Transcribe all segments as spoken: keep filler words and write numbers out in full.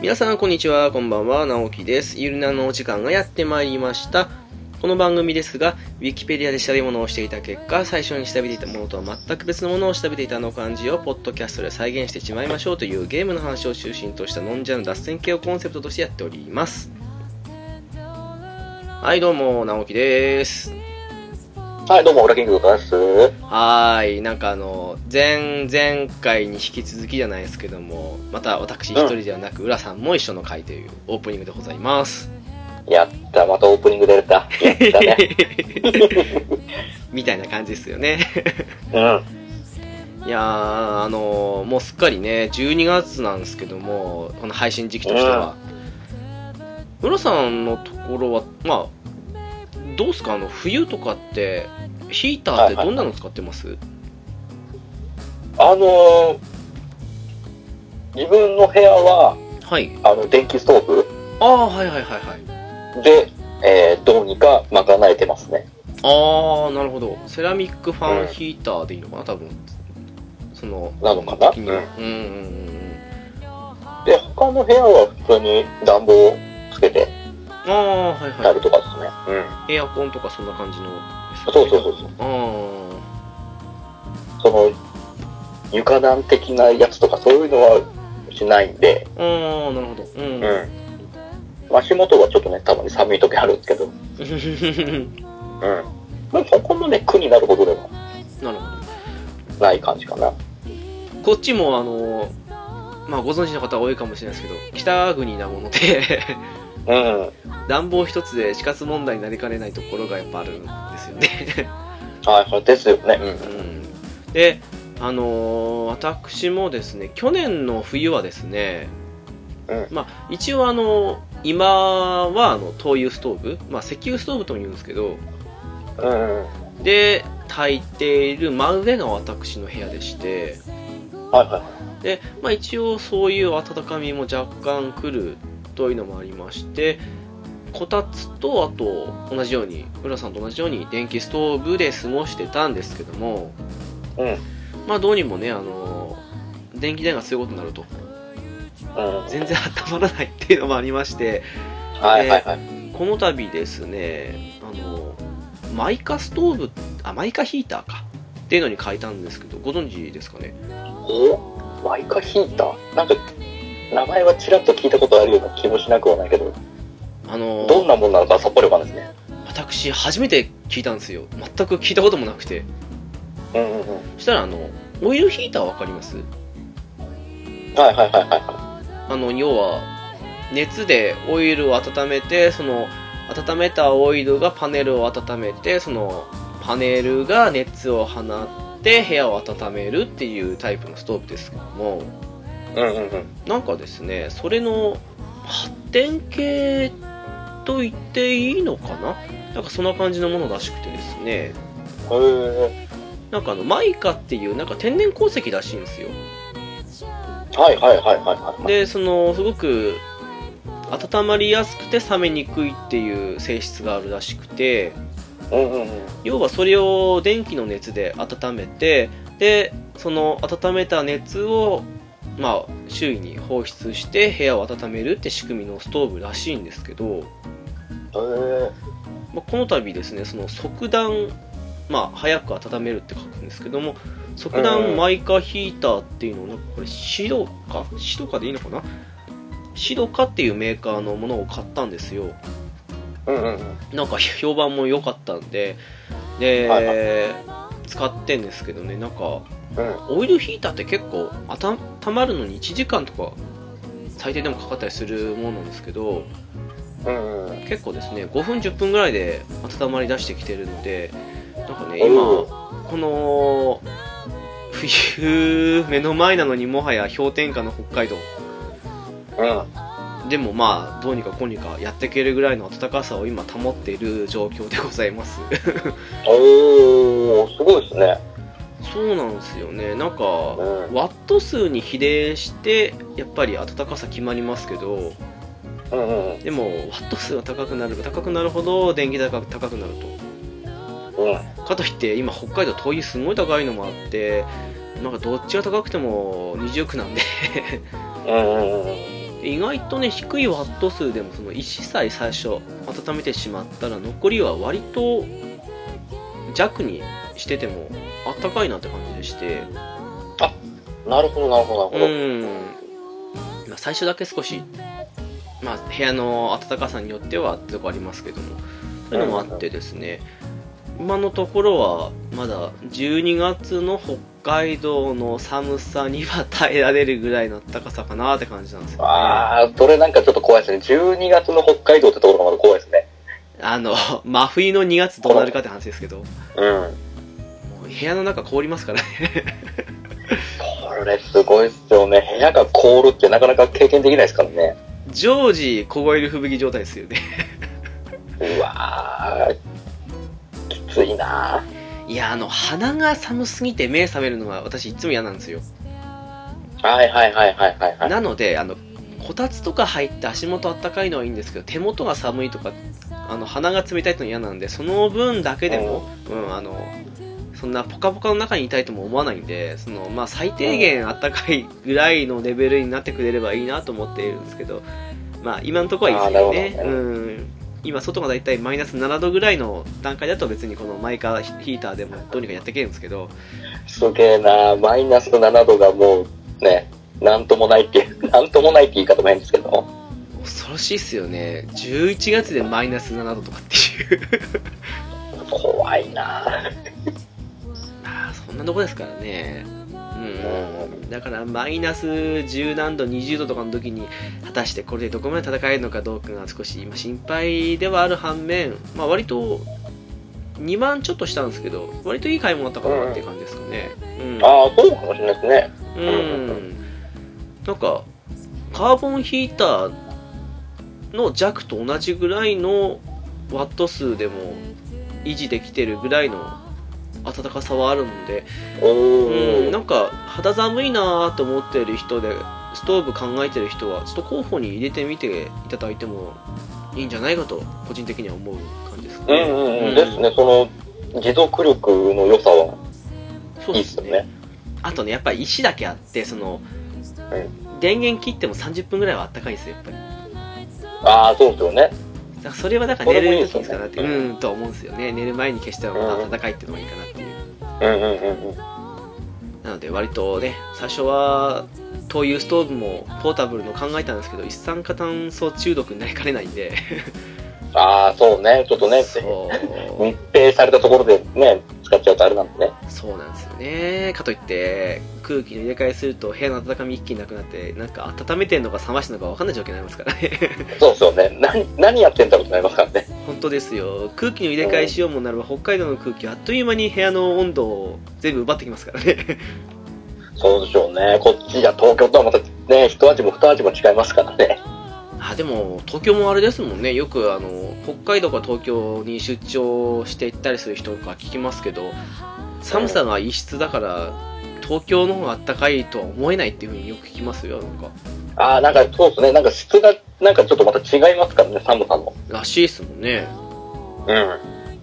皆さんこんにちは、こんばんは、直樹です。ゆるなのお時間がやってまいりました。この番組ですが、ウィキペディアで調べ物をしていた結果、最初に調べていたものとは全く別のものを調べていたあの感じをポッドキャストで再現してしまいましょうというゲームの話を中心としたノンジャンル脱線系をコンセプトとしてやっております。はい、どうも、直樹です。 はい、どうも、オラキングです。 はーい、なんかあの、前々回に引き続きじゃないですけども、また私一人ではなく、浦、うん、さんも一緒の回というオープニングでございます。 やった、またオープニングでやった。やったね。 みたいな感じですよね。 うん。 いやー、あのー、もうすっかりね、じゅうにがつなんですけども、この配信時期としては。うん、浦さんのところは、まあ、どうすか、あの冬とかってヒーターってどんなの使ってます？はいはい、あのー、自分の部屋は、 はい、 あの電気ストーブ、 ああ、はいはいはいはいで、えー、どうにか賄えてますね。 ああ、なるほど。セラミックファンヒーターでいいのかな、多分。そのなのかな。 うんうんうんうん。 で、他の部屋は普通に暖房をつけて。 ああ、はいはい。 やるとかですね。 うん。エアコンとかそんな感じのですかね。そうそうそうそう。 ああ。その床暖的なやつとかそういうのはしないんで。 ああ、なるほど。うん。うん、 足元はちょっとね、たまに寒い時あるんですけど。うん。まあそこのね苦になるほどでは。なるほど。ない感じかな。 こっちもあのまあご存知の方は多いかもしれないですけど、北国なもので。うん、暖房一つで死活問題になりかねないところがやっぱあるんですよね。 はい、ですよね。うんうん、で、あのー、私もですね、去年の冬はですね、うん、まあ一応あの今はあの灯油ストーブ、まあ石油ストーブとも言うんですけど、うん、で炊いている真上が私の部屋でして、はいはい、で、まあ一応そういう温かみも若干来るというのもありまして、こたつとあと同じように浦さんと同じように電気ストーブで過ごしてたんですけども、うん、まあどうにもね、あの電気代がそういうことになると、うん、全然温まらないっていうのもありまして、はいはいはい、この度ですね、あのマイカストーブ、あマイカヒーターかっていうのに変えたんですけど、ご存知ですかね？ おマイカヒーター、なんか名前はちらっと聞いたことあるような気もしなくはないけど、あのー、どんなものなのかさっぱりわかんないですね。 私初めて聞いたんですよ。全く聞いたこともなくて、うんうんうん、そしたらあのオイルヒーターわかります？ はいはいはいはい。 あの要は熱でオイルを温めて、その温めたオイルがパネルを温めて、そのパネルが熱を放って部屋を温めるっていうタイプのストーブですけども、うんうんうん、なんかですね、それの発展系と言っていいのかな、なんかそんな感じのものらしくてですね、へー、なんかあのマイカっていうなんか天然鉱石らしいんですよ。 はいはいはいはいはい。 で、そのすごく温まりやすくて冷めにくいっていう性質があるらしくて、うんうんうん、要はそれを電気の熱で温めて、でその温めた熱をまあ、周囲に放出して部屋を温めるって仕組みのストーブらしいんですけど、えーまあ、この度ですね、その即暖、まあ、早く温めるって書くんですけども、即暖マイカヒーターっていうのを、なんかこれシドカシドカでいいのかな、シドカっていうメーカーのものを買ったんですよ。うんうんうん、なんか評判も良かったんで、で、はいはい、使ってんですけどね、なんかうん、オイルヒーターって結構温まるのにいちじかんとか最低でもかかったりするものなんですけど、うんうん、結構ですねごふんじゅっぷんぐらいで温まり出してきてるので、なんかね今この冬目の前なのにもはや氷点下の北海道、うん、でもまあどうにかこうにかやっていけるぐらいの暖かさを今保っている状況でございます。 おー、すごいですね。 そうなんですよね。なんか、うん、ワット数に比例してやっぱり暖かさ決まりますけど、うんうん、でもワット数が高くなる高くなるほど電気代が高くなると、うん、かといって今北海道灯油すごい高いのもあって、なんかどっちが高くても二重苦なんでうん、 意外とね低いワット数でもその石さえ最初温めてしまったら残りは割と弱にしててもあったかいなって感じでして、 あ、なるほどなるほどなるほど。うん、 まあ、最初だけ少し、まあ、部屋の暖かさによってはってとこありますけども、そういうのもあってですね、うん、今のところはまだじゅうにがつの北海道の寒さには耐えられるぐらいの暖かさかなって感じなんですよね。 ああ、それなんかちょっと怖いですね。じゅうにがつの北海道ってところがまだ怖いですね。 あの真冬のにがつどうなるかって話ですけど、うん、もう部屋の中凍りますからね。 これすごいっすよね。部屋が凍るってなかなか経験できないですからね。 常時凍える吹雪状態ですよね。 うわー、きついな。 いや、あの鼻が寒すぎて目覚めるのは私いつも嫌なんですよ。 はいはいはいはいはい、はい、 なのであのこたつとか入って足元あったかいのはいいんですけど、手元が寒いとかあの鼻が冷たいの嫌なんで、その分だけでも、うん、うん、あのそんなポカポカの中にいたいとも思わないんで、その、まあ、最低限あったかいぐらいのレベルになってくれればいいなと思っているんですけど、まあ、今のところはいいですよね。うん、今外がだいたいマイナスななどぐらいの段階だと別にこのマイカーヒーターでもどうにかやっていけるんですけど、 すげえな。マイナスななどがもうね、なんともないってなんともないって言い方も変ですけど、 恐ろしいっすよね。じゅういちがつでマイナスななどとかっていう怖いな。 あ、そんなとこですからね。うん、だからマイナスじゅうなんどにじゅうどとかの時に果たしてこれでどこまで戦えるのかどうかが少し今心配ではある反面、まあ、割とにまんちょっとしたんですけど割といい買い物だったかなっていう感じですかね。 うんうん、ああ、そうかもしれないですね。 うん、なんかカーボンヒーターの弱と同じぐらいのワット数でも維持できてるぐらいの暖かさはあるので、うん、なんか肌寒いなと思ってる人でストーブ考えてる人はちょっと候補に入れてみていただいてもいいんじゃないかと個人的には思う感じですね。 うんうんうん、うん、ですね。その持続力の良さはいいっすよね。 あとね、やっぱり石だけあってその、うん、電源切ってもさんじゅっぷんぐらいは暖かいんですよやっぱり。 ああ、そうですよね。 だからそれはだから寝る時にかなって、うんと思うんですよね。寝る前に消したらまた暖かいっていうのがいいかなっていう。うんうんうんうん。なので割とね、最初は灯油ストーブもポータブルの考えたんですけど、一酸化炭素中毒になりかねないんで。 ああ、そうね、ちょっとね、密閉されたところでね、使っちゃうとあれなんでね。 そうなんですよね。かといって空気の入れ替えすると部屋の温かみ一気になくなって、なんか温めてんのか冷ましてんのか分かんない状況になりますからね。 そうですよね。何何やってんだろうとなりますからね。 本当ですよ。空気の入れ替えしようもなれば、うん、北海道の空気あっという間に部屋の温度を全部奪ってきますからね。 そうでしょうね。こっちじゃ東京とはまたね、一味も二味も違いますからね。 あ、でも東京もあれですもんね。よくあの北海道から東京に出張して行ったりする人が聞きますけど、寒さが異質だから東京の方が暖かいとは思えないっていう風によく聞きますよ。なんかああ、なんかそうですね。なんか質がなんかちょっとまた違いますからね、寒さの。 らしいですもんね。 うん。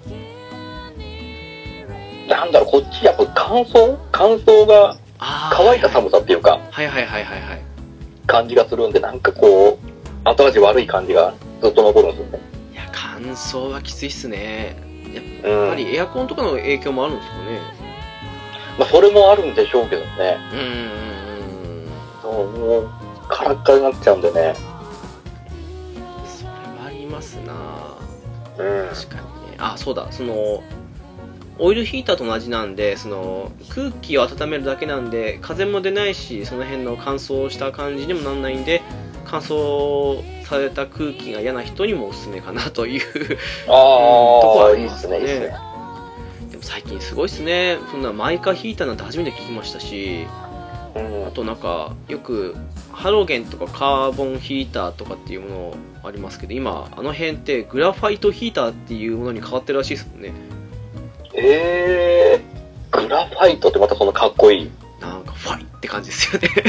なんだろう、こっちやっぱ乾燥乾燥が乾いた寒さっていうか、 はいはいはいはいはい。 感じがするんで、なんかこう後味悪い感じがずっと残るんですよね。 いや、乾燥はきついっすね。やっぱりエアコンとかの影響もあるんですかね。 まあそれもあるんでしょうけどね。うんうんうん。そうもうカラッカラになっちゃうんでね。 それはありますな。 うん。 確かにね。あ、そうだ。そのオイルヒーターと同じなんで、その空気を温めるだけなんで風も出ないし、その辺の乾燥した感じにもなんないんで、乾燥された空気が嫌な人にもおすすめかなというあ、うん、とこはありますね。いいですね。 でも最近すごいですね。そんなマイカーヒーターなんて初めて聞きましたし、うん、あとなんかよくハロゲンとかカーボンヒーターとかっていうものありますけど、今あの辺ってグラファイトヒーターっていうものに変わってるらしいですもんね。 えー、グラファイトってまたそのかっこいい。 なんかファイって感じですよね。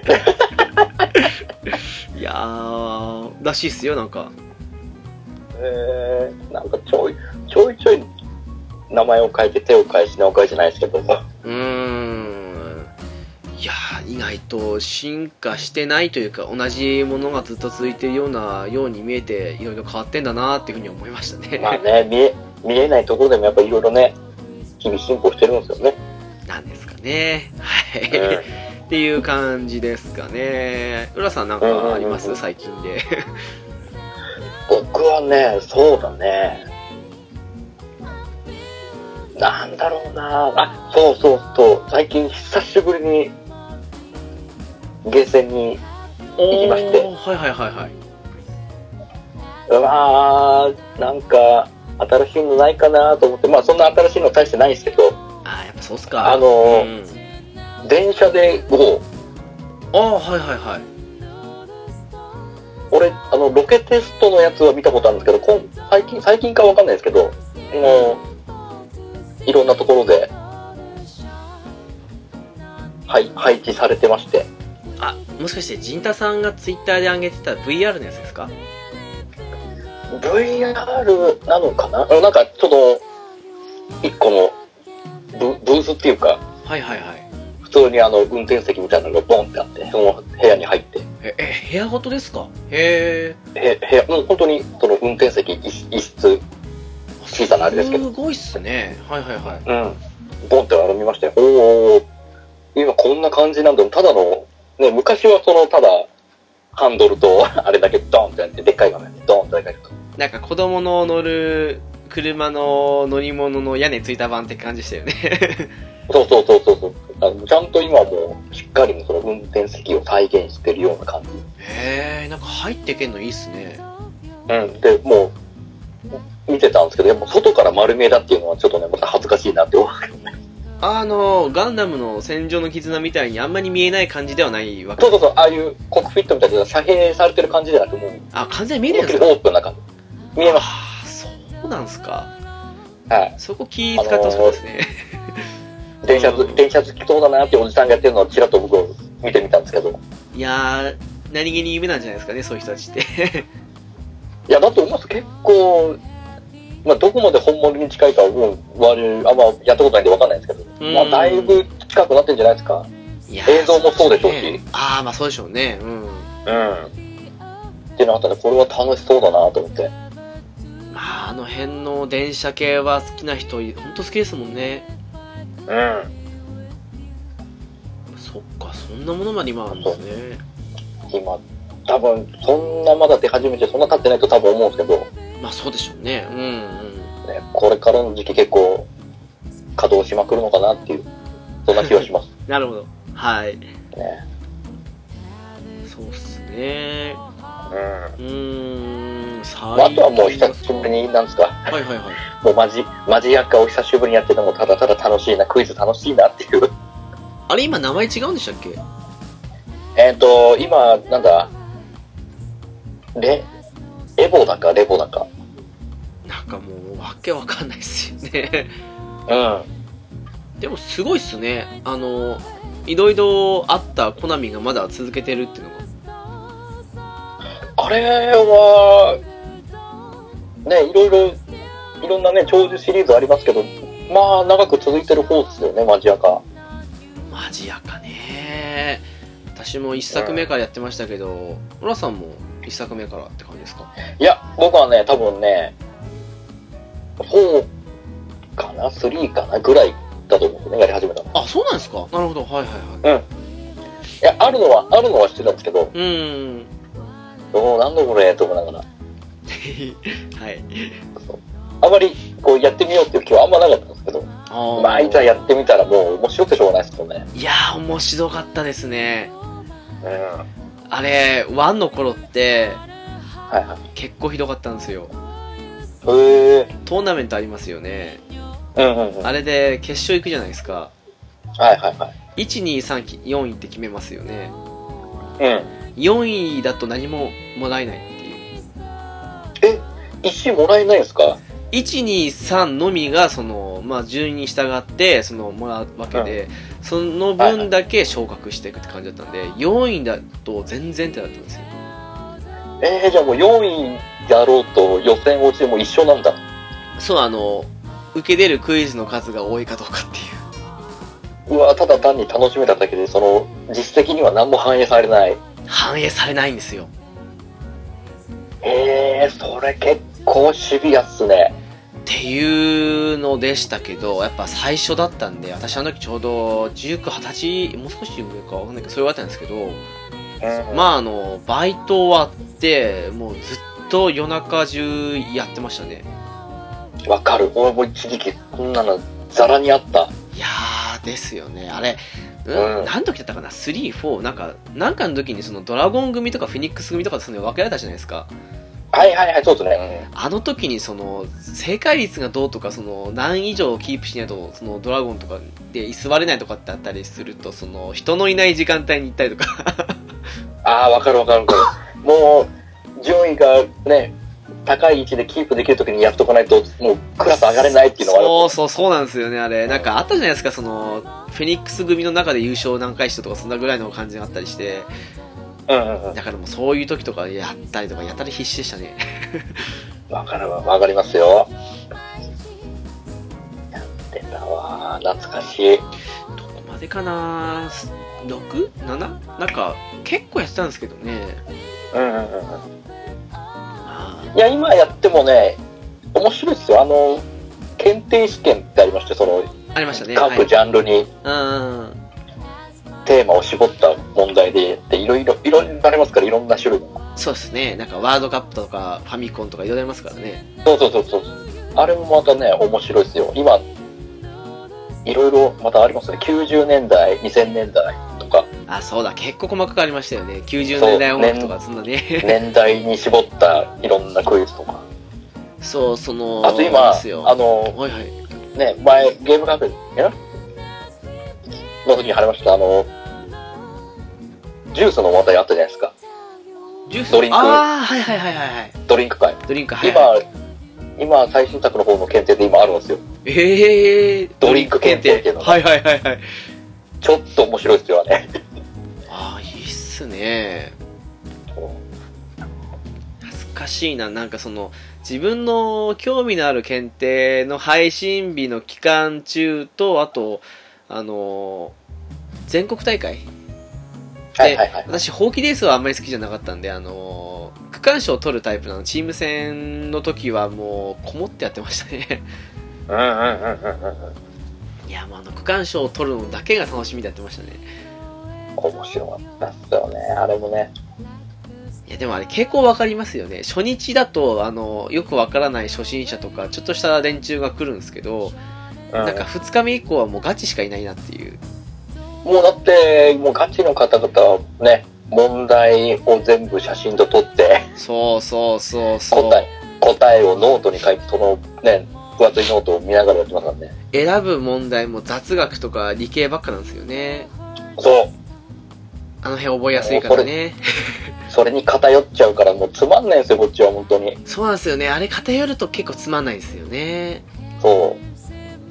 いやー、らしいっすよ、なんか。 えー、なんかちょいちょいちょい名前を変えて手を変え品を変えじゃないですけども。 うーん。いいやー、意外と進化してないというか、同じものがずっと続いているようなように見えて、いろいろ変わってんだなーっていうふうに思いましたね。 まあね、見え、見えないところでもやっぱいろいろね、日々進歩してるんですよね。 なんですかね。はい。うん、っていう感じですかね。浦さんなんかあります、うんうんうん、最近で。 僕はね、そうだね。なんだろうなあ、そうそうそう、最近久しぶりにゲーセンに行きまして。 はいはいはいはい。 うわー、なんか新しいのないかなと思って、まあそんな新しいの大してないんですけど。 あー、やっぱそうっすか。 あのー、うん、電車で ゴー。 ああ、はいはいはい。 俺、あの、ロケテストのやつは見たことあるんですけど、最近、最近かわかんないですけど、もう、いろんなところで、はい、配置されてまして。 あ、もしかして陣太さんがツイッターで上げてた ブイアール のやつですか？ ブイアール なのかな？なんかちょっと一個の ブ, ブースっていうか、 はいはいはい。 普通にあの運転席みたいなのがボンってあって、その部屋に入って。 え、え部屋ごとですか？へえ。へ部屋、もう本当にその運転席一室小さなあれですけど。 すごいっすね。はいはいはい。 うん。ボンってあれ見ましたよ。おー。今こんな感じなんだ。ただの、ね、昔はそのただハンドルとあれだけドンってやってでっかい画面でドンってでかいと。 なんか子供の乗る車の乗り物の屋根ついた版って感じでしたよね。 そうそうそうそうそう。あのちゃんと今もうしっかりその運転席を再現してるような感じ。 へえ、なんか入ってけんのいいっすね。 うん。で、もう見てたんですけど、やっぱ外から丸見えだっていうのはちょっとね、また恥ずかしいなって思うけどね。 あの、ガンダムの戦場の絆みたいにあんまり見えない感じではないわけ。 そうそうそう、ああいうコックフィットみたいな遮蔽されてる感じじゃなくてもう。 あ、完全に見えないんですか？ オープンな感じ。見えます。 ああ、そうなんすか。 はい。 そこ気使ってほしいですね。 あのー、電車好き、電車好きそうだなっておじさんがやってるのをちらっと僕見てみたんですけど。 いやー、何気に夢なんじゃないですかね、そういう人たちって。 いや、だと思います。結構、まあ、どこまで本物に近いかは、うん、あんまやったことないんで分かんないんですけど、まあ、だいぶ近くなってんじゃないですか。いや映像もそうでしょうし。ね、 ああ、まあそうでしょうね。うん。うん。 っていうのがあったんで、これは楽しそうだなと思って。 まあ、あの辺の電車系は好きな人、ほんと好きですもんね。 うん。 そっか、そんなものまで今あるんですね。 今、多分、そんなまだ出始めて、そんな経ってないと多分思うんですけど。 まあそうでしょうね。うんうん。 ね、これからの時期結構、稼働しまくるのかなっていう、そんな気はします。 なるほど。はい。 ね。 そうっすね。うん。うーん、最近。あとはもう久しぶりに、なんですか。 はいはいはい。 もうマジ、マジアカを久しぶりにやってるのもただただ楽しいな、クイズ楽しいなっていう。 あれ今名前違うんでしたっけ？ えっと、今、なんだ、レ、エボだかレボだか。 なんかもう、わけわかんないっすよね。 うん。 でもすごいっすね。あの、いろいろあったコナミがまだ続けてるっていうのが。 あれは、ね、いろいろ、いろんなね、長寿シリーズありますけど、まあ、長く続いてる方ですよね、マジアカ。 マジアカね。私も一作目からやってましたけど、浦、うん、さんも一作目からって感じですか？ いや、僕はね、多分ね、フォーかな ?スリー かなぐらいだと思うんですね、やり始めたの。 あ、そうなんですか？なるほど、はいはいはい。 うん。いや、あるのは、あるのは知ってたんですけど、 うーん。 おー、なんだこれと思いながら。はい。そう。あまり、こう、やってみようっていう気はあんまなかったんですけど、まあ、いざやってみたらもう面白くてしょうがないですよね。 いやー、面白かったですね。 うん。 あれ、ワンの頃って、 はいはい。 結構ひどかったんですよ。 へー。 トーナメントありますよね。 うんうんうん。 あれで決勝行くじゃないですか。 はいはいはい。 いち、に、さん、よんいって決めますよね。 うん。 よんいだと何ももらえないっていう。 え、石もらえないんですか？ いち、に、さんのみが、その、まあ、順位に従って、その、もらうわけで、うん、その分だけ昇格していくって感じだったんで、よんいだと全然ってなったんですよ。 えー、じゃあもうよんいやろうと予選落ちでも一緒なんだ。 そう、あの、受け出るクイズの数が多いかどうかっていう。 うわ、ただ単に楽しめただけで、その、実績には何も反映されない。 反映されないんですよ。 へえ、それ結構シビアっすね。 っていうのでしたけど、やっぱ最初だったんで、私あの時ちょうどじゅうきゅう、はたち、もう少し上かわかんないけど、それはあったんですけど、うん、まああの、バイト終わって、もうずっと夜中中やってましたね。 わかる。俺も一時期こんなのザラにあった。 いやー、ですよね。あれ、うん、うん、何時だったかな ?スリー、フォー、なんか、なんかの時にそのドラゴン組とかフェニックス組とかその分けられたじゃないですか。 はいはいはい、そうですね。 あの時にその、正解率がどうとか、その、何以上キープしないと、そのドラゴンとかで居座れないとかってあったりすると、その、人のいない時間帯に行ったりとか。 ああ、わかるわかるわかる。もう、順位がね、高い位置でキープできるときにやっとかないと、もうクラス上がれないっていうのがある。 そうそう、そうなんですよね、あれ。なんかあったじゃないですか、その、フェニックス組の中で優勝何回したとか、そんなぐらいの感じがあったりして。うんうんうん。だからもうそういう時とかやったりとか、やったり必死でしたね。 わかるわ、わかりますよ。やってたわ、懐かしい。 どこまでかな ?ろく?なな? なんか、結構やってたんですけどね。うんうんうん。 いや、今やってもね、面白いですよ。あの、検定試験ってありまして、その、 ありましたね。 各ジャンルに、はい、テーマを絞った問題で、で、いろいろ、いろいろありますから、いろんな種類の。 そうですね。なんか、ワールドカップとか、ファミコンとかいろいろありますからね。 そうそうそうそう。あれもまたね、面白いですよ。今、いろいろまたありますね。きゅうじゅうねんだい、にせんねんだいとか。 あ、そうだ。結構細かくありましたよね。きゅうじゅうねんだい音楽とか、そんなね。 年代に絞ったいろんなクイズとか。 そう、その、 あと今、あの、はいはい、ね、前、ゲームカフェやの時に貼りました、あの、ジュースの話題あったじゃないですか。 ジュースドリンク。ああ、はいはいはいはい。 ドリンク会。 ドリンク、はい、はい。 今、今、最新作の方の検定で今あるんですよ。 ええー、 ドリンク検定っていうのが。 はいはいはいはい。 ちょっと面白いですよね。 ああ、いいっすね。懐かしいな。なんかその、自分の興味のある検定の配信日の期間中と、あと、あの、全国大会で、はいはいはい、私、ほうきレースはあんまり好きじゃなかったんで、あの、区間賞を取るタイプのチーム戦の時はもう、こもってやってましたね。 うんうんうんうんうん。 いや、もうあの、区間賞を取るのだけが楽しみでやってましたね。 面白かったっすよね、あれもね。 いや、でもあれ結構わかりますよね。初日だと、あの、よくわからない初心者とか、ちょっとした連中が来るんですけど、うん、なんかふつかめ以降はもうガチしかいないなっていう。 もうだって、もうガチの方々はね、問題を全部写真と撮って、 そうそうそうそう。 答え、答えをノートに書いて、そのね、分厚いノートを見ながらやってますからね。 選ぶ問題も雑学とか理系ばっかなんですよね。 そう。 あの辺覚えやすいからね。 それに偏っちゃうからもうつまんないんですよ、こっちは本当に。 そうなんですよね。あれ偏ると結構つまんないですよね。 そう。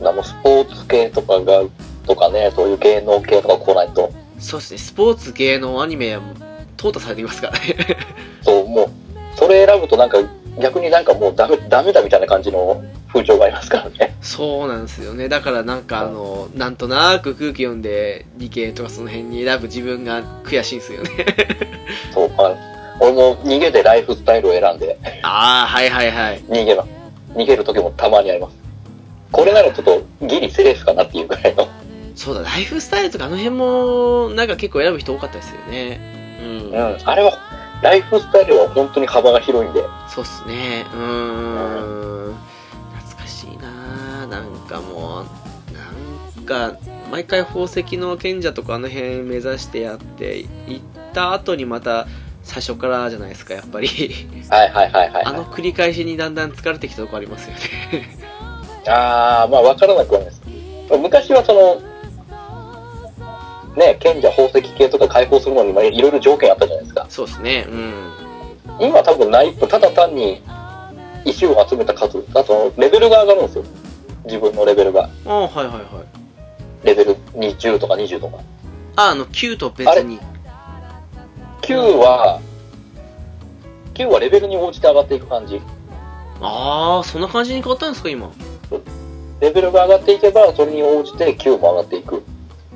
もうスポーツ系とかが、とかね、そういう芸能系とか来ないと。 そうですね。スポーツ、芸能、アニメは淘汰されていますからね。 そう、もう、それ選ぶとなんか、逆になんかもうダメ、ダメだみたいな感じの風潮がありますからね。 そうなんですよね。だからなんかあの、うん、なんとなく空気読んで理系とかその辺に選ぶ自分が悔しいんですよね。 そう、まあ、俺も逃げでライフスタイルを選んで。 ああ、はいはいはい。 逃げます。逃げる時もたまにあります。これならちょっとギリセーフかなっていうくらいの。 そうだ、ライフスタイルとかあの辺もなんか結構選ぶ人多かったですよね。 うん。うん、あれは、ライフスタイルは本当に幅が広いんで。 そうっすね。うーん。うん、懐かしいなぁ。なんかもう、なんか、毎回宝石の賢者とかあの辺目指してやっていった後にまた最初からじゃないですか、やっぱり。 はいはいはいはい、はい。 あの繰り返しにだんだん疲れてきたとこありますよね。 あー、まあ分からなくはないです。昔はその、ね、賢者宝石系とか解放するのにいろいろ条件あったじゃないですか。 そうですね。うん。 今多分ない、ただ単に石を集めた数、あとレベルが上がるんですよ。自分のレベルが。 ああ、はいはいはい。 レベルにじゅうとかにじゅうとか。 あ、あのきゅうと別に。 きゅうは、きゅうはレベルに応じて上がっていく感じ。 ああ、そんな感じに変わったんですか、今。 レベルが上がっていけば、それに応じてきゅうも上がっていく。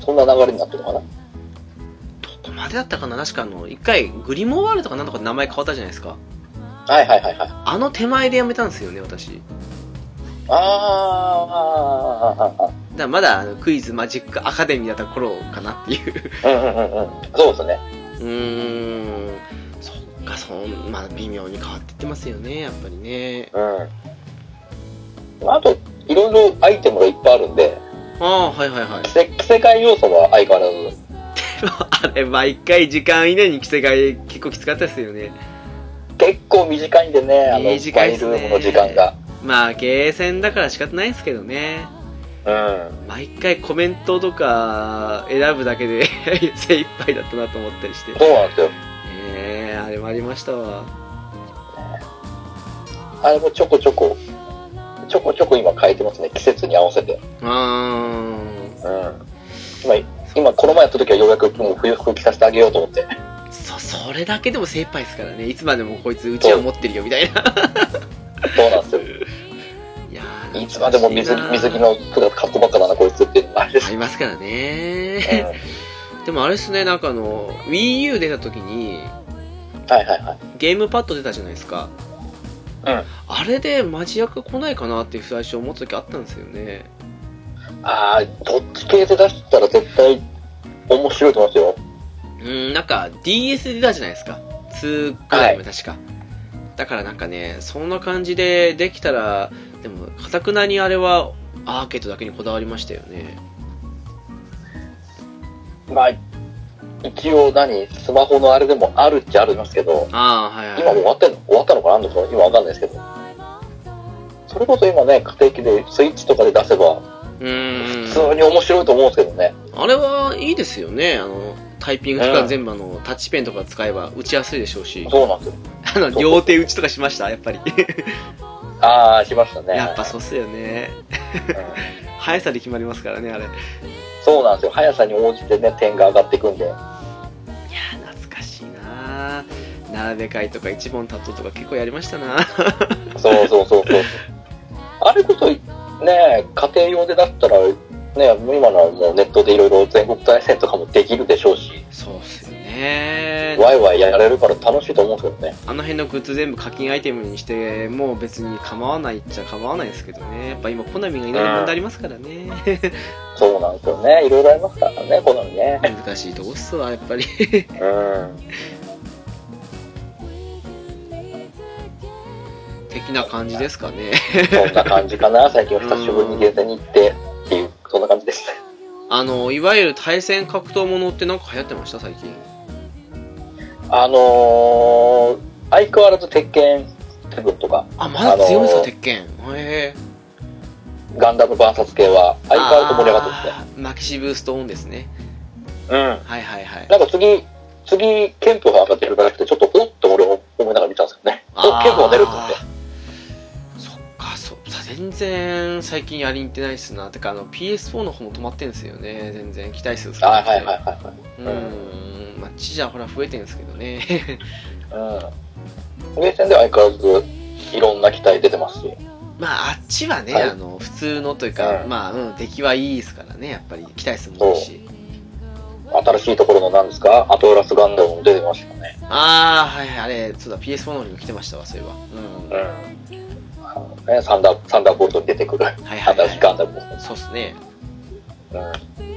そんな流れになってるのかな。 どこまでだったかな。確かあの一回グリモワールとかなんとか名前変わったじゃないですか。 はいはいはいはい。 あの手前でやめたんですよね、私。 ああ、 だからまだあのクイズマジックアカデミーだった頃かなっていう。 うんうんうんうん。そうですね。 うーん。そっか、そんまあ微妙に変わってってますよね、やっぱりね。 うん。あといろいろアイテムがいっぱいあるんで。 ああ、はいはいはい。 着せ着せ替え要素は相変わらず。 あれ毎回時間以内に着せ替え結構きつかったですよね。 結構短いんでね、あの短いですね。 バイルームの時間が。 まあゲーセンだから仕方ないですけどね。 うん。 毎回コメントとか選ぶだけで精一杯だったなと思ったりして。 そうなんですよ。 ええー、あれもありましたわ。 あれもちょこちょこちょこちょこ今変えてますね、季節に合わせて。 あー。うん。 今今この前やった時はようやくもう冬服着させてあげようと思って。 そそれだけでも精一杯ですからね。いつまでもこいつうちは持ってるよみたいな。 そうなんですよ。 いやいつまでも水水着の服だとカットばっかだなこいつってあれです。 ありますからね。うん、でもあれですね、なんかあの WiiU 出た時に、 はいはいはい、 ゲームパッド出たじゃないですか。 うん。 あれでマジ役来ないかなって最初思った時あったんですよね。 ああ、どっち系で出したら絶対面白いと思いますよ。 うん、なんか ディーエス で出たじゃないですか。にくらいも確か。はい、だからなんかね、そんな感じでできたら、でも、かたくなにあれはアーケードだけにこだわりましたよね。 まあ、一応何、スマホのあれでもあるっちゃありますけど、 あ、はいはい、 今もう終わってんの終わったのかな、あんのか今わかんないですけど。それこそ今ね、家庭機でスイッチとかで出せば、 うーん、 普通に面白いと思うんですけどね。あれはいいですよね。あの、タイピングとか全部あの、タッチペンとか使えば打ちやすいでしょうし。 そうなんですよ。 あの、両手打ちとかしましたやっぱり。 ああ、しましたね。 やっぱそうっすよね。うん、速さで決まりますからね、あれ。 そうなんですよ。速さに応じてね、点が上がっていくんで。いやー、懐かしいなー。並べ替えとか一問タットとか結構やりましたな。 そうそうそうそう。あれこそ、ね、家庭用でだったら、ね、今のはもうネットでいろいろ全国対戦とかもできるでしょうし。 そうっすよね。 ワイワイやれるから楽しいと思うんですけどね。 あの辺のグッズ全部課金アイテムにしてもう別に構わないっちゃ構わないですけどね。やっぱ今コナミがいろいろ問題ありますからね。うん、 そうなんですよね。いろいろありますからね、コナミね。 難しいとこっすわ、やっぱり。うん。的な感じですかね。 そんな感じかな。最近は久しぶりにゲーセンに行ってっていう、そんな感じです。 あの、いわゆる対戦格闘ものってなんか流行ってました最近。 あのー、相変わらず鉄拳セブンとか。 あ、まだ強いんですか、鉄拳。へえ。 ガンダム ブイエス 系は相変わらず盛り上がってますね。 マキシブーストーンですね。 うん。 はいはいはい。 なんか次、次、ケンプが上がってるからってちょっとおっと俺思いながら見たんですけどね。お、ケンプが出るって思って。 そっか、そ全然最近やりに行ってないっすな。てかあの ピーエスフォー の方も止まってんですよね。全然期待数少なくて。 はいはいはいはい。 うん。まあ、地じゃほら増えてるんですけどね。 うん。ゲーセンでは相変わらずいろんな機体出てますし。 まあ、あっちはね、はい、あの、普通のというか、うん、まあ、うん、出来はいいですからね、やっぱり、期待数もいいし。 新しいところの何ですかアトラスガンダムも出てましたね。 ああ、はいはい、あれ、そうだ、ピーエスフォー の方にも来てましたわ、そういえば。 うん。うん。ね、サンダー、サンダーボルトに出てくる、はいはいはい、新しいガンダムですね。 そうっすね。 うん。 ま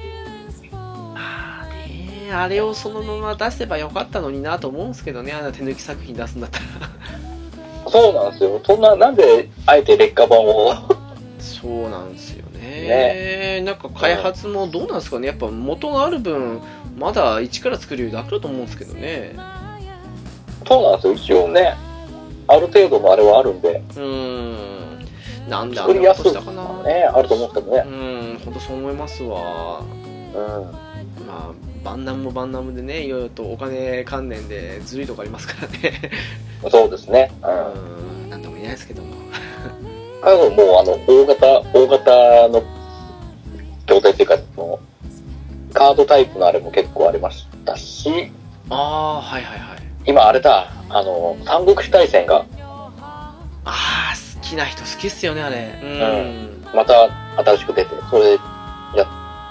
あね、あれをそのまま出せばよかったのになと思うんですけどね、あの手抜き作品出すんだったら。 そうなんですよ。そんな、なんで、あえて劣化版を。 そうなんですよね。ね、なんか開発もどうなんですかね。やっぱ元がある分、まだ一から作るより楽だと思うんですけどね。 そうなんですよ。一応ね、ある程度のあれはあるんで。 うーん。なんであんなことしたかな。ね、あると思うんですけどね。 うん、ほんとそう思いますわ。うん。まあ、バンナムもバンナムでね、いろいろとお金関連でずるいとこありますからね。 そうですね。 うん。うん、なんとも言えないですけども。 あの、もうあの、大型、大型の筐体っていうか、のカードタイプのあれも結構ありましたし。 ああ、はいはいはい。 今あれだ、あの、三国志大戦が。 ああ、好きな人好きっすよね、あれ。うん。 うん、また新しく出て、それやっ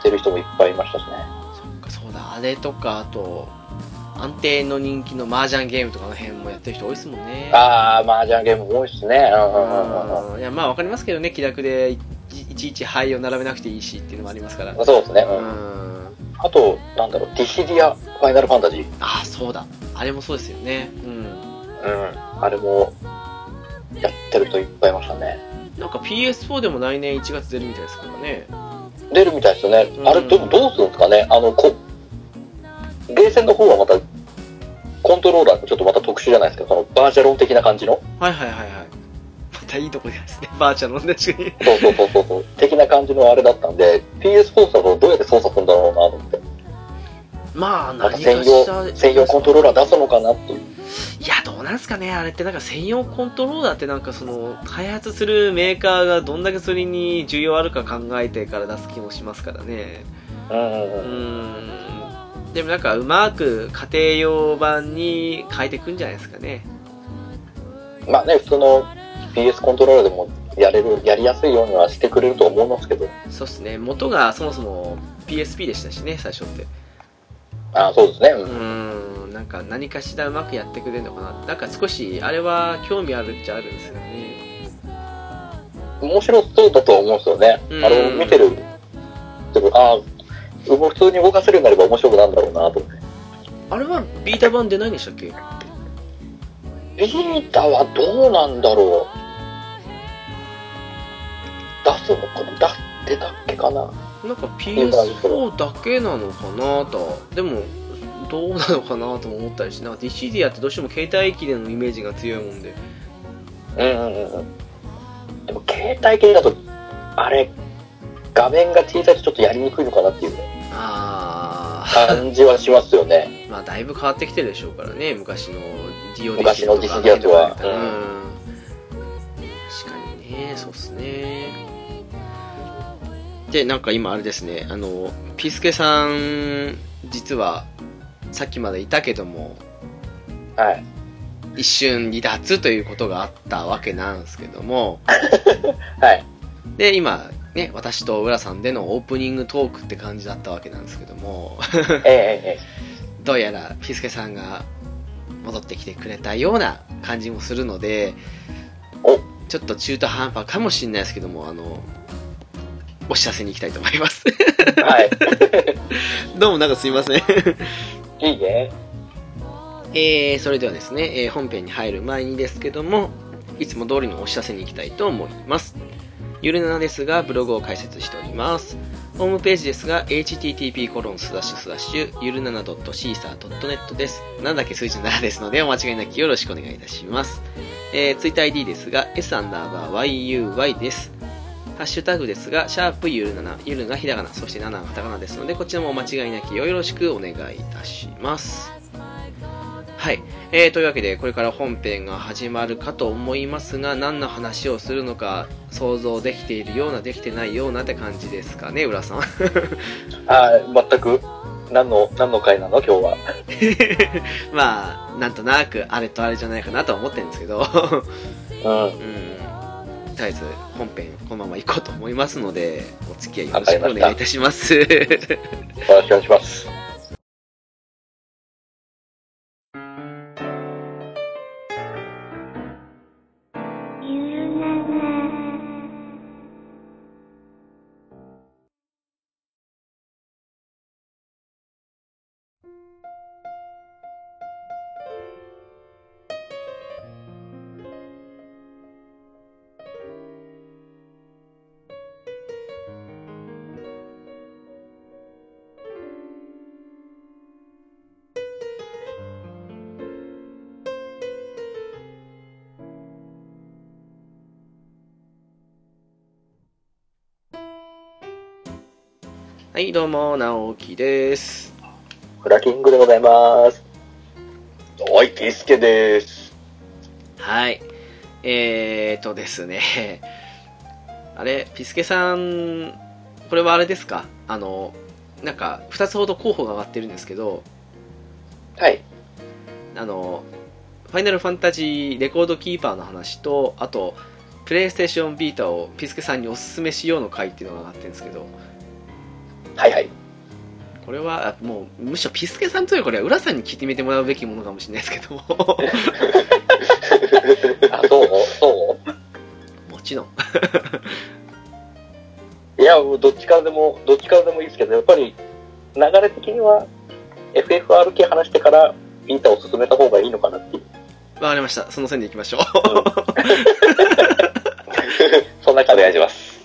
ってる人もいっぱいいましたしね。 そっか、そうだ、あれとか、あと、安定の人気の麻雀ゲームとかの辺もやってる人多いですもんね。 ああ、麻雀ゲーム多いですね。 いや、まあわかりますけどね、気楽でいちいち牌を並べなくていいしっていうのもありますから。 そうですね。 うん。 あと、なんだろう、ディシディア、ファイナルファンタジー。 ああ、そうだ。あれもそうですよね。うん。うん。 あれも、やってる人いっぱいいましたね。 なんか ピーエスフォー でも来年いちがつ出るみたいですからね。 出るみたいですよね。うん、あれ、でもどうするんですかね。あの、こ、ゲーセンの方はまた、コントローラーがちょっとまた特殊じゃないですか。そのバーチャロン的な感じの。 はいはいはいはい。またいいとこですね。バーチャロンで確かに。 そうそうそうそう。的な感じのあれだったんで、ピーエスフォー さんをどうやって操作するんだろうなと思って。 まあ、 何か専用、専用コントローラー出すのかなっていう。 いや、どうなんすかね。あれってなんか専用コントローラーってなんかその、開発するメーカーがどんだけそれに需要あるか考えてから出す気もしますからね。 うんうんうん。 うん。でもなんかうまく家庭用版に変えていくんじゃないですかね。 まあね、普通の ピーエス コントローラーでもやれる、やりやすいようにはしてくれると思いますけど。 そうっすね。元がそもそも ピーエスピー でしたしね、最初って。 ああ、そうですね。 うん。なんか何かしらうまくやってくれるのかな。なんか少し、あれは興味あるっちゃあるんですよね。 面白そうだとは思うんですよね。あれを見てる。ああ、普通に動かせるようになれば面白くなるんだろうなと思って。あれはビータ版出ないんでしたっけ？ ビータはどうなんだろう。出すのかな、出てたっけかな。 なんか ピーエスフォー だけなのかなと。でも、どうなのかなとも思ったりして、なんか ディーシーディー やってどうしても携帯機でのイメージが強いもんで。 うんうんうん。でも携帯機だと、あれ、画面が小さいとちょっとやりにくいのかなっていうあ感じはしますよね。 まあだいぶ変わってきてるでしょうからね、昔の ディーオーディー昔の ディーシーディー とは、うん、 確かにね、そうっすね。で、なんか今あれですね、あのピスケさん実はさっきまでいたけども、 はい、 一瞬離脱ということがあったわけなんですけどもはい。 で、今ね、私と浦さんでのオープニングトークって感じだったわけなんですけどもええええ、 どうやらピスケさんが戻ってきてくれたような感じもするので、 おちょっと中途半端かもしれないですけども、あのお知らせに行きたいと思いますはいどうもなんかすいませんいいね。 えー、それではですね、えー、本編に入る前にですけども、いつも通りのお知らせに行きたいと思います。ゆるななですがブログを開設しております。ホームページですが エイチティーティーピーコロンスラッシュスラッシュゆるななドットシーサードットネット です。なんだっけ数字のななですのでお間違いなきよろしくお願いいたします。えー、ツイッター アイディー ですが S アンダーバー ワイユーワイ です。ハッシュタグですがシャープゆるなな、ゆるがひらがな、そしてなながカタカナですので、こちらもお間違いなきよろしくお願いいたします。はい、えー、というわけでこれから本編が始まるかと思いますが、何の話をするのか想像できているようなできてないようなって感じですかね、浦さんあ、全く何の何の回なの今日はまあなんとなくあれとあれじゃないかなとは思ってるんですけどうん、うん、とりあえず本編このまま行こうと思いますのでお付き合いよろしくお願いいたしますよろしくお願いします。 はい、どうも、直樹です。 フラキングでございます。おい、ピスケです。 はい。えーとですね。あれ、ピスケさん、これはあれですか？あの、なんか、二つほど候補が上がってるんですけど、 はい。 あの、ファイナルファンタジーレコードキーパーの話と、あと、プレイステーションビータをピスケさんにおすすめしようの回っていうのが上がってるんですけど、 はいはい。 これはもうむしろピスケさんというよりこれは浦さんに聞いてみてもらうべきものかもしれないですけどもあ、そうそうもちろんいや、もうどっちからでもどっちからでもいいですけど、やっぱり流れ的には エフエフアール 系話してからビータを進めた方がいいのかなっていう。 わかりました。その線でいきましょう、うん、 そんな感じお願いします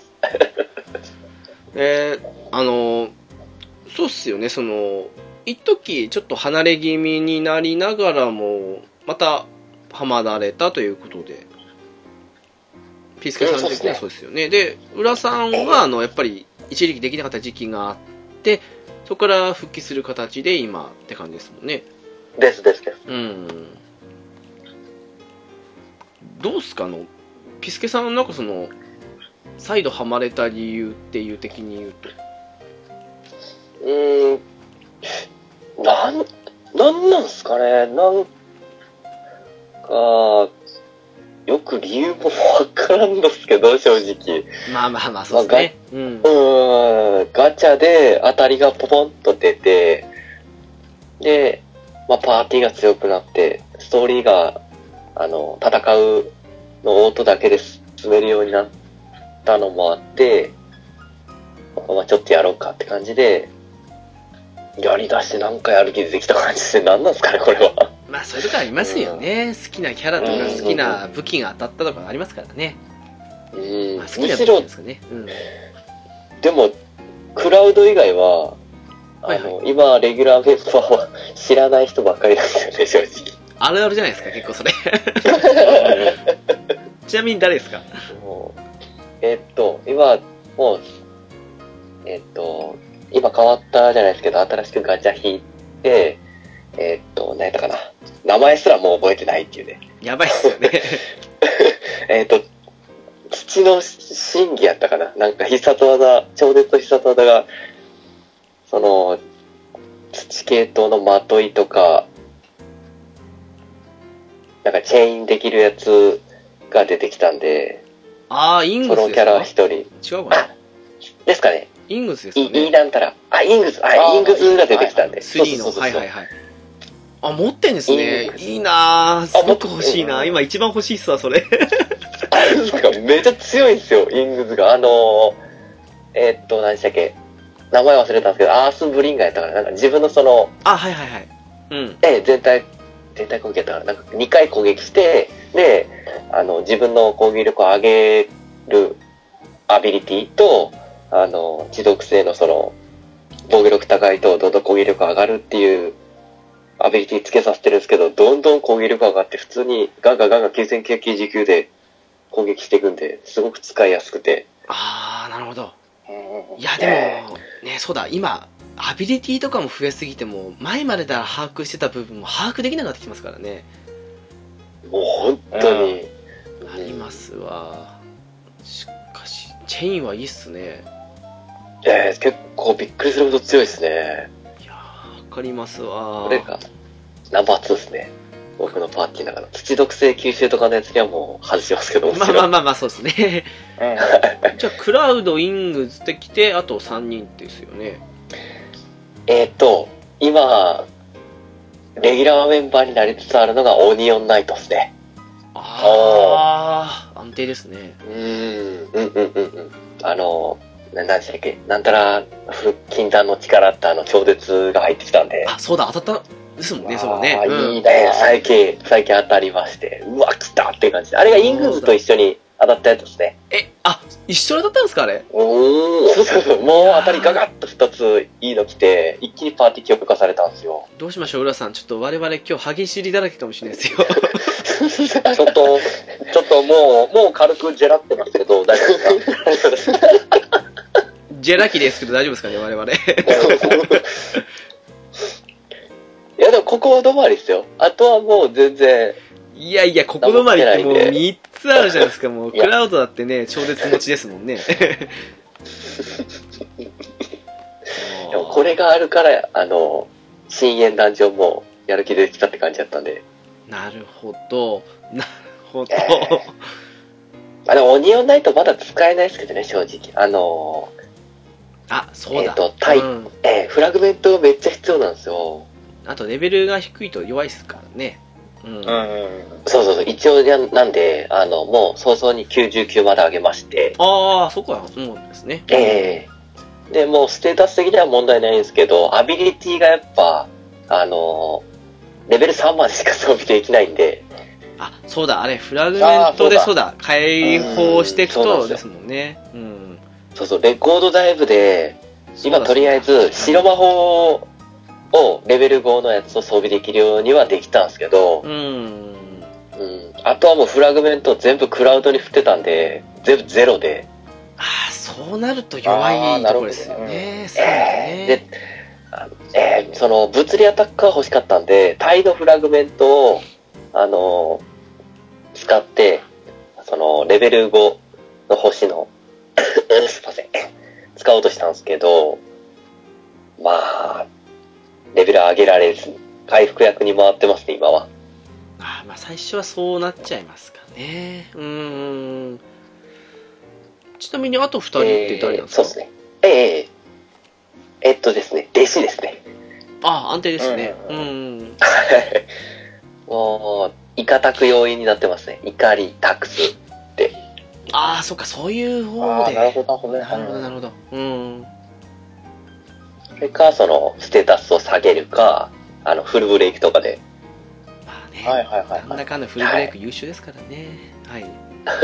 えー、あのそうっすよね。その一時ちょっと離れ気味になりながらもまたハマられたということで、ピースケさん的にはそうですよね。で、浦さんはあのやっぱり一時期できなかった時期があって、そこから復帰する形で今って感じですもんね。 ですですです。 うん。どうっすか、あのピスケさんなんかその再度ハマれた理由っていう的に言うと。 うーん、なん、なんなんすかね、なんか、よく理由もわからんのっすけど、正直。 まあまあまあ、そうですね。 まあ、うん。うーん、ガチャで当たりがポポンと出て、で、まあ、パーティーが強くなって、ストーリーが、あの、戦うの音だけで進めるようになったのもあって、まあ、ちょっとやろうかって感じで、やりだしてなんかやる気出てきた感じで、何なんすかね、これは。 まあ、そういうとこありますよね。うん、好きなキャラとか好きな武器が当たったとかありますからね。 うん。 まあ、好きな武器ですかね。うん。 でも、クラウド以外は、あの、はいはい、今、レギュラーメンバーは知らない人ばっかりなんですよね、正直。 あるあるじゃないですか、結構それ。ちなみに誰ですか？ えー、っと、今、もう、えー、っと、今変わったじゃないですけど、新しくガチャ引いて、えー、っと、何やったかな。名前すらもう覚えてないっていうね。 やばいっすよね。 えっと、土の神器やったかな。なんか必殺技、超絶必殺技が、その、土系統のまといとか、なんかチェーンできるやつが出てきたんで、 ああ、イングスですか？ そのキャラ一人。 違うかな？ ですかね。 イングスですかね。 いいなんたら。あ、イングス、あ、イングスが出てきたんで。 スリーの、はいはいはい。あ、持ってんですね。いいなぁ。すごく欲しいなぁ。今一番欲しいっすわ、それ。 めっちゃ強いんですよ、イングスが。あのー、えー、っと、何でしたっけ。名前忘れたんですけど、アースブリンガーやったから、なんか自分のその、 あ、はいはいはい。うん。 で、全体、全体攻撃やったから、なんかにかい攻撃して、で、あの、自分の攻撃力を上げるアビリティと、あの、持続性のその、防御力高いとどんどん攻撃力上がるっていうアビリティつけさせてるんですけど、どんどん攻撃力上がって普通にガンガンガンガンきゅうせんきゅうひゃくきゅうじゅうきゅうで攻撃していくんで、すごく使いやすくて。 あー、なるほど。いや、でも、ね、そうだ、今、アビリティとかも増えすぎても、前までだ把握してた部分も把握できなくなってきますからね。 もう本当に。 ありますわ。しかし、チェインはいいっすね。 えー、結構びっくりするほど強いですね。 いやー、わかりますわ。 これがナンバーツーですね。僕のパーティーの中の土毒性吸収とかのやつにはもう外しますけど。 まあまあまあまあ、そうですね。じゃあ、クラウド、イングズってきて、あとさんにんですよね。 えっと、今、レギュラーメンバーになりつつあるのがオニオンナイトですね。 ああ、安定ですね。 うーん、うんうんうんうん。あの、何でしたっけ、なんたら、禁断の力ってあの、超絶が入ってきたんで。 あ、そうだ、当たったですもんね、そうね。 あ、うん、いいね、最近、最近当たりまして。うわ、来たっていう感じで。あれがイングズと一緒に当たったやつですね。 え、あ、一緒に当たったんですか、あれ？ おー、そうそうそう。もう当たりガガッと二ついいの来て、一気にパーティー強化されたんですよ。 どうしましょう、浦さん。ちょっと我々今日、激しりだらけかもしれないですよ。 ちょっと、ちょっともう、もう軽くジェラってますけど、大丈夫ですか？ ジェラキですけど大丈夫ですかね、我々。 いや、でもここ止まりですよ。あとはもう全然。 いやいや、ここ止まりってもうみっつあるじゃないですか。もう、クラウドだってね、超絶持ちですもんね。 でもこれがあるから、あの、深淵ダンジョンもやる気出てきたって感じだったんで。 なるほど。なるほど。 えー、あ、でもオニオンナイトまだ使えないですけどね、正直。あのー、 あ、そうだ。 えっ、ー、と、タイ、うん、えー、フラグメントめっちゃ必要なんですよ。 あと、レベルが低いと弱いですからね。うん。うん、 そうそうそう。一応、なんで、あの、もう早々にきゅうじゅうきゅうまで上げまして。 ああ、そこはそうですね。 ええー。で、もうステータス的には問題ないんですけど、アビリティがやっぱ、あの、レベルさんまでしか装備できないんで。 あ、そうだ、あれ、フラグメントでそうだ、解放していくとですもんね。うん。 そうそう、レコードダイブで、今とりあえず、白魔法をレベルごのやつを装備できるようにはできたんですけど、うん。うん。あとはもうフラグメント全部クラウドに振ってたんで、全部ゼロで。 ああ、そうなると弱いところですよね。そうね。で、えー、その、物理アタックが欲しかったんで、タイのフラグメントを、あのー、使って、その、レベルごの星の、すいません、使おうとしたんですけど、まあ、レベル上げられず、回復役に回ってますね、今は。 ああ、まあ最初はそうなっちゃいますかね。うーん。ちなみにあとふたりって誰なんですか？ えー、そうですね。ええーえっとですね、弟子ですね。 ああ、安定ですね。うん。うん、 もう、イカタク要因になってますね。怒り、タクスって。 ああ、そっか、そういう方で。 なるほど、 なるほど、なるほど。うん。 それか、その、ステータスを下げるか、あの、フルブレイクとかで。 まあね、 はいはいはい、はい。 なんだかんだフルブレイク優秀ですからね。はい。はい、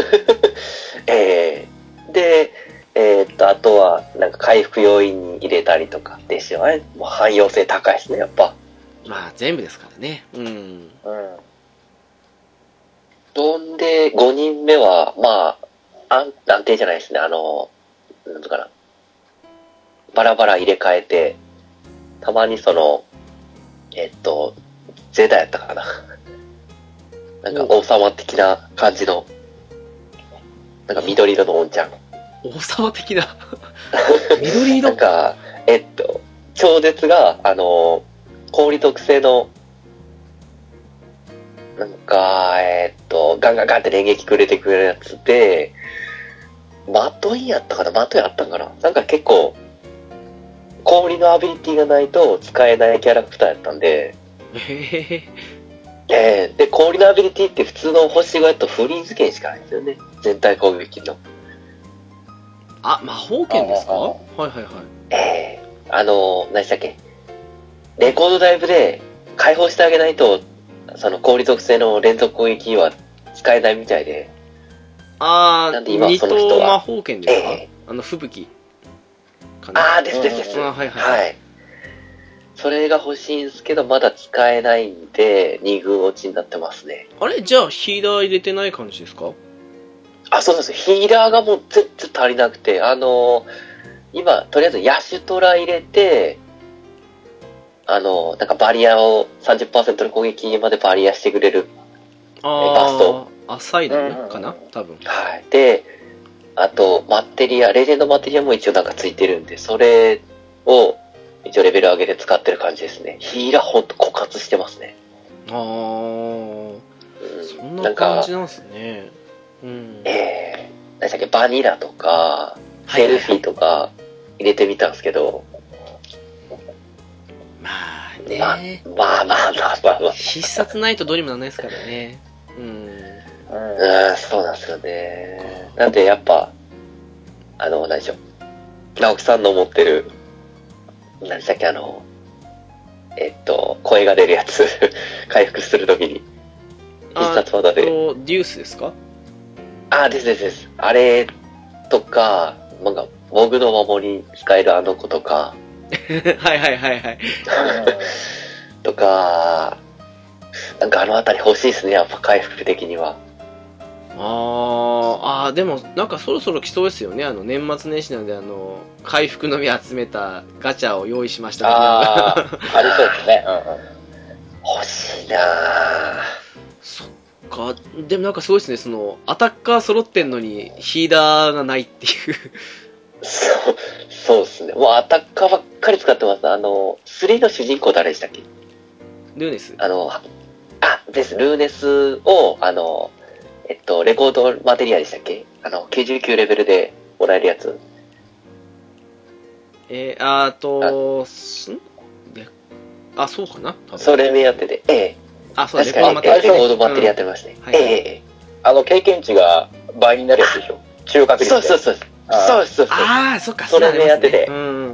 えー、で、えー、っと、あとは、なんか回復要因に入れたりとかですよね。もう汎用性高いですね、やっぱ。 まあ、全部ですからね。うん。うん。 どんで、ごにんめは、まあ、安安定じゃないですね。あの、なんとかな。バラバラ入れ替えて、たまにその、えっと、ゼダやったかな。なんか王様的な感じの、なんか緑色のおんちゃん。 王様的な緑色なんか、えっと、超絶が、あの、氷特性の、なんか、えっと、ガンガンガンって連撃くれてくれるやつで、マトイやったかなマトイあったんかななんか結構、氷のアビリティがないと使えないキャラクターやったんで、えー、で、氷のアビリティって普通の星ごやとフリーズ剣しかないんですよね。全体攻撃の。 あ、魔法剣ですか？はいはいはい。 えー、あのー、何でしたっけレコードダイブで解放してあげないと、その氷属性の連続攻撃は使えないみたいで。 あー、なんで今その人は。魔法剣ですか？えー、あの、吹雪。 あー、ですですです。 あ、はいはい。はい。 それが欲しいんですけど、まだ使えないんで、に軍落ちになってますね。 あれじゃあ、ヒーラー入れてない感じですか？ あ、そうです。ヒーラーがもう全然足りなくて、あのー、今、とりあえずヤシュトラ入れて、あのー、なんかバリアを さんじゅっパーセント の攻撃までバリアしてくれる、 あバスト。あ、サイドかな、うん、多分。 はい。で、あと、マテリア、レジェンドマテリアも一応なんかついてるんで、それを、一応レベル上げて使ってる感じですね。ヒーラーほんと枯渇してますね。 あー、うん、そんな感じなんですね。うん、 えー、何でしたっけ、バニラとか、セルフィーとか入れてみたんですけど、 まあね、 まあ、まあまあまあまあまあ。 必殺ないとどうにもならないですからね。うん。うん、 そうなんですよね。なんでやっぱ、あの、何でしょう。直樹さんの持ってる、何でしたっけ、あの、えっと、声が出るやつ、回復するときに。必殺技で。 デュースですか？ あ、ですですです。あれとか、なんか、モグの守り使えるあの子とか。 はいはいはいはい。 とか、なんかあのあたり欲しいですね、やっぱ回復的には。 ああ、でもなんかそろそろ来そうですよね。あの年末年始なんで、あの回復のみ集めたガチャを用意しましたああ、ありそうですね。うんうん、欲しいなぁ。 そっか、でもなんかすごいですね。そのアタッカー揃ってんのにヒーラーがないっていうそう、そうですね。もうアタッカーばっかり使ってます。あの、スリーの主人公誰でしたっけ？ ルーネス。 あの、あ、です。ルーネスを、あの、えっと、レコードマテリアでしたっけ？あの、きゅうじゅうきゅうレベルでもらえるやつ。 えー、あーとすんであそうかな多分それ目当てで、ええあそう確かにレコードバッテリーやってましたね、うん、はい、ええあの経験値が倍になるやつでしょ、中学率で。 そうそうそうそうそうそう、 ああそっか、 それ目当てで、 うん、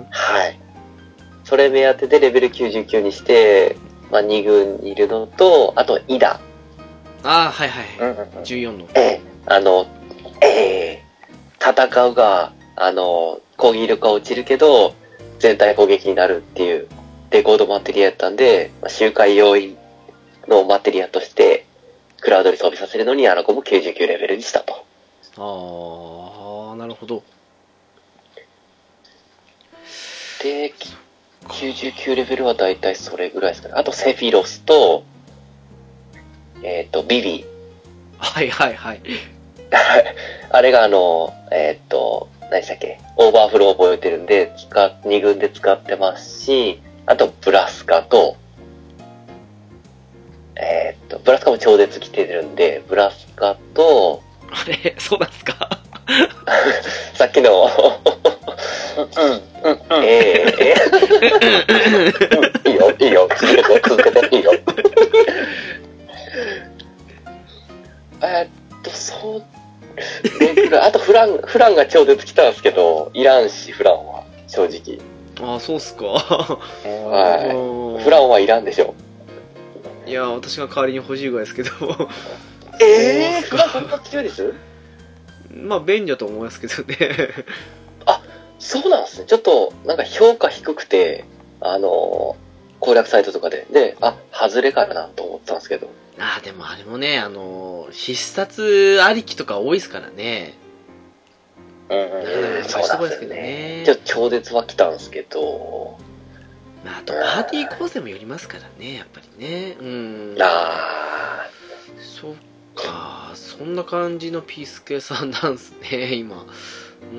はい、それ目当てでレベルきゅうじゅうきゅうにして、まあ、に軍にいるのと、あとイダ、 ああはいはい、うんうん、じゅうよんの、 ええあのええ戦うがあの攻撃力が落ちるけど全体攻撃になるっていうレコードバッテリーやったんで、まあ、周回要員のバッテリアとしてクラウドに装備させるのにあの子もきゅうじゅうきゅうレベルにしたと。 ああなるほど。 できゅうじゅうきゅうレベルはだいたいそれぐらいですかね。あとセフィロスとえっ、ー、とビビ、 はいはいはいあれがあのえっ、ー、と何でしたっけ、オーバーフロー覚えてるんで使に軍で使ってますし、あとブラスカとえー、っと、ブラスカも超絶来てるんで、ブラスカと、 あれそうなんすかさっきの、 うん、うん、うん。 えー、えー、いいよ、いいよ、続けて、続けて、いいよ。 えっと、そう、レギュラー、あとフラン、フランが超絶来たんですけど、いらんし、フランは、正直。 ああ、そうっすか。 はい。フランはいらんでしょ。 いや私が代わりに欲しいぐらいですけどえー、フランそんな強いです？ まあ便利だと思いますけどねあ、そうなんですね。ちょっとなんか評価低くて、あの攻略サイトとかでで、あ、外れかなと思ったんですけど。 あでもあれもね、あの必殺ありきとか多いですからね。 うんうんうん、そうなんですよね。ちょっと超絶は来たんですけど、 まあ、あとパーティー構成もよりますからね、やっぱりね。うん。 ああ。 そっか、そんな感じのピースケさんなんすね、今。うん。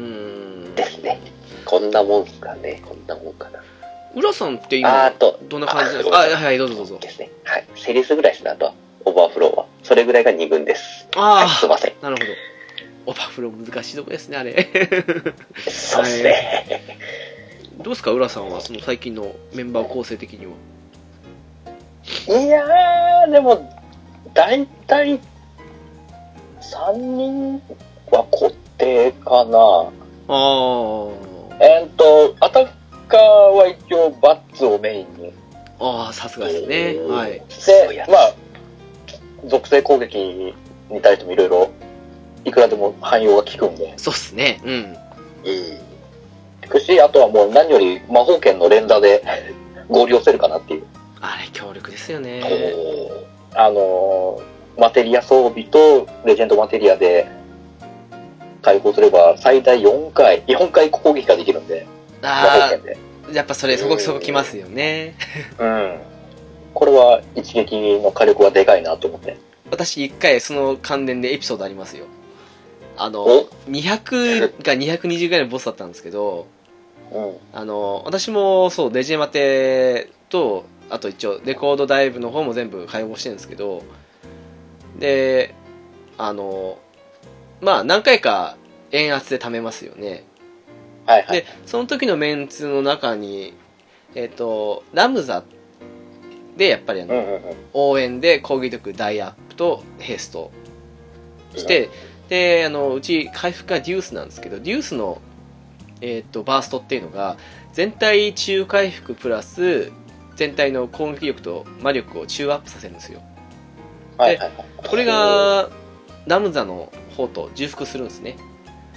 ですね。こんなもんかね、こんなもんかな。 浦さんって今、どんな感じですか？あ、はい、どうぞどうぞ。 ですね。はい。セリスぐらいですね、あとは。オーバーフローは。それぐらいがに軍です。 ああ、 はい、すいません。 なるほど。オーバーフロー難しいとこですね、あれ。 そうですね。 どうですか、浦さんは、その最近のメンバー構成的には。 いやー、でも、だいたいさんにんは固定かな。 あー。 えーっと、アタッカーは一応バッツをメインに。 ああ、さすがですね。はい。 で、まあ、属性攻撃に対してもいろいろ、いくらでも汎用が効くんで。 そうっすね。うん。うん。 効くし、あとはもう何より魔法剣の連打で合流せるかなっていう。 あれ強力ですよね。 あのー、マテリア装備とレジェンドマテリアで解放すれば最大よんかい、よんかい攻撃ができるんで、魔法剣で。 やっぱそれそこそこきますよね。 うん。これは一撃の火力はでかいなと思って。 私一回その関連でエピソードありますよ。あの、にひゃくかにひゃくにじゅうぐらいのボスだったんですけど、 うん、 あの、私もそう、レジェマテと、あと一応レコードダイブの方も全部解放してるんですけど、で、あの、まあ何回か円圧で貯めますよね。 はいはい。 で、その時のメンツの中に、えっと、ラムザでやっぱりあの、 うんうんうん、 応援で攻撃力大アップとヘイストして、うん、で、あの、うち回復がデュースなんですけど、デュースの、えっと、バーストっていうのが、全体中回復プラス、全体の攻撃力と魔力を中アップさせるんですよ。 はいはいはい、 で、これが、ラムザの方と重複するんですね。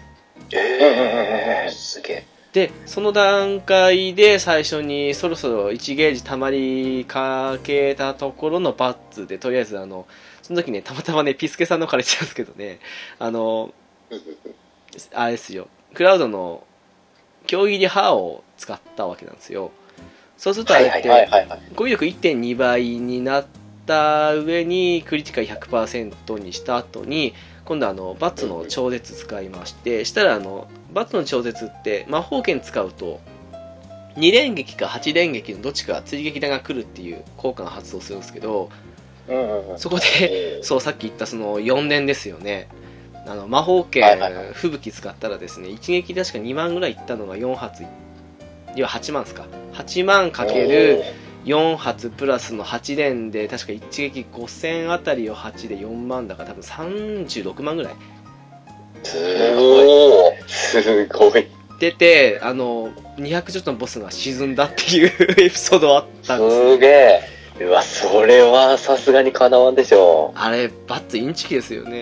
えー、すげえ。 で、その段階で最初にそろそろいちゲージ溜まりかけたところのバッツで、とりあえずあの、その時ね、たまたまね、ピスケさんの彼氏なんですけどね、あの、あれですよ、クラウドの強切り刃を使ったわけなんですよ。そうするとあれって、攻撃力 いってんに 倍になった上に、クリティカル ひゃくパーセント にした後に、今度あのバッツの超絶使いまして、したらあのバッツの超絶って魔法剣使うとに連撃かはち連撃のどっちか追撃弾が来るっていう効果が発動するんですけど、そこでそうさっき言ったそのよん連ですよね。あの魔法剣吹雪使ったらですね、一撃確かにまんぐらいいったのがよん発要ははちまんですか。はちまんかけるよん発プラスのはち連で、確か一撃ごせんあたりをはちでよんまんだから多分さんじゅうろくまんぐらい。 すごい。すごい。 出て、あの、にひゃくちょっとのボスが沈んだっていうエピソードあったんですすげえ。うわ、それはさすがにかなわんでしょう。 あれ、バッツインチキですよね。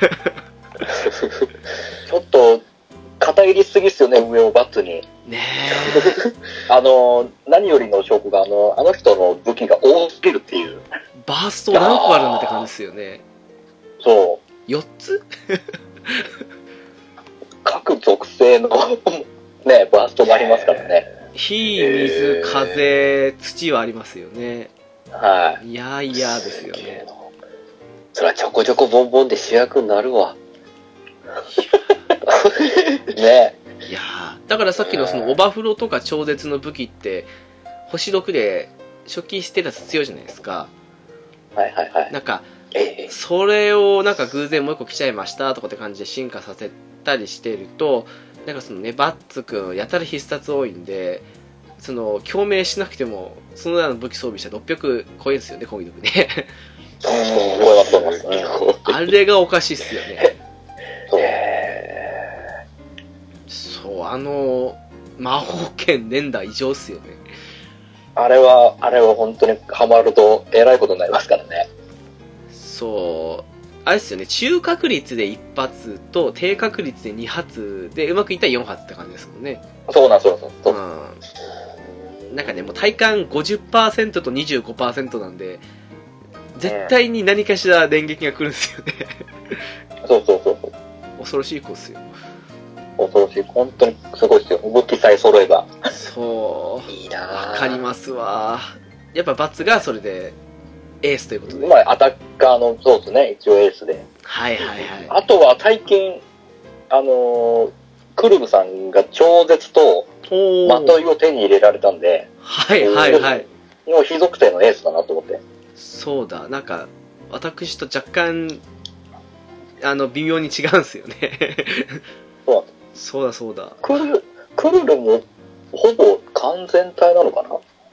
ちょっと、肩入りすぎっすよね、上をバッツに。 ねえ。あの、何よりの証拠が、あの、あの人の武器が多すぎるっていう。 バースト何個あるんだって感じですよね。 そう。 よっつ各属性のね、バーストがありますからね。 火、水、風、土はありますよね。 はい。 いやいやですよね。 そりゃちょこちょこボンボンで主役になるわ。 ね。 いやだからさっきのそのオバフロとか超絶の武器って星ろくで初期ステータス強いじゃないですか。 はいはいはい。 なんかそれをなんか偶然もう一個来ちゃいましたとかって感じで進化させたりしてると、なんかそのねバッツくんやたら必殺多いんで、その共鳴しなくてもそのような武器装備したらろっぴゃく超えるんですよね、攻撃力ね。 そう思います思います。 あれがおかしいっすよね。 そう。 そう、あの魔法剣連打異常っすよね。 あれはあれは本当にハマるとえらいことになりますからね。 そうあれですよね、中確率でいち発と低確率でに発でうまくいったらよん発って感じですもんね。 そうなんそうなんそう。 うん、なんかねもう体感 ごじゅっパーセント と にじゅうごパーセント なんで絶対に何かしら電撃が来るんですよね。 そうそうそうそう。 恐ろしい子っすよ。 恐ろしい。本当にすごいですよ。武器さえ揃えば。 そういいなわかりますわ。やっぱバッツがそれでエースということで、 まあアタッカーのそうですね、一応エースで。 はいはいはい。 あとは最近あのー、クルムさんが超絶とまといを手に入れられたんで、 はいはいはい。 もう非属性のエースだなと思って。 そうだ、なんか私と若干あの微妙に違うんですよね。 そうそうだそうだ。 クルクルルもほぼ完全体なのかな。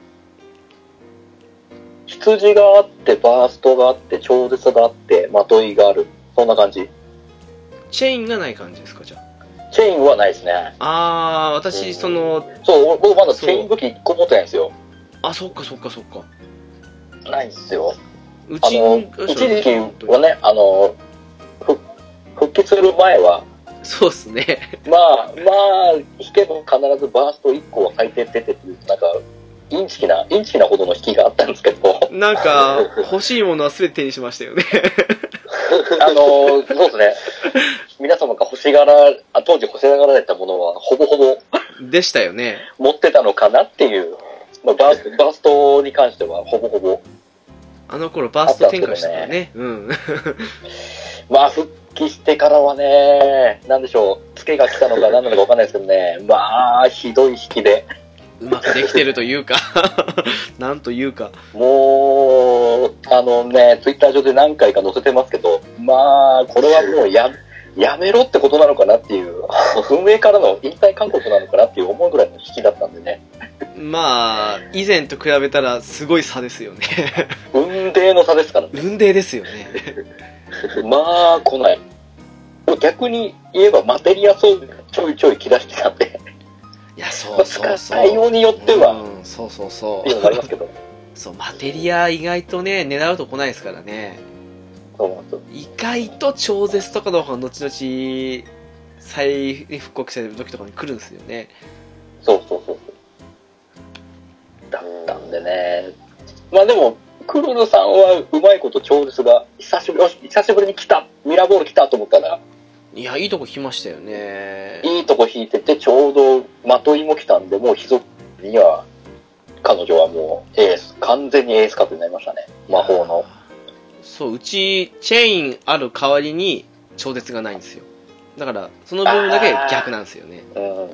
羊があってバーストがあって超絶があってまといがある、そんな感じ。 チェインがない感じですか、じゃあ。 チェインはないですね。 あー、私そのそう僕まだチェイン武器いっこ持ってないんですよ。 あ、そっかそっかそっか。 ないんですよ。 うちあの一時期はね、あのふ復帰する前はそうっすね。 まあまあ引けば必ずバーストいっこは最低出てっていうなんかインチキなインチキなほどの引きがあったんですけど、 なんか欲しいものは全て手にしましたよね。 あのそうですね。皆様が欲しがらあ当時欲しがられたものはほぼほぼでしたよね。 持ってたのかなっていう、まあ、バースバーストに関してはほぼほぼあの頃バースト展開したからね。うん。 まあ復帰してからはね、なんでしょう、ツケが来たのか何なのか分かんないですけどね、まあひどい引きで。 うまくできてるというかなんというかもうあのねツイッター上で何回か載せてますけど、まあこれはもうややめろってことなのかなっていう運営からの引退勧告なのかなっていう思うぐらいの引きだったんでね。 まあ以前と比べたらすごい差ですよね。 運命の差ですからね。 運命ですよね。 まあ来ない。逆に言えばマテリア装備がちょいちょい来だしてたんで、 いやそうそうそう、 対応によっては、 うん、そうそうそうっていうのもありますけどそうマテリア意外とね狙うと来ないですからね。 そうなんですよ。 意外と超絶とかの方が後々再復刻される時とかに来るんですよね。 そうそうそうそうだったんでね。まあでもクルルさんはうまいこと超絶が久しぶり久しぶりに来た、ミラーボール来たと思ったら、 いやいいとこ来ましたよね。 いいとこ引いててちょうどまといも来たんで、もう貴族には彼女はもうエース、完全にエース格になりましたね、魔法の。 そう、うちチェインある代わりに超絶がないんですよ。だからその部分だけ逆なんですよね。うん、うん、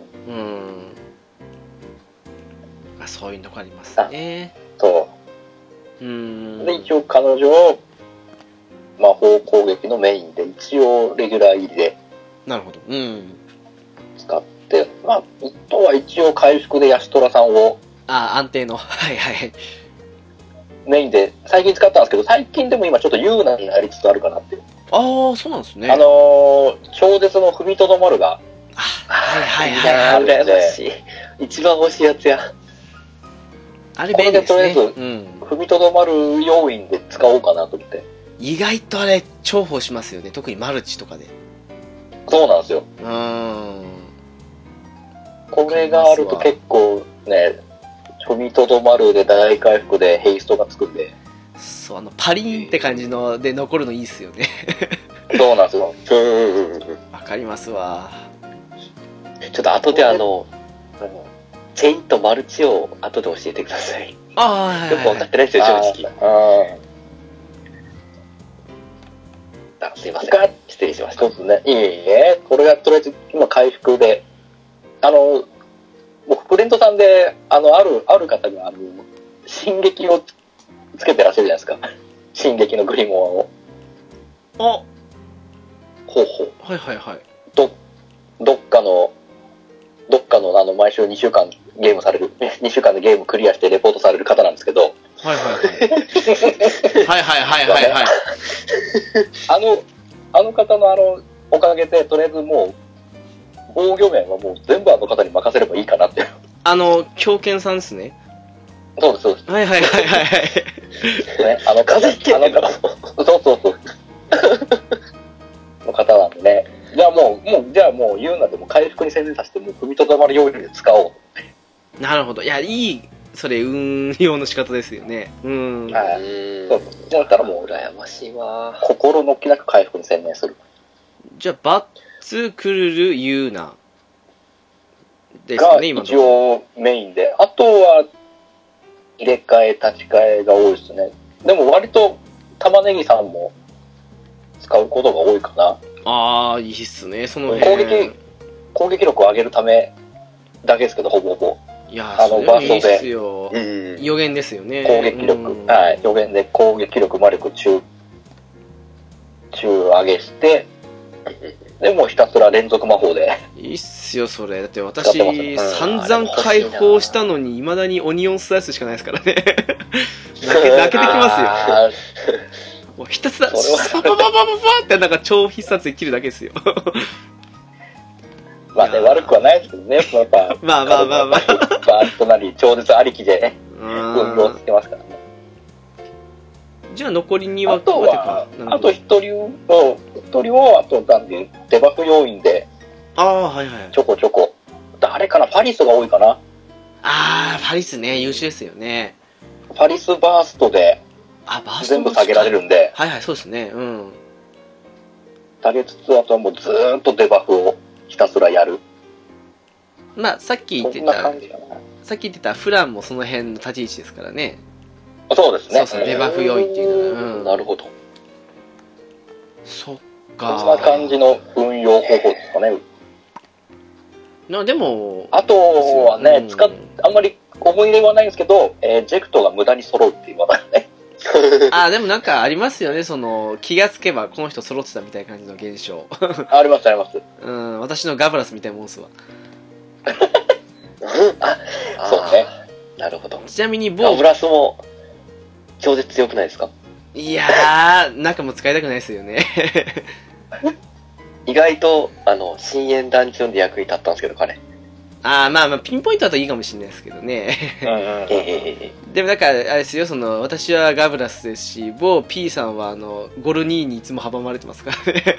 まあ、そういうとこありますね。 そう、うん、で一応彼女を魔法攻撃のメインで一応レギュラー入りでなるほど、うん、 使ってままあ、あとは一応回復でヤシトラさんを。 ああ、安定の。はいはい。 メインで、最近使ったんですけど、最近でも今ちょっと優雅になりつつあるかなっていう。 ああ、そうなんですね。 あのー、超絶の踏みとどまるが。 あ、はいはいはいはい。 羨ましい。一番欲しいやつや。 あれ便利ですね。 これでとりあえず、うん、踏みとどまる要因で使おうかなと思って。 意外とあれ、重宝しますよね。特にマルチとかで。 そうなんですよ。 うーん。 これがあると結構ね、踏みとどまるで大回復でヘイストがつくんで。 そう、あの、パリーンって感じので残るのいいっすよね。 そうなんですよ。 わかりますわ。 ちょっと後であの、チェインとマルチを後で教えてください。 ああ、 よく分かってないですよ、正直。あ、すいません。失礼しました。 そうですね。いいえ。これがとりあえず今回復で、あの、僕フレンドさんで、あの、ある、ある方が、あの、進撃をつけてらっしゃるじゃないですか。進撃のグリモアを。 あほうほう。 はいはいはい。 ど、どっかの、どっかの、あの、毎週にしゅうかんゲームされる、にしゅうかんでゲームクリアしてレポートされる方なんですけど。 はいはいはい。はいはいはいはいはい。 あの、あの方のあの、おかげで、とりあえずもう、防御面はもう全部あの方に任せればいいかなって。 あの、狂犬さんですね。 そうです、そうです。 はいはいはいはいはい。 ね、あの方、あの方、そうそうそう。の方なんでね。じゃあもう、もう、じゃあもう言うなでも回復に専念させて、もう踏みとどまるように使おう。なるほど。いや、いい、それ、運用の仕方ですよね。うん。 はい。そうそう。だからもう、 羨ましいわ。 心の気なく回復に専念する。 じゃあ、バッツ、クルル、ユーナ。ですかね、今の。 一応メインで。あとは、入れ替え、立ち替えが多いですね。でも割と、玉ねぎさんも使うことが多いかな。 ああ、いいっすね、その攻撃、攻撃力を上げるためだけですけど、ほぼほぼ。 いやー、あの、バーストで。いいっすよ。 うん、 予言ですよね。 攻撃力。はい。予言で攻撃力、魔力、中、中上げして、でもうひたすら連続魔法で。 いいっすよ、それ。だって私、ね、散々解放したのに、未だにオニオンスライスしかないですからね。泣け、泣けてきますよ。もうひたすら、パパパパパパってなんか超必殺で切るだけですよ。 まあね、悪くはないですけどね、やっぱ。 まあまあまあまあ。 バーストなり、超絶ありきで、運用してますからね。 じゃあ残りには、 あとは、あと一人を、一人を、あと、なんで、デバフ要員で、 ああ、はいはい。 ちょこちょこ。誰かな、パリスが多いかな。 ああ、パリスね、優秀ですよね。 パリスバーストで、 あ、バースト全部下げられるんで。 はいはい、そうですね、うん。 下げつつ、あとはもうずーっとデバフをひたすらやる。 まあ、さっき言ってた、さっき言ってたフランもその辺の立ち位置ですからね。 そうですね。 そうそう、デバフ要員っていうのは。うん、 なるほど。 そっか。 そんな感じの運用方法ですかね。 な、でも、 あとはね、うん、使っ、あんまり思い入れはないんですけど、えー、ジェクトが無駄に揃うっていう技ね。 あ、でもなんかありますよね、その、気がつけばこの人揃ってたみたいな感じの現象。 あります、あります。 うん、私のガブラスみたいなもんすわ。 あ、そうね。なるほど。 ちなみに某ガブラスも、超絶強くないですか？ いやー、なんかもう使いたくないですよね。 意外と、あの、深淵ダンジョンで役に立ったんですけど、彼。 あー、まあまあ、ピンポイントだといいかもしれないですけどね。 うんうん、 でも、だから、あれですよ、その、私はガブラスですし、某 P さんは、あの、ゴルニーにいつも阻まれてますからね。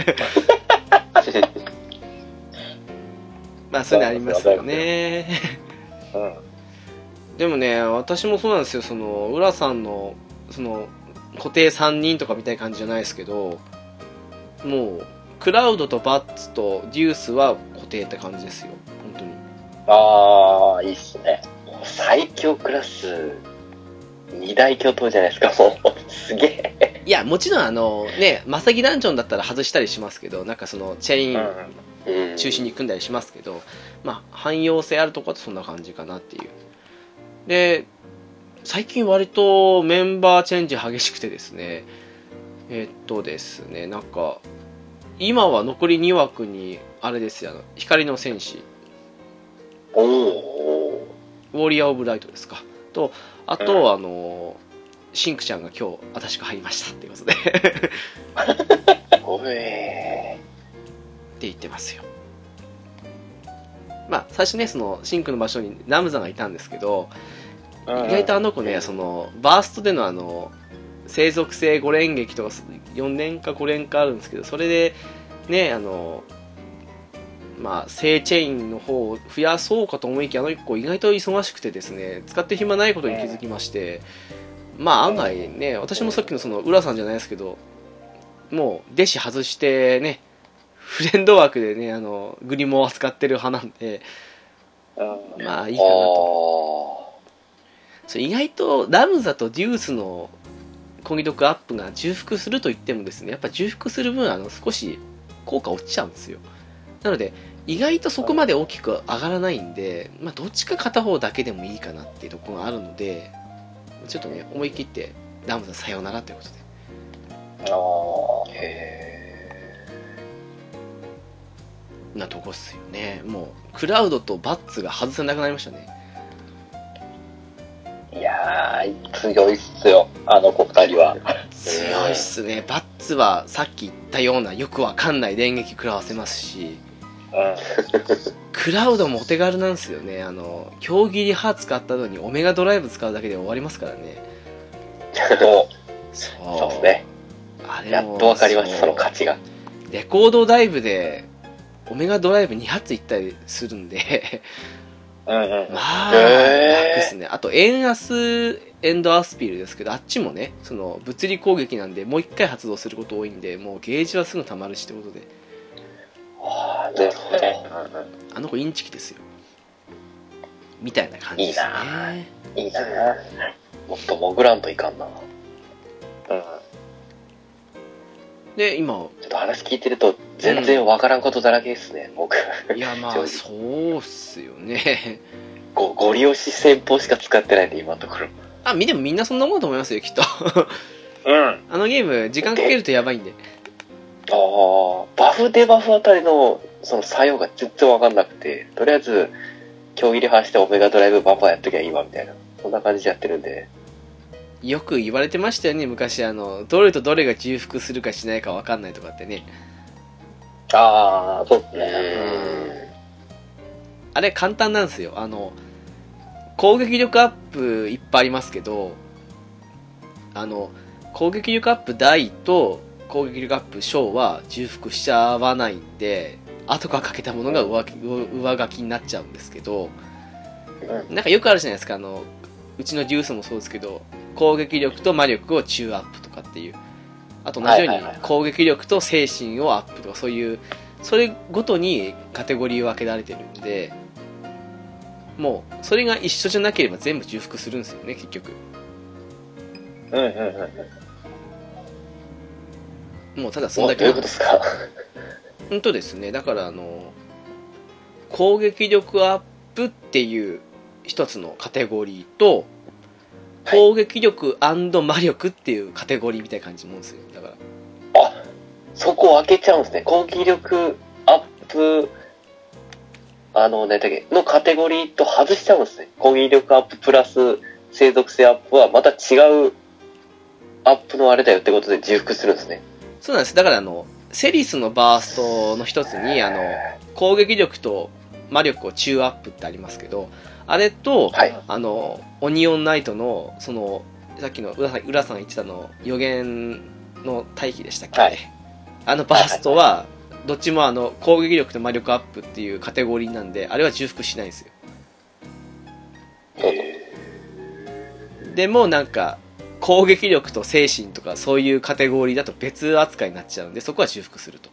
まあ、そういうのありますよね。 うん、 でもね、私もそうなんですよ、その、浦さんの、その、固定さんにんとかみたいな感じじゃないですけど、もう、クラウドとバッツとデュースは固定って感じですよ、本当に。 あー、いいっすね。 最強クラス、二大巨頭じゃないですか、もう。すげえ。 いや、もちろんあの、ね、マサギダンジョンだったら外したりしますけど、なんかその、チェーン中心に組んだりしますけど、まあ、汎用性あるところはそんな感じかなっていう。で、最近割とメンバーチェンジ激しくてですね、えっとですね、なんか、今は残りに枠に、あれですよ、あの、光の戦士。 おお。 ウォリアー・オブ・ライトですか。と、あと、うん、あの、シンクちゃんが今日、新しく入りましたっていうことで。 おえー。って言ってますよ。まあ、最初ね、その、シンクの場所にナムザがいたんですけど、意外とあの子ね、その、バーストでのあの、生属性ご連撃とかよねんかご連かあるんですけど、それで、ね、あの、まあ、正チェインの方を増やそうかと思いきや、あの一個意外と忙しくてですね、使って暇ないことに気づきまして、まあ案外ね、私もさっきのその浦さんじゃないですけど、もう弟子外してね、フレンド枠でね、あの、グリモを扱ってる派なんで、まあいいかなと。そう、意外とラムザとデュースの攻撃力アップが重複すると言ってもですね、やっぱ重複する分、あの、少し効果落ちちゃうんですよ。なので、意外とそこまで大きく上がらないんで、まあ、どっちか片方だけでもいいかなっていうところがあるので、ちょっとね、思い切ってラムザさようならということで。 ああ、 へー。なとこっすよね。もう、クラウドとバッツが外せなくなりましたね。 いやー、強いっすよ、あの子二人は。 強いっすね。バッツはさっき言ったようなよくわかんない電撃食らわせますし、うん、クラウドもお手軽なんですよね。あの強切り刃使ったのにオメガドライブ使うだけで終わりますからね。 そうそうですね。あれもやっとわかりました、その価値が。 レコードダイブでオメガドライブに発いったりするんでうんうん、 まあ楽っすね。あとエンアスエンドアスピルですけど、あっちもね、その物理攻撃なんでもう一回発動すること多いんで、もうゲージはすぐ溜まるしってことで。 ああ、なるほど。 あの子インチキですよ。みたいな感じですね。 いいな。いいな。もっと潜らんといかんな。うん。 で、今、 ちょっと話聞いてると全然わからんことだらけですね、うん、僕。 いや、まあ、そうっすよね。 ご、ゴリ押し戦法しか使ってないんで、今のところ。 あ、見てもみんなそんなもんだと思いますよ、きっと。 うん。 あのゲーム、時間かけるとやばいんで。 ああ、バフデバフあたりのその作用が全然わかんなくて、とりあえず強入れはしてオメガドライブバンバンやっときゃいいわみたいな、そんな感じでやってるんで。 よく言われてましたよね、昔。あのどれとどれが重複するかしないかわかんないとかってね。 ああ、そうですね。 あれ簡単なんですよ。あの攻撃力アップいっぱいありますけど、あの攻撃力アップ大と攻撃力アップ小は重複しちゃわないんで、後からかけたものが 上, 上書きになっちゃうんですけど、なんかよくあるじゃないですか。あのうちのデュースもそうですけど、攻撃力と魔力を中アップとかっていう、あと同じように攻撃力と精神をアップとか、そういうそれごとにカテゴリーを分けられてるんで、もうそれが一緒じゃなければ全部重複するんですよね、結局。 うんうんうん。 もうただそんだけ。 どういうことですか？ 本当ですね。だからあの攻撃力アップっていう一つのカテゴリーと、攻撃力&魔力っていうカテゴリーみたいな感じもんですよ。だから。 あ、そこ分けちゃうんですね。攻撃力アップ、あの、何だっけ、のカテゴリーと外しちゃうんですね。攻撃力アッププラス生属性アップはまた違うアップのあれだよってことで重複するんですね。 そうなんです。だからあの、セリスのバーストの一つに、あの、攻撃力と魔力を中アップってありますけど、あれと、はい、あの、オニオンナイトの、その、さっきの浦さん、浦さんが言ってたの、予言の大気でしたっけ、はい、あのバーストは、どっちもあの、攻撃力と魔力アップっていうカテゴリーなんで、あれは重複しないんですよ。でもなんか、攻撃力と精神とかそういうカテゴリーだと別扱いになっちゃうんで、そこは重複すると。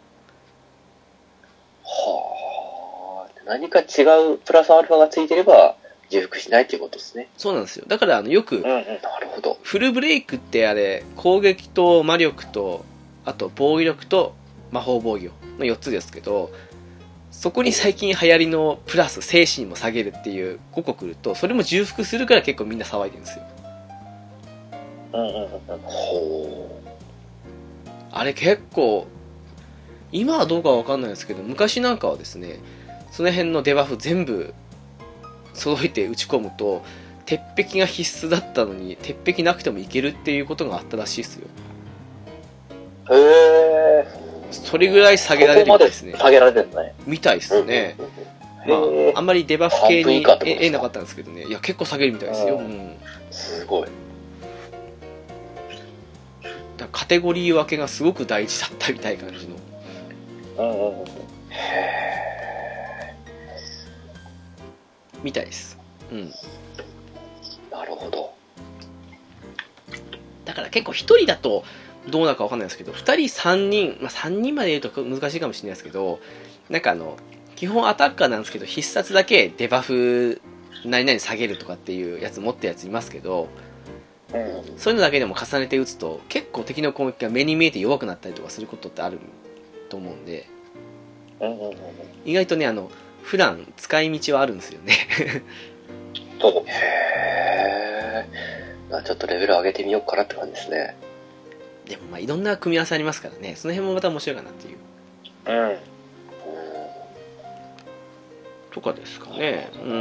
はあ、何か違うプラスアルファがついてれば重複しないっていうことですね。 そうなんですよ。だからあのよく、うんうん、 なるほど。 フルブレイクってあれ、攻撃と魔力と、あと防御力と魔法防御のよっつですけど、そこに最近流行りのプラス精神も下げるっていうごこ来ると、それも重複するから結構みんな騒いでるんですよ。 うんうんうん、ほう。 あれ結構今はどうかは分かんないですけど、昔なんかはですね、その辺のデバフ全部揃えて打ち込むと鉄壁が必須だったのに鉄壁なくてもいけるっていうことがあったらしいですよ。 へえ。 それぐらい下げられるみたいですね。 下げられてるんだね。 みたいですね。まあ、あんまりデバフ系にえなかったんですけどね。いや、結構下げるみたいですよ。うん、 すごい。 だカテゴリー分けがすごく大事だったみたいな感じの。 うんうんうん。 へー。みたいです。うん。 なるほど。 だから結構一人だとどうなるかわかんないですけど、二人三人、まあ三人まで言うと難しいかもしれないですけど、なんかあの、基本アタッカーなんですけど、必殺だけデバフ何々下げるとかっていうやつ持ったやついますけど、うん、そういうのだけでも重ねて打つと結構敵の攻撃が目に見えて弱くなったりとかすることってあると思うんで、意外とね、あの普段使い道はあるんですよね。 そう。へー。ちょっとレベル上げてみようかなって感じですね。 でもまあいろんな組み合わせありますからね、その辺もまた面白いかなっていう。うん。とかですかね。うん。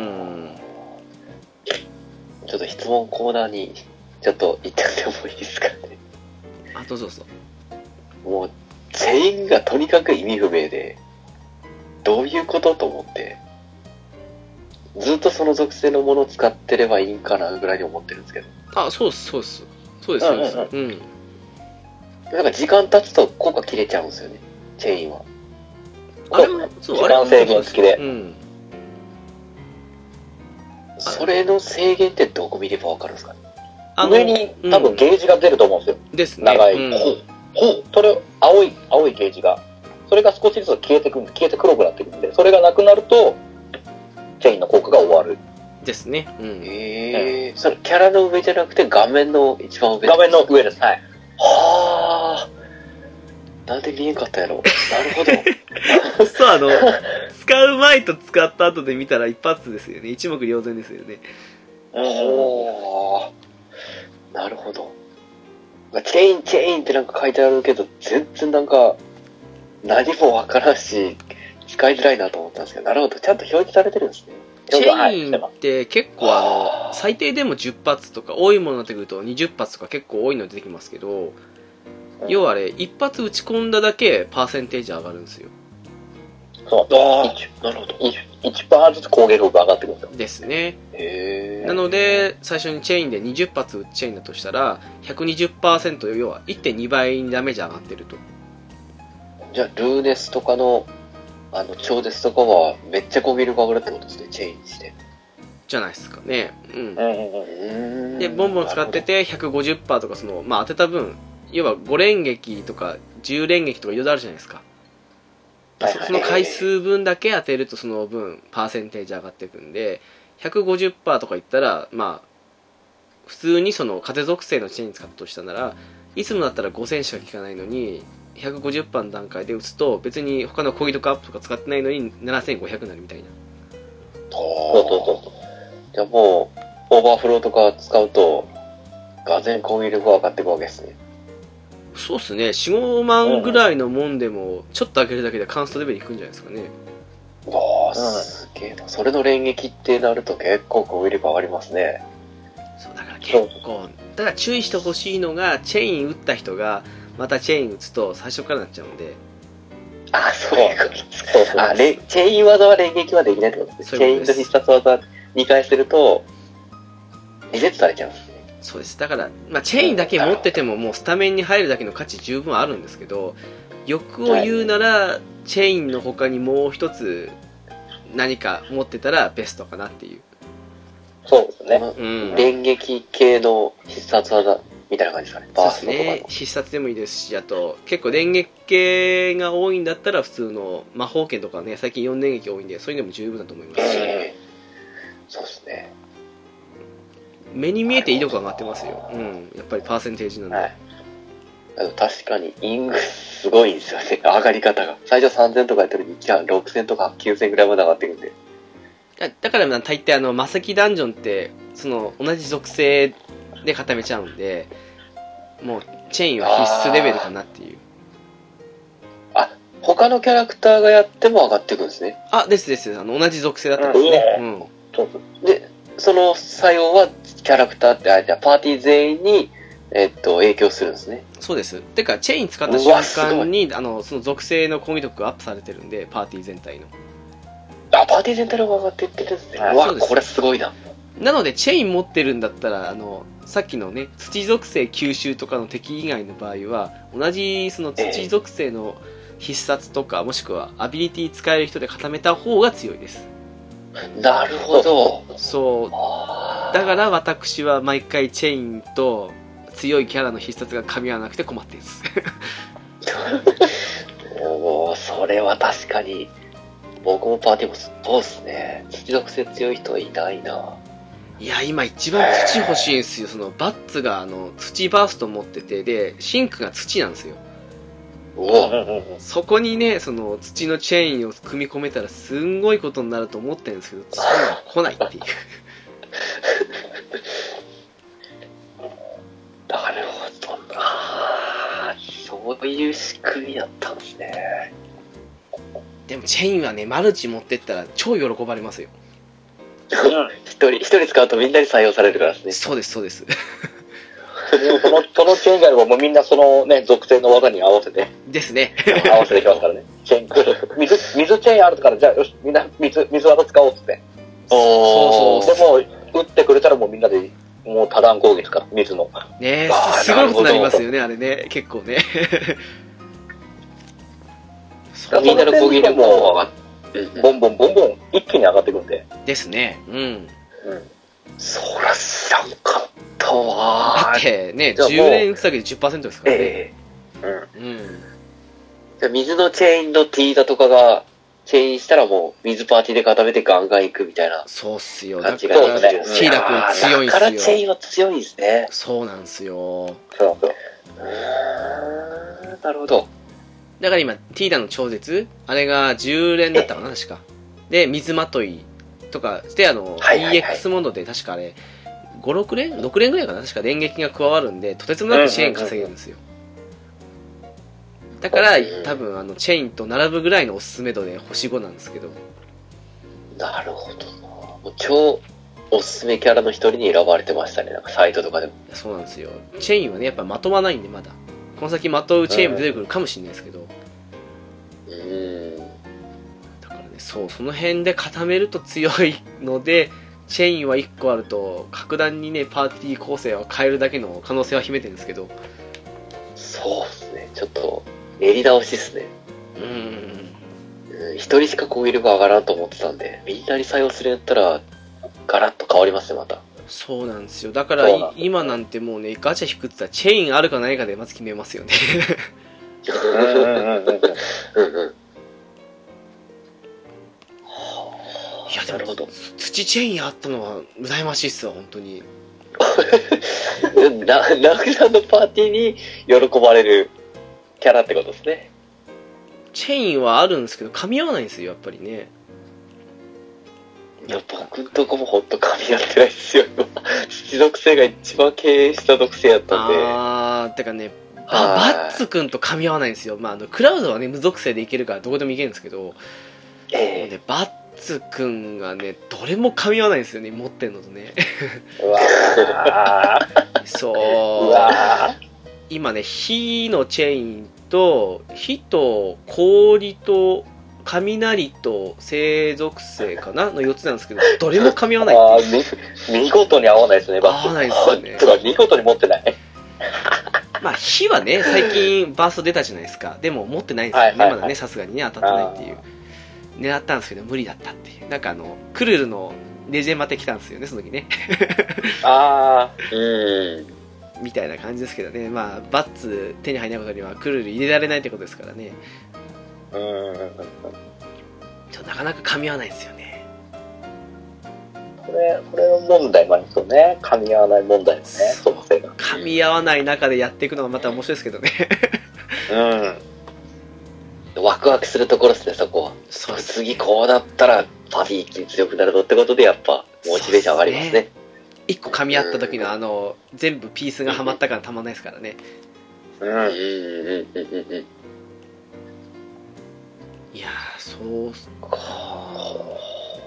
ちょっと質問コーナーにちょっと行ってみてもいいですかね。 あ、どうぞどうぞ。 もうチェインがとにかく意味不明で、どういうことと思って、ずっとその属性のものを使ってればいいんかなぐらいに思ってるんですけど。 あ、そうですそうです。そうですそうです。うん。 なんか時間経つと効果切れちゃうんですよね、チェインは。 あれもそう、 時間制限付きで。 うん。 それの制限ってどこ見ればわかるんですかね。 上に多分ゲージが出ると思うんですよ。 ですね。 長い。うん、ほう。ほう。それ、青い、青いゲージが。それが少しずつ消えてくる、消えて黒くなってくるんで、それがなくなると、チェインの効果が終わる。 ですね。うん。 へえー。それ、キャラの上じゃなくて画面の一番上。 画面の上です。はい。 はあ。なんで見えんかったやろ。なるほど。そう、あの、使う前と使った後で見たら一発ですよね。一目瞭然ですよね。 おー。なるほど。チェイン、チェインってなんか書いてあるけど、全然なんか、何もわからんし、使いづらいなと思ったんですけど、なるほど。ちゃんと表示されてるんですね。 チェインって結構あの、最低でもじゅっ発とか、多いものになってくるとにじゅっ発とか結構多いの出てきますけど、要はあれ、一発打ち込んだだけパーセンテージ上がるんですよ。 そう。ああ、なるほど。いちパーセント ずつ攻撃力上がってくるんですよ。 ですね。 へー。 なので、最初にチェインでにじゅっ発打つチェインだとしたら、ひゃくにじゅっパーセント、要は いってんに 倍にダメージ上がってると。 じゃあ、ルーネスとかの、あの、超絶とかは、めっちゃ攻撃力上がるってことですね、チェインして。 じゃないですかね。うん。 うん、 で、ボンボン使ってて、ひゃくごじゅっパーセントとか、その、まあ当てた分、要はご連撃とかじゅう連撃とかいろいろあるじゃないですか。はいはい、その回数分だけ当てるとその分パーセンテージ上がっていくんで、ひゃくごじゅっパーセントとかいったら、まあ普通にその風属性のチェーン使ったとしたなら、いつもだったらごせんしか効かないのにひゃくごじゅっパーセントの段階で打つと別に他の攻撃力アップとか使ってないのにななせんごひゃくになるみたいな。 そうそうそうそう。じゃあもうオーバーフローとか使うとがぜん攻撃力が上がっていくわけですね。 そうっすね。よん、ごまんぐらいのもんでもちょっと上げるだけでカンストレベルいくんじゃないですかね。 わあ、すげえな。それの連撃ってなると結構攻撃力上がりますね。 そうだから結構、ただ注意してほしいのが、チェイン打った人がまたチェイン打つと最初からなっちゃうんで。 あ、そういうことです。あ、チェイン技は連撃はできないってことですね。チェインと必殺技にかいするとリセットされちゃうんですね。 そうです。だから、まあ、チェインだけ持っててももうスタメンに入るだけの価値十分あるんですけど、欲を言うなら、はい、チェインの他にもう一つ何か持ってたらベストかなっていう。 そうですね。 うん、連撃系の必殺技みたいな感じですかね。 バーストとかの。そうですね。必殺でもいいですし、あと結構連撃系が多いんだったら普通の魔法剣とかね、最近よん連撃多いんで、そういうのも十分だと思いますし。 えー、そうですね。 目に見えて威力上がってますよ。うん。やっぱりパーセンテージなんで。はい、 確かにイングすごいんですよね。上がり方が。最初さんぜんとかやってるのにろくせんとかきゅうせんぐらいまで上がってくるんで。 だから大抵あの魔石ダンジョンってその同じ属性で固めちゃうんで、もうチェインは必須レベルかなっていう。 あ、他のキャラクターがやっても上がってくるんですね。 あ、ですです。あの同じ属性だったんですね。うん。 で、その作用はキャラクターって、あ、じゃあパーティー全員に、えっと、影響するんですね。 そうです。てか、チェイン使った瞬間に、あの、その属性の攻撃力がアップされてるんで、パーティー全体の。 あ、パーティー全体の方が上がっていってるんですね。うわ、これすごいな。 なので、チェイン持ってるんだったら、あの、さっきのね、土属性吸収とかの敵以外の場合は、同じその土属性の必殺とか、もしくはアビリティ使える人で固めた方が強いです。 なるほど。 そう。だから私は毎回チェインと強いキャラの必殺が噛み合わなくて困ってるんです。 おー、それは確かに。僕もパーティーもそうですね。土属性強い人はいないな。 いや、今一番土欲しいんですよ。そのバッツがあの土バースト持ってて、で、シンクが土なんですよ。 おそこにね、その土のチェーンを組み込めたらすんごいことになると思ってるんですけど、土が来ないっていう。 なるほどな。そういう仕組みだったんですね。 でもチェーンはね、マルチ持ってったら超喜ばれますよ。 一人、一人使うとみんなに採用されるからですね。 そうです、そうです。 その、そのチェーンがあればもうみんなそのね、属性の技に合わせて。 ですね。 合わせていきますからね。チェーン、水、水チェーンあるから、じゃあよし、みんな水、水技使おうっつって。 おー。 でも、打ってくれたらもうみんなで、もう多段攻撃から、水の。 ねえ、すごいことになりますよね、あれね。結構ね。 みんなの攻撃力も上がって、 ボンボンボンボン一気に上がってくるんで。 ですね。うん。うん。 そら知らんかったわ。 だってね、じゅう連打つだけで じゅっパーセント ですからね。 ええうん。うん。 じゃあ水のチェーンの T だとかが、チェーンしたらもう水パーティーで固めてガンガン行くみたいな。 そうっすよ。 だから、 ティーダ君強いんすよ。 だからチェーンは強いんですね。 そうなんすよ。 そうそう。 なるほど。だから今、ティーダの超絶あれがじゅう連だったかな、確か。で、水まといとか、で、あの、はいはいはい、イーエックス モードで確かあれ、ご、ろく連 ?ろく 連ぐらいかな確か連撃が加わるんで、とてつもなくチェーン稼げるんですよ。だから、多分、あの、チェーンと並ぶぐらいのおすすめ度で星ごなんですけど。 なるほどな。もう超おすすめキャラの一人に選ばれてましたね。なんかサイトとかでも。 そうなんですよ。チェーンはね、やっぱまとまないんで、まだ。この先まとうチェーンも出てくるかもしれないですけど。 うん。 だからね、そう、その辺で固めると強いので、チェーンはいっこあると、格段にね、パーティー構成を変えるだけの可能性は秘めてるんですけど。 そうですね。ちょっと、練り直しですね。 うーん。 一人しか攻撃力上がらんと思ってたんで、みんなに採用するんやったら、ガラッと変わりますね、また。 そうなんですよ。だから、今なんてもうね、ガチャ引くって言ったら、チェーンあるかないかでまず決めますよね。いや、でも、土チェーンあったのは、羨ましいっすわ、本当に。 な、ナグさんのパーティーに喜ばれるキャラってことですね。 チェーンはあるんですけど、噛み合わないんですよ、やっぱりね。 いや、僕んとこもほんと噛み合ってないですよ。土属性が一番経営した属性やったんで。 あー、てかね、ババッツくんと噛み合わないんですよ。まあ、あの、クラウドはね、無属性でいけるからどこでもいけるんですけど、えー、でバッツくんがね、どれも噛み合わないんですよね、持ってんのとね。 うわー。 そう。 うわー。 今ね、火のチェーンと、火と氷と、雷と生属性かなのよっつなんですけど、どれも噛み合わないっていう。 あ見事に合わないですね、バッツ。合わないですよね。 つか見事に持ってない。 まあ、火はね、最近バースト出たじゃないですか。でも持ってないんですよね、はいはいはい、まだね、さすがにね、当たってないっていう。狙ったんですけど、無理だったっていう。なんかあの、クルルのレジェンマテ来たんですよね、その時ね。 あー、うん。 みたいな感じですけどね。まあ、バッツ手に入らないことにはクルル入れられないってことですからね。 うん。 ちょっとなかなか噛み合わないですよね。 これ、これの問題もありますよね。噛み合わない問題ですね、属性が。 噛み合わない中でやっていくのがまた面白いですけどね。 うん。ワクワクするところですね、そこは。そう、次こうなったら、パディー強くなるぞってことで、やっぱ、モチベーション上がりますね。 一個噛み合った時のあの、全部ピースがはまったからたまんないですからね。 うん、うん、うん、うん、うん。いやー、そうか。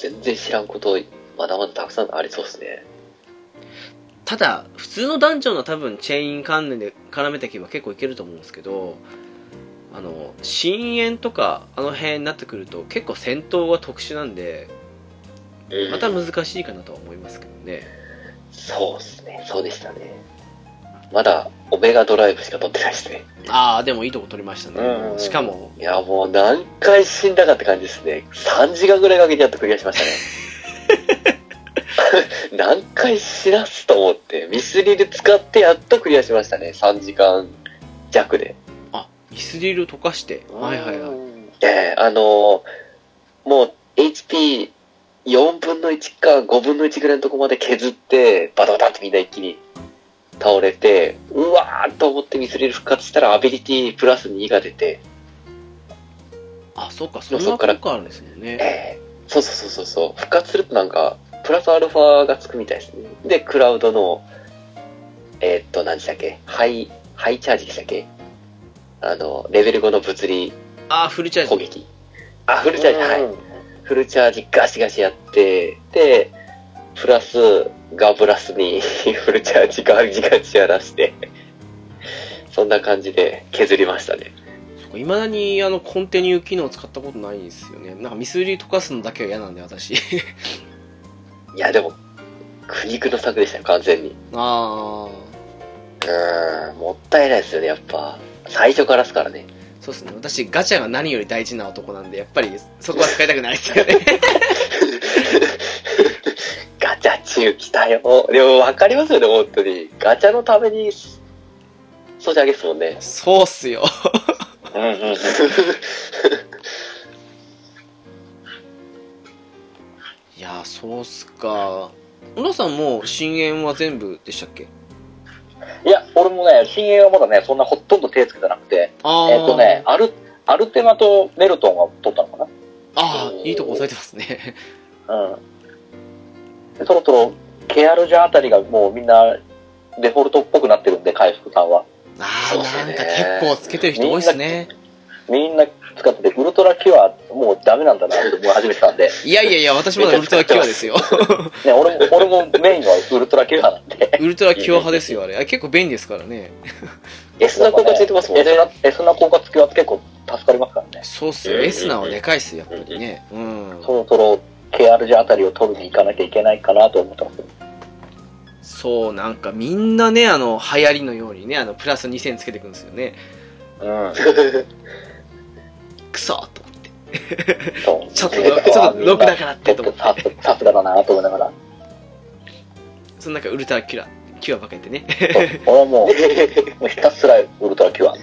全然知らんことまだまだたくさんありそうですね。 ただ普通のダンジョンの多分チェイン関連で絡めていけば結構いけると思うんですけど、あの深淵とかあの辺になってくると結構戦闘が特殊なんでまた難しいかなとは思いますけどね。 そうですね、そうでしたね。まだオメガドライブしか取ってないですね。 ああ、でもいいとこ取りましたね。しかもいやもう何回死んだかって感じですね。さんじかんぐらいかけてやっとクリアしましたね。何回死なすと思ってミスリル使ってやっとクリアしましたね。さんじかん弱で。 あ、ミスリル溶かして。はいはいはい。 えー、あのー、もう エイチピーよんぶんのいちかごぶんのいちぐらいのとこまで削ってバタバタってみんな一気に倒れて、うわーと思ってミスリル復活したらアビリティプラスにが出て、 あ、そっか、そんな効果あるんですもんね。 えー、そうそうそうそう、復活するとなんかプラスアルファがつくみたいですね。でクラウドのえー、っと何でしたっけ、ハイハイチャージでしたっけ、あのレベルごの物理あフルチャージ攻撃、あフルチャージ、はい、フルチャージガシガシやって、でプラスガブラスにフルチャージガシガシやらしてそんな感じで削りましたね。 いまだにあのコンティニュー機能を使ったことないんですよね。なんかミスリ溶かすのだけは嫌なんで私。いやでも苦肉の策でしたよ完全に。 ああ、うーん、もったいないですよねやっぱ最初からですからね。 そうですね、私ガチャが何より大事な男なんでやっぱりそこは使いたくないですよね。 ガチャ中来たよ。でも分かりますよね本当に。ガチャのためにソジャゲですもんね。 そうっすよ。 うんうんうん。 いやそうっすか。小野さんも深淵は全部でしたっけ？ いや、俺もね、深淵はまだね、そんなほとんど手つけてなくて、 あえっ、ー、とね、アル、アルテマとメルトンが取ったのかな。 ああ、いいとこ押さえてますね。 うん。でそろそろ、ケアルジャーあたりがもうみんな、デフォルトっぽくなってるんで、回復感は。 ああ、なんか結構つけてる人多いっすね。 みんな使ってて、ウルトラキュアもうダメなんだなって思い始めてたんで。 いやいやいや、私まだウルトラキュアですよ。 ね、俺も、俺もメインはウルトラキュアなんで。 ウルトラキュア派ですよ、あれ。あれ結構便利ですからね。 S ナ効果ついてますもんね。 S ナ効果付きは結構助かりますからね。 そうっすよ。S ナはでかいっすよ、やっぱりね。うん。 そろそろ ケーアールジェー あたりを取りに行かなきゃいけないかなと思ってます。 そう、なんかみんなね、あの、流行りのようにね、あの、プラスにせんつけていくんですよね。 うん。 クソーと思って。 そうちょっと、ちょっとろくだからってと思って。 さすがだなと思いながら。 そのなんかウルトラキュア、キュアばかりてね。 俺はもう、ひたすらウルトラキュア。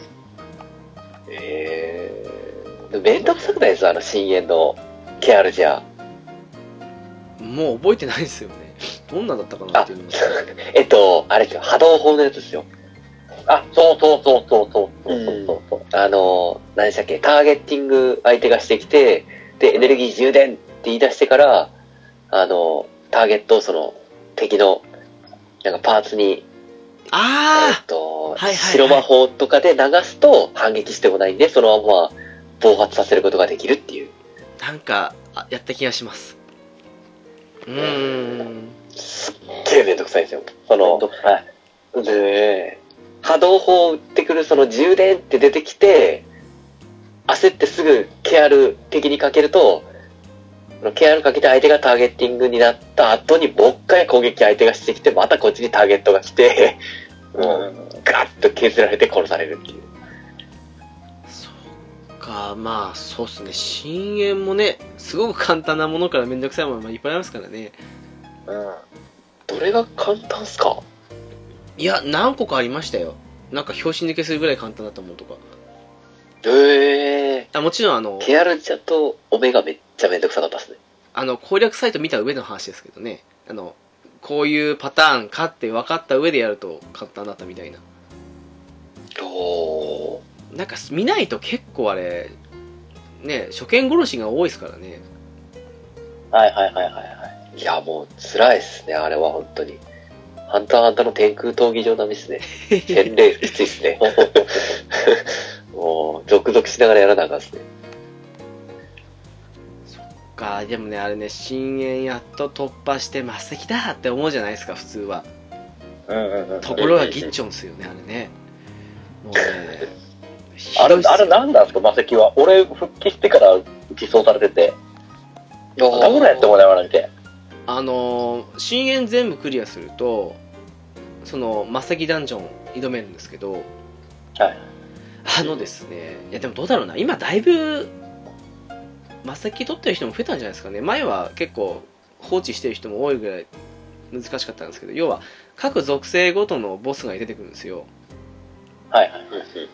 えー、めんどくさくないですあの深淵のケアルジャー。 もう覚えてないですよね。どんなんだったかなっていうのも。 えっと、あれですよ、波動砲のやつですよ。 あ、そうそうそうそうそうそうそうそう、 うん、あの、何でしたっけ、ターゲッティング相手がしてきて、で、エネルギー充電って言い出してから、あの、ターゲットをその、敵の、なんかパーツに、 あえっと、 はいはいはい、 白魔法とかで流すと反撃してもないんで、そのまま暴発させることができるっていう。 なんか、あやった気がします。うーん。 すっげえめんどくさいんですよ。その、 めんどくさい。 で、波動砲を撃ってくるその充電って出てきて、焦ってすぐケアル敵にかけると、ケアルかけて相手がターゲッティングになった後にもう一回攻撃相手がしてきて、またこっちにターゲットが来て、もうガッと削られて殺されるっていう。 そっか、まあそうっすね。深淵もね、すごく簡単なものからめんどくさいものがいっぱいありますからね。 うん。どれが簡単っすか？ いや、何個かありましたよ。なんか拍子抜けするぐらい簡単だったものとか。 へえー。 あ、もちろんあの、 ケアルジャとオメガめっちゃめんどくさかったっすね。 あの、攻略サイト見た上の話ですけどね。あの、こういうパターンかって分かった上でやると簡単だったみたいな。 おー。なんか見ないと結構あれ、ね、初見殺しが多いですからね。 はいはいはいはいはい。 いや、もう辛いっすね、あれは本当に。ハンターハンターの天空闘技場並みですね。洗礼きついっすね。もう、ゾクゾクしながらやらなあかんっすね。 そっか。でもね、あれね、深淵やっと突破して魔石だって思うじゃないですか、普通は。 うんうんうん。 ところがギッチョンですよね、あれね。もうね、 あれ、あれ何なんですか、魔石は。俺、復帰してから実装されてて。どこだやって思いながら見て。 あのー、深淵全部クリアすると、その、魔石ダンジョン挑めるんですけど、 はい。 あのですね、いやでもどうだろうな、今だいぶ、魔石取ってる人も増えたんじゃないですかね。前は結構放置してる人も多いぐらい難しかったんですけど、要は各属性ごとのボスが出てくるんですよ。 はいはい。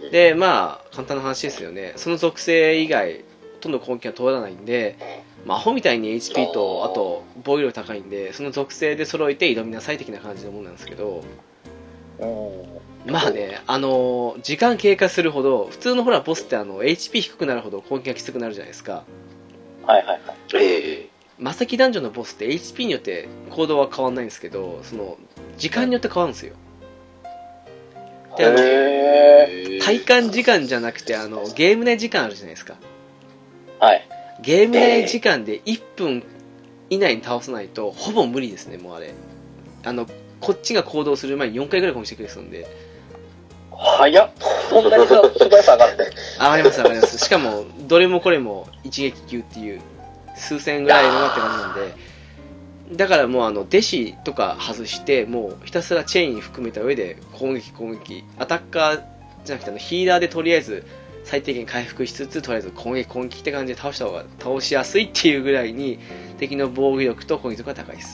で、まあ、簡単な話ですよね。その属性以外、ほとんど攻撃は通らないんで、まあ、アホみたいに エイチピー と、あと、防御力高いんで、その属性で揃えて挑みなさい的な感じのものなんですけど、まあね、あのー、時間経過するほど、普通のほら、ボスってあの、エイチピー 低くなるほど攻撃がきつくなるじゃないですか。 はいはいはい。 ええ魔石ダンジョンのボスって エイチピー によって行動は変わんないんですけど、その、時間によって変わるんですよ。で、あの、体感時間じゃなくて、あの、ゲーム内時間あるじゃないですか。 はい。 ゲーム内時間でいっぷん以内に倒さないと、ほぼ無理ですね、もうあれ。あの、こっちが行動する前によんかいぐらい攻撃してくれそうんで。 早っ。そんなに素早さ上がって。 上がります上がります。しかも、どれもこれも一撃級っていう、数千ぐらいのなって感じなんで、だからもうあの、弟子とか外して、もうひたすらチェーン含めた上で、攻撃攻撃、アタッカーじゃなくてあの、ヒーラーでとりあえず、最低限回復しつつ、とりあえず攻撃攻撃って感じで倒した方が倒しやすいっていうぐらいに、敵の防御力と攻撃力が高いです。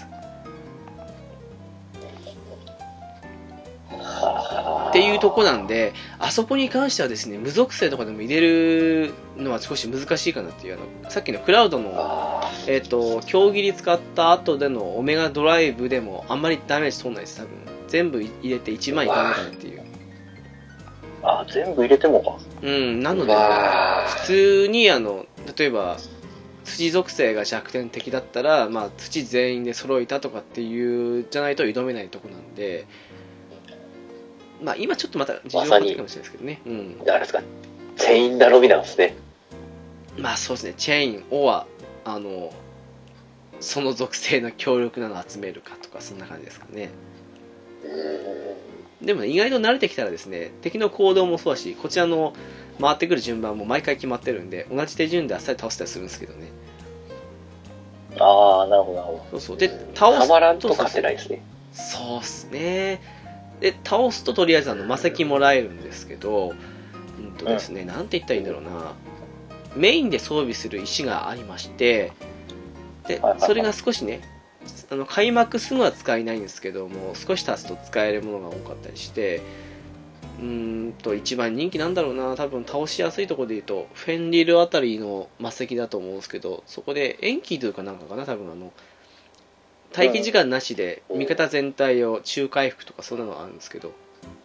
っていうとこなんで、あそこに関してはですね、無属性とかでも入れるのは少し難しいかなっていう、あの、さっきのクラウドの、えっと、強切り使った後でのオメガドライブでもあんまりダメージ取んないです、多分。全部入れていちまんいかないかなっていう。 あ、全部入れてもか。 うん、なので、普通にあの、例えば、土属性が弱点的だったら、まあ、土全員で揃えたとかっていうじゃないと挑めないとこなんで、まあ今ちょっとまた事情変わってるかもしれないですけどね。うん。 あれですか、チェイン頼みなんですね。 まあそうですね、チェイン、オア、あの、その属性の強力なのを集めるかとか、そんな感じですかね。でもね、意外と慣れてきたらですね、敵の行動もそうだし、こちらの回ってくる順番も毎回決まってるんで、同じ手順であっさり倒したりするんですけどね。 ああ、なるほど、なるほど。 そうそう。で、倒すと。 たまらんと勝てないですね。 そうっすね。で、倒すととりあえずあの魔石もらえるんですけど、うんとですね、なんて言ったらいいんだろうな。メインで装備する石がありまして、で、それが少しね、あの開幕すぐは使えないんですけども、少し経つと使えるものが多かったりして、うーんと、一番人気なんだろうな、多分倒しやすいところで言うと、フェンリルあたりの魔石だと思うんですけど、そこで延期というかなんかかな、多分あの、待機時間なしで味方全体を中回復とかそんなのあるんですけど、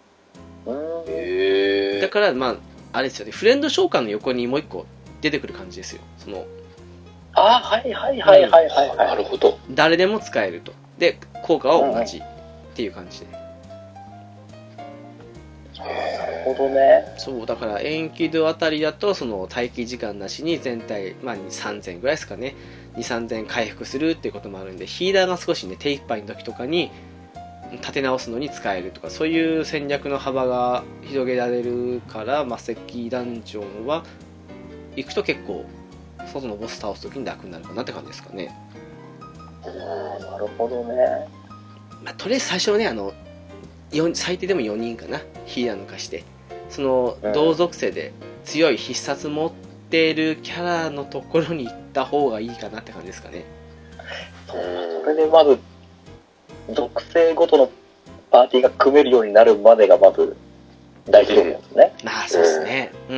へだからまああれですよね、フレンド召喚の横にもう一個出てくる感じですよ。そのあ、はいはいはいはいはい、はい、 なるほど。 誰でも使えると。で効果は同じっていう感じで。 なるほどね。 そうだからエンキドあたりだとその待機時間なしに全体まあさんぜんぐらいですかね、にせんさんぜん回復するっていうこともあるんで、ヒーラーが少しね手一杯の時とかに立て直すのに使えるとか、そういう戦略の幅が広げられるから、魔石ダンジョンは行くと結構外のボス倒す時に楽になるかなって感じですかね。 なるほどね。 まあ、とりあえず最初はね、あの最低でもよにんかな、ヒーラー抜かして、その同属性で強い必殺持ってるキャラのところに行った方がいいかなって感じですかね。 それでまず属性ごとのパーティーが組めるようになるまでがまず大事なんですね。 まあそうですね、うん、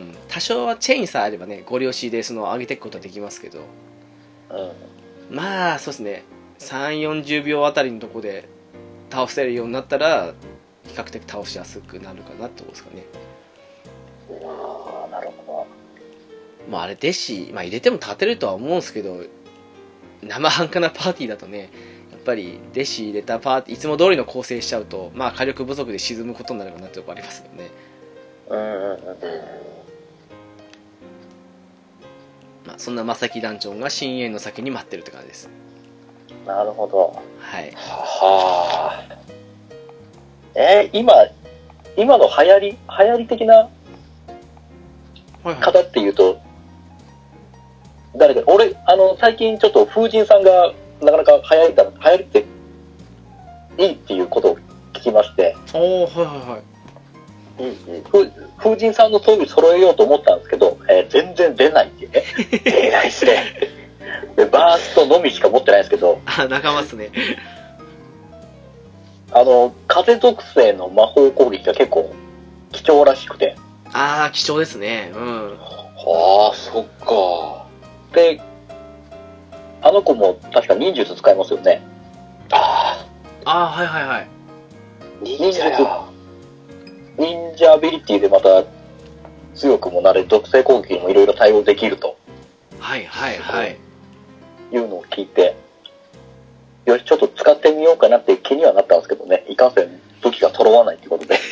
多少はチェインさえあればね、ご了承でその上げていくことはできますけど、うん、まあそうですね、さんじゅう、よんじゅうびょうあたりのとこで倒せるようになったら比較的倒しやすくなるかなってことですかね。 ああ、なるほど。まああれ弟子、まあ入れても立てるとは思うんですけど、生半可なパーティーだとね、やっぱり弟子入れたパーティーいつも通りの構成しちゃうと、まあ火力不足で沈むことになるかなってとこありますよね。 うんうんうん。 まそんな正木団長が深淵の先に待ってるって感じです。 なるほど。 はい。 はあ。えー、今、今の流行り、流行り的な方っていうと、はいはい、誰か、俺、あの、最近ちょっと風神さんがなかなか流行りだ、流行りっていいっていうことを聞きまして。 おー、はいはいはい。 うんうん、風神さんの装備揃えようと思ったんですけど、えー、全然出ないっていうね。出ないっすね。で、バーストのみしか持ってないんですけど。 あ、仲間っすね。 あの、風属性の魔法攻撃が結構貴重らしくて。 ああ、貴重ですね。うん。 はあ、そっか。で、あの子も確か忍術使いますよね。 ああ。ああ、はいはいはい。 忍術。 忍者アビリティでまた強くもなれ、属性攻撃にもいろいろ対応できると。 はいはいはい。 いうのを聞いて、よし、ちょっと使ってみようかなって気にはなったんですけどね、いかんせん武器が揃わないってことで。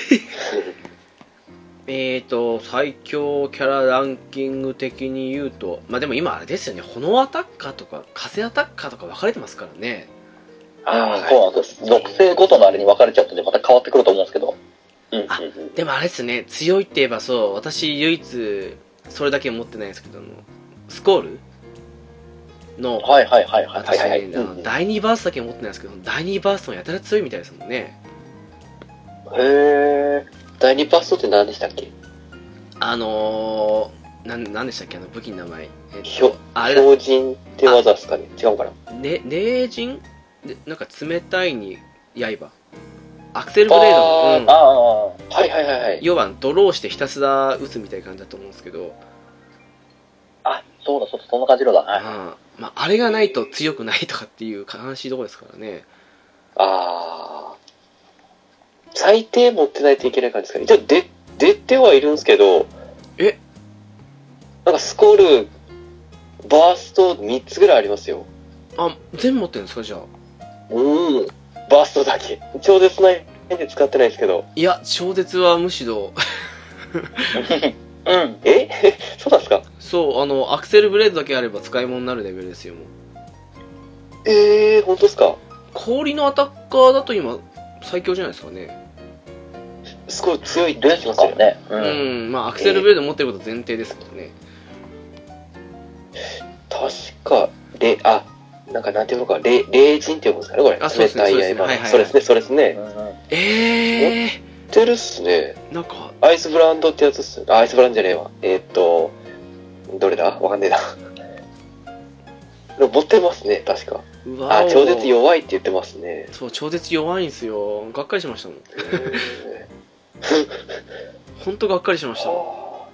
えーと、最強キャラランキング的に言うと、まあでも今あれですよね、炎アタッカーとか風アタッカーとか分かれてますからね。 ああ、そうなんです。属性ごとのあれに分かれちゃってて、また変わってくると思うんですけど。 あ、でもあれですね、強いって言えばそう、私唯一それだけ持ってないんですけど、スコールの、 はいはいはいはい、 私、はいはい、だいにバーストだけ持ってないんですけど、だいにバーストもやたら強いみたいですもんね。 へー。 だいにバーストって何でしたっけ？ あのー、なん、なんでしたっけ、あの武器の名前。 えっと、標人って技ですかね？違うかな？ ね、霊人で、なんか冷たいに刃。アクセルブレードの、うん、 ああ、はいはいはいはい。 要はドローしてひたすら撃つみたいな感じだと思うんですけど。 あ、そうだそうだ、そんな感じのだ。はい。 あ, まあ、あれがないと強くないとかっていう悲しいところですからね。 ああ。最低持ってないといけない感じですかね。一応出、出てはいるんですけど、 えなんかスコール、バーストみっつぐらいありますよ。 あ、全部持ってるんですか、じゃあ。 うん。バーストだけ。超絶ないで使ってないですけど。 いや、超絶はむしろ。 うん。えそうなんですか？ そう、あの、アクセルブレードだけあれば使い物になるレベルですよ、もう。 えー、本当ですか？ 氷のアタッカーだと今、最強じゃないですかね。 すごい強いですかね。 うん、うん、まあアクセルブレード持ってること前提ですけどね。 確か、れ、あ、なんかなんていうのか、れ、霊人っていうんですかね、これ。 あ、そうですね。 冷たい刃。そうですね、そうですね。 えー。 持ってるっすね。 なんか、 アイスブランドってやつっす。あ、アイスブランドじゃねえわ。えー、っと、どれだわかんねえな。でも持ってますね、確か。 うわあ、超絶弱いって言ってますね。 そう、超絶弱いんすよ。がっかりしましたもん。ほんとがっかりしました。も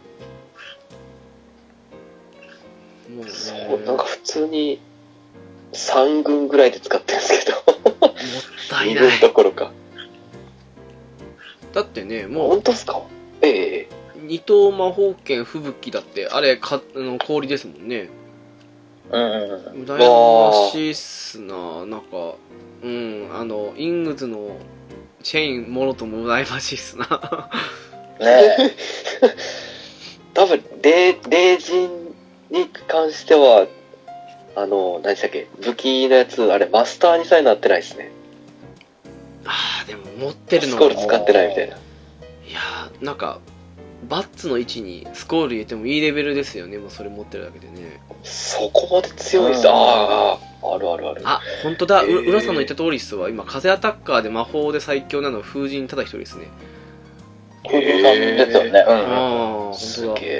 うね、そう、なんか普通にさん軍ぐらいで使ってるんですけど。 もったいない。 に軍どころか。 だってね、もう。 本当っすか？ええー。二等魔法剣吹雪だって、あれか、あの氷ですもんね。 うんうんうん。 羨ましいっすな。なんか、うん、あの、イングズのチェーンもろとも羨ましいっすな。 ねえ。 多分、霊、霊人に関しては、あの、何でしたっけ、武器のやつ、あれ、マスターにさえなってないですね。 ああ、でも持ってるのスコール使ってないみたいな。 いやー、なんか、バッツの位置にスコール入れてもいいレベルですよね、もうそれ持ってるだけでね。 そこまで強いです。ああ、あるあるある。 あ、本当だ、浦さんの言った通りっすわ。今、風アタッカーで魔法で最強なのは風神ただ一人ですね。 風神さんですよね。うん。ああ、本当だ。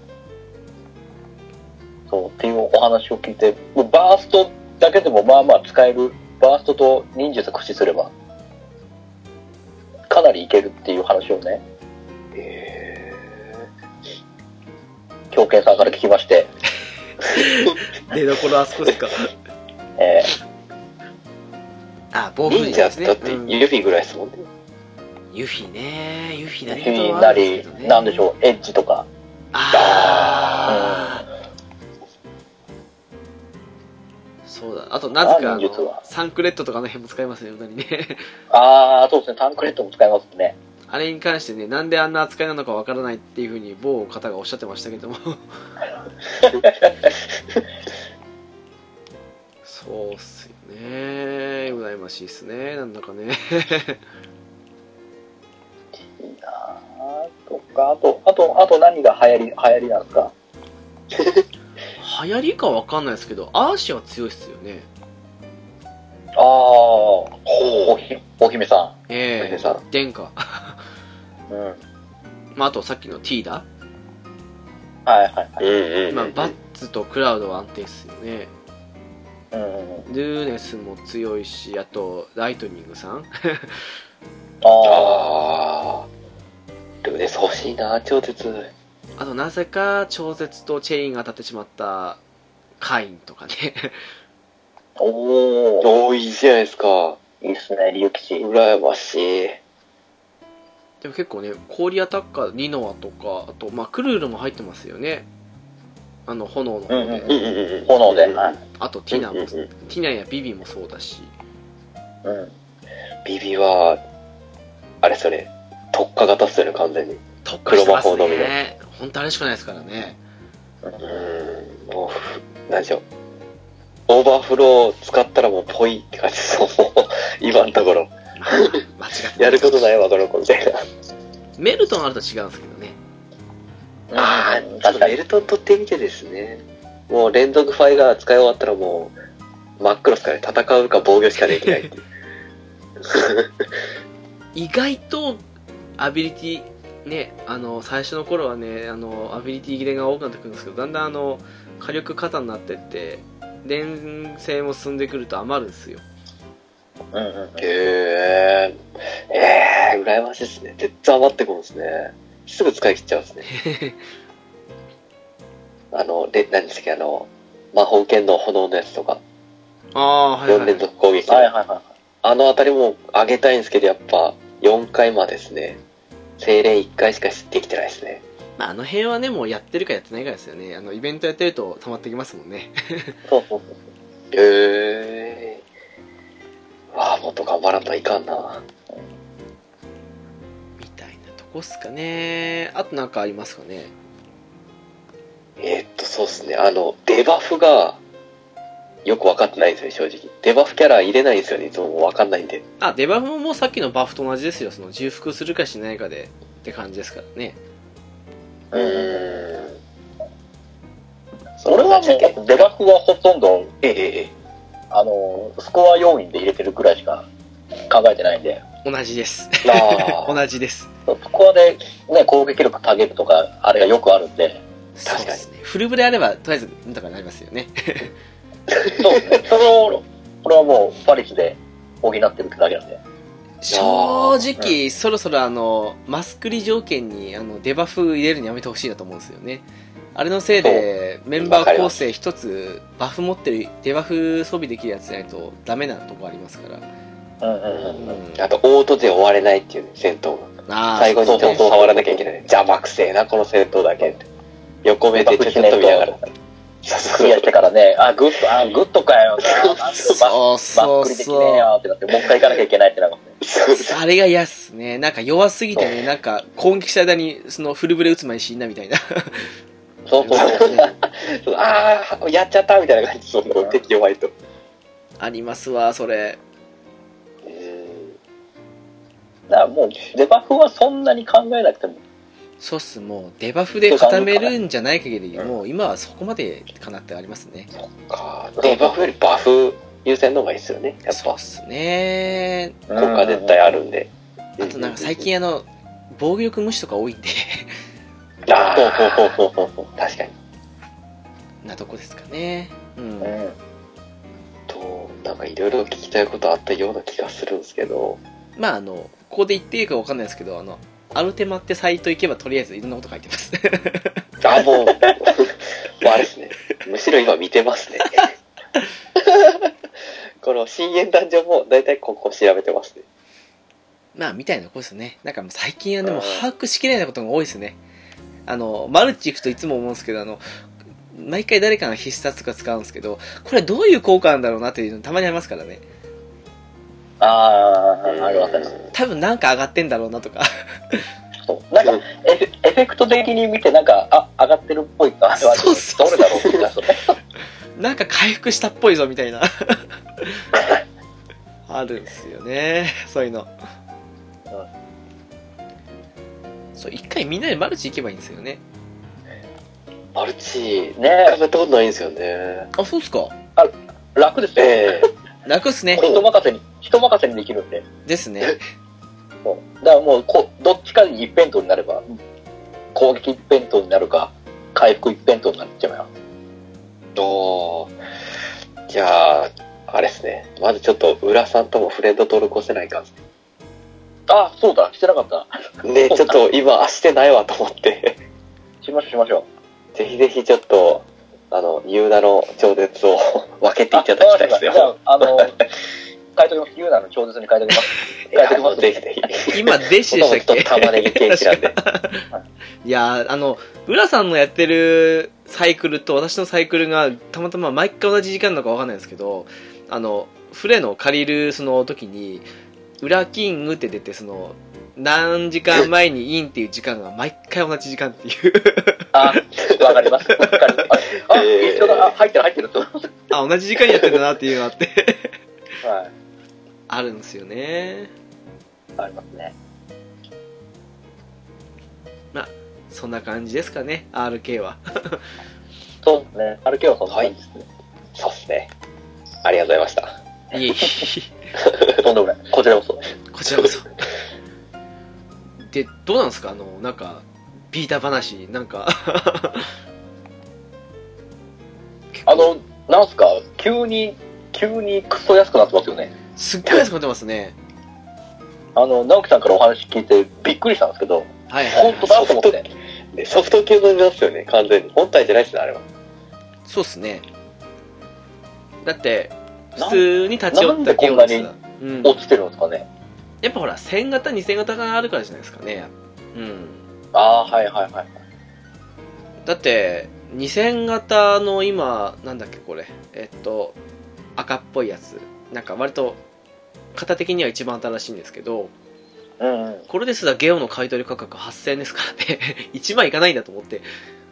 そう、っていうお話を聞いて、バーストだけでもまあまあ使える、バーストと忍術駆使すれば、かなりいけるっていう話をね、えー、狂犬さんから聞きまして。 出どころあそこですか。 えー、あ、暴風忍者だってユフィぐらいですもんね。 ユフィね、ユフィなり、ユフィなり、なんでしょう、エッジとか。 ああ、うん、そうだ。あと、なぜかあの、サンクレットとかの辺も使いますね、無駄にね。 ああ、そうですね、サンクレットも使いますね。 あれに関してね、なんであんな扱いなのかわからないっていうふうに某方がおっしゃってましたけどもそうっすよね、羨ましいっすね、なんだかねいいなぁとか、あと、あと、あと何が流行り、流行りなんですか流行りかわかんないですけど、アーシャは強いっすよね。 ああ、ほう、お姫さん。 ええー、殿下。 うん。 まあ、あとさっきのティーダ。 はいはいはい。 うんうん。 まあ、バッツとクラウドは安定っすよね。 うんうん。 ルーネスも強いし、あと、ライトニングさんああ。ルーネス欲しいな、超絶。 あと、なぜか、超絶とチェインが当たってしまった、カインとかね。 おー。 おー、いいじゃないですか。 いいっすね、リュウキシ。 羨ましい。 でも結構ね、氷アタッカー、リノアとか、あと、まあ、クルールも入ってますよね。あの、炎の方で。うんうんうん、炎で。はい。 あと、ティナも、うんうんうん、ティナやビビもそうだし。 うん。 ビビは、あれそれ、特化型っすよね、完全に。 特化してますね。本当あれしかないですからね。 うん、もう、なんでしょう。オーバーフロー使ったらもうポイって感じですもう、今のところ。 間違ってやることないわ、この子みたいな。 メルトンあると違うんですけどね。 ああ、ちょっとメルトン取ってみてですね。もう連続ファイが使い終わったらもう、真っ黒っすからね。戦うか防御しかできないっていう。 意外と、アビリティ、ね、あの、最初の頃はね、あの、アビリティ切れが多くなってくるんですけど、だんだんあの、火力過多になってって、連戦も進んでくると余るんですよ。 うんうん、 へえー、えー、羨ましいですね。絶対余ってくるんですね。すぐ使い切っちゃうんですね。あの、で、何ですか、あの、魔法剣の炎のやつとか。 ああ、はい、はい。 よん連続攻撃。 はいはいはい。 あのあたりも上げたいんですけど、やっぱよんかいまでですね。精錬いっかいしかできてないですね。 まあ、あの辺はね、もうやってるかやってないかですよね。あの、イベントやってると溜まってきますもんね。 そうそうそう。 へえー。わあ、もっと頑張らんといかんな。 みたいなとこっすかね。あとなんかありますかね。 えー、っと、そうっすね。あの、デバフが、よく分かってないんですよね、正直。デバフキャラ入れないんですよね、いつも分かんないんで。 あ、デバフももうさっきのバフと同じですよ。その重複するかしないかでって感じですからね。 うーん。 俺はもう、デバフはほとんど、 ええええ、 あの、スコア要因で入れてるくらいしか考えてないんで。 同じです。 あ同じです。 スコアでね、攻撃力下げるとか、あれがよくあるんで。 確かに。ね、フルブレあれば、とりあえず、なんとかなりますよね。 そうですね。それを、これはもう、パリスで補ってるってだけなんで。 正直、うん、そろそろあの、マスクリ条件にあのデバフ入れるのやめてほしいなと思うんですよね。あれのせいで、メンバー構成一つ、バフ持ってる、デバフ装備できるやつじゃないとダメなとこありますから。 うんうんうん。 うん、あと、オートで終われないっていうね、戦闘が。最後にちょっと触らなきゃいけない。邪魔くせえな、この戦闘だけって。横目でちょっと見ながら。 クリアしてからね、あ、グッド、あ、グッドかよ。 そうそうそう。 バックリできねえよってなって、もう一回行かなきゃいけないってなる。 あれが嫌っすね。なんか弱すぎてね、なんか攻撃した間に、そのフルブレ打つ前に死んだみたいな。 そうそうそう。ああ、やっちゃったみたいな感じ、その敵弱いと。 ありますわ、それ。 うん。だからもう、デバフはそんなに考えなくても。 そうっす、もうデバフで固めるんじゃない限り、もう今はそこまでかなってありますね。 そっか。デバフよりバフ優先の方がいいですよね、やっぱ。 そうっすね。 効果絶対あるんで。 あとなんか最近あの、防御力無視とか多いんで。 ああ、ほうほうほうほう。確かに。 なとこですかね。うん。うん、 と、なんかいろいろ聞きたいことあったような気がするんですけど。 まああの、ここで言っていいかわかんないですけど、あの、アルテマってサイト行けばとりあえずいろんなこと書いてます。 あ、もう、もうあれですね。むしろ今見てますね。この深淵ダンジョンも大体ここ調べてますね。 まあみたいなことですね。なんかもう最近はでも把握しきれないことが多いですね。あの、マルチ行くといつも思うんですけど、あの、毎回誰かが必殺とか使うんですけど、これどういう効果なんだろうなっていうのたまにありますからね。 あー、ありますね。 多分なんか上がってんだろうなとか。 そうなんかエフ、エフェクト的に見てなんか、あ、上がってるっぽいか、 そうそうそうどれだろうみたいな。 なんか回復したっぽいぞみたいな。あるんですよね、そういうの。うん、そう、一回みんなでマルチ行けばいいんですよね。 マルチ、ねえ。やったことないんですよね。 あ、そうっすか。 あ、楽ですよ。えー、楽っすね。 人任せに、人任せにできるんで。 ですね。 そう。だからもうこ、どっちかに一辺倒になれば、攻撃一辺倒になるか、回復一辺倒になっちゃうよ。 おー。じゃあ、あれですね。まずちょっと、浦さんともフレンド登録をせないかんですね。 あ、そうだ、してなかった。 ね、ちょっと今、してないわと思って。 しましょう、しましょう。ぜひぜひちょっと、あの、ユーナの超絶を分けていただきたいですよ。 じゃあ、あの、書いときます。ユーナの超絶に書いときます。 書いときます。ぜひぜひ。 今、弟子でしたっけ？ 玉ねぎケーキなんで。 いやー、あの、浦さんのやってるサイクルと私のサイクルがたまたま毎回同じ時間なのかわかんないんですけど、あの、フレの借りるその時に、裏キングって出て、その、何時間前にインっていう時間が毎回同じ時間っていう。 あ、わかります。わかります。あ、あ、一緒だ。あ、入ってる入ってると。 あ、同じ時間にやってんだなっていうのがあって。 はい。 あるんですよね。 ありますね。 まあ、そんな感じですかね、アールケー は。 そうですね。アールケー はそんな感じですね。 はい、そうですね。ありがとうございました。 いえいえ。とんでもない。こちらこそ。 こちらこそ。で、どうなんですか、あの、なんか、ビータ話、なんか。 あの、なんすか、急に、急にクソ安くなってますよね。 すっごい安くなってますね。 あの、直樹さんからお話聞いてびっくりしたんですけど、 はいはい、はい。 本当だと思って。 ソフト系の値段ですよね、完全に。本体じゃないですね、あれは。 そうっすね。だって、普通に立ち寄ったゲームですが、うん、落ちてるんですかね。 やっぱほら、せん型、にせん型があるからじゃないですかね。うん。 ああー、はいはいはい。 だって、にせん型の今、なんだっけこれ。えっと、赤っぽいやつ。なんか割と、型的には一番新しいんですけど、 うんうん、 これですらゲオの買い取り価格はっせんえんですからね。いちまんいかないんだと思って。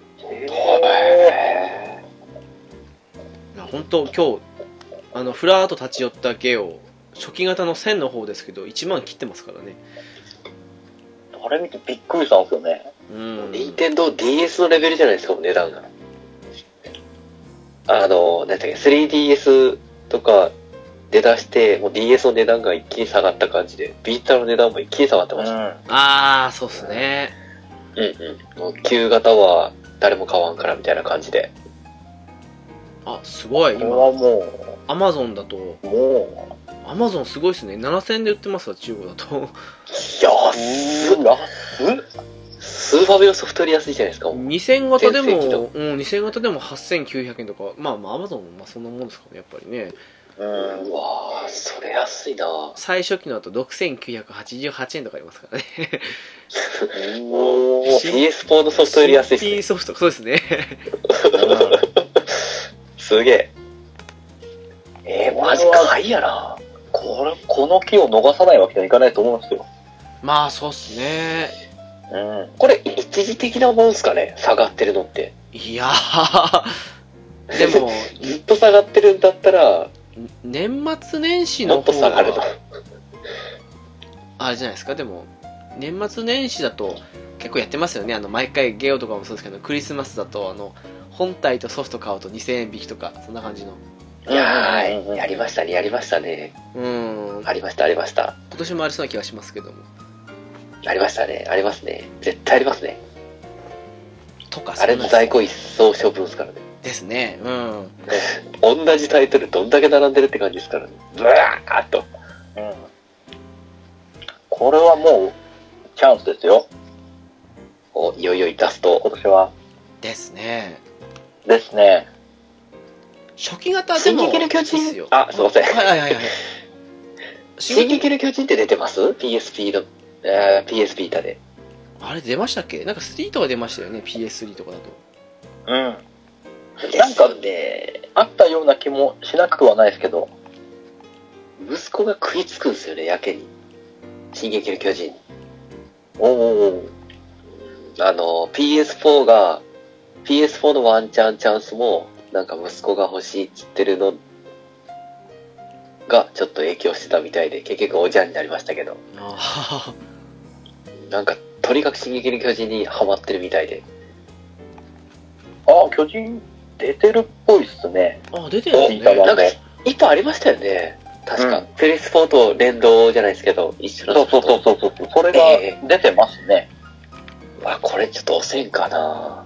へー。本当今日、あの、ふらーっと立ち寄ったゲオ、初期型のせんの方ですけど、いちまん切ってますからね。 あれ見てびっくりしたんですよね。 うん。 任天堂 ディーエス のレベルじゃないですか、値段が。あの、なんだっけ、スリーディーエス とか出だして、もう ディーエス の値段が一気に下がった感じで、ビータの値段も一気に下がってました。うん、 あー、そうっすね。 うんうん。もう旧型は誰も買わんからみたいな感じで。 あ、すごい。今、 はもう、 アマゾンだと、 もう、アマゾンすごいっすね。ななせんえんで売ってますわ、中国だと。 安っ。安っ。スーファミのソフトより安いじゃないですか。 にせん型でも、うん、にせん型でもはっせんきゅうひゃくえんとか、まあまあ、アマゾンもまあそんなもんですかね、やっぱりね。 うん、うわぁ、それ安いな。 最初期のだとろくせんきゅうひゃくはちじゅうはちえんとかありますからね。 おー、ピーエスフォー のソフトより安いっすね。 ピーソフト、そうですね。 すげえ。えー、マジ買いやな。 これ、この木を逃さないわけにはいかないと思うんですよ。 まあ、そうっすね。 うん。 これ、一時的なもんすかね、下がってるのって。 いやー、でも、 ずっと下がってるんだったら、 年末年始のもっと下がるの。 あれじゃないですか、でも、年末年始だと結構やってますよね。あの、毎回ゲオとかもそうですけど、クリスマスだと、あの、本体とソフト買うとにせんえん引きとか、そんな感じの。 いやー、やりましたね、やりましたね。 うん。 ありました、ありました。 今年もありそうな気がしますけども。 ありましたね、ありますね。絶対ありますね。 とか、 あれの在庫一掃処分ですからね。 ですね、うん。 同じタイトルどんだけ並んでるって感じですからね。ブワーっと。 うん。これはもう、チャンスですよ。 お、いよいよ出すと。 今年は。 ですね。 ですね。 初期型でも。 進撃の巨人あ、すいません。 はいはいはいはい。 進撃の巨人って出てます ?ピーエスピー の、えー、ピーエス ビータで。 あれ出ましたっけ？なんかスリーとか出ましたよね、ピーエススリー とかだと。 うん。なんかね、あったような気もしなくはないですけど。 息子が食いつくんですよね、やけに。進撃の巨人。 おお。 あの、ピーエスフォー が、ピーエスフォー のワンチャンチャンスも、なんか息子が欲しいっつってるのがちょっと影響してたみたいで、結局おじゃんになりましたけど。 あなんか、とにかく進撃の巨人にハマってるみたいで。 ああ、巨人出てるっぽいっすね。 あ、出てるんですね。 ね。 なんか、いっぱいありましたよね。確か。うん、ピーエスフォー と連動じゃないですけど、一緒の。 そうそうそうそうそう。それが出てますね。 えー、あ、これちょっと押せんかな。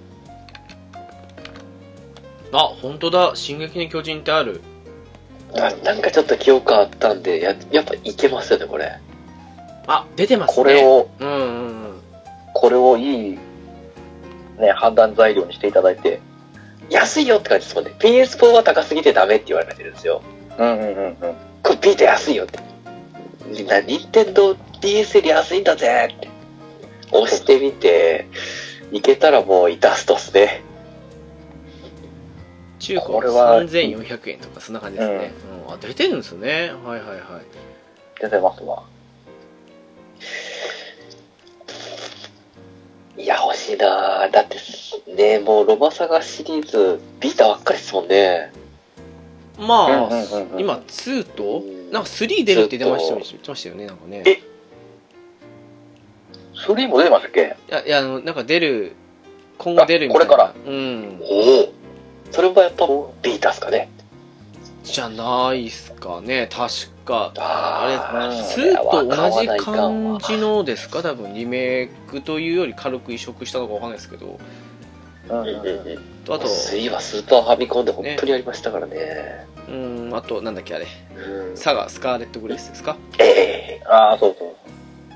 あ、本当だ。進撃の巨人ってある。 あ、なんかちょっと記憶あったんで、や、やっぱいけますよね、これ。 あ、出てますね。 これを、 うんうんうん。 これをいい、ね、判断材料にしていただいて。 安いよって感じですもんね。ピーエスフォー は高すぎてダメって言われてるんですよ。 うんうんうんうん。 これ P で安いよって。みんな、任天堂 ディーエス より安いんだぜって。押してみて、いけたらもういたすとっすね。 中古はさんぜんよんひゃくえんとかそんな感じですね。うん、あ、出てるんですね。はいはいはい。 出てますわ。 いや、欲しいなぁ。だってね、もうロマサガシリーズ、ビータばっかりですもんね。 まあ、うんうんうんうん、今にと、なんかさん出るって出ました言ってましたよね、なんかね。 えさんも出ましたっけ？ いや、いや、あの、なんか出る、今後出るみたいな。 これから。 うん。 おお。それもやっぱビータっすかね。 じゃないっすかね、確か。 ああれ、にと同じ感じのですか、多分リメイクというより軽く移植したのかわかんないですけど。 うんうんうん。 あと、 スリーはスーパーファミコンで本当にありましたからね。ね、 うん、あと、なんだっけあれ。うん、サガ、スカーレットグレースですか？ ええー、 ああ、そうそう。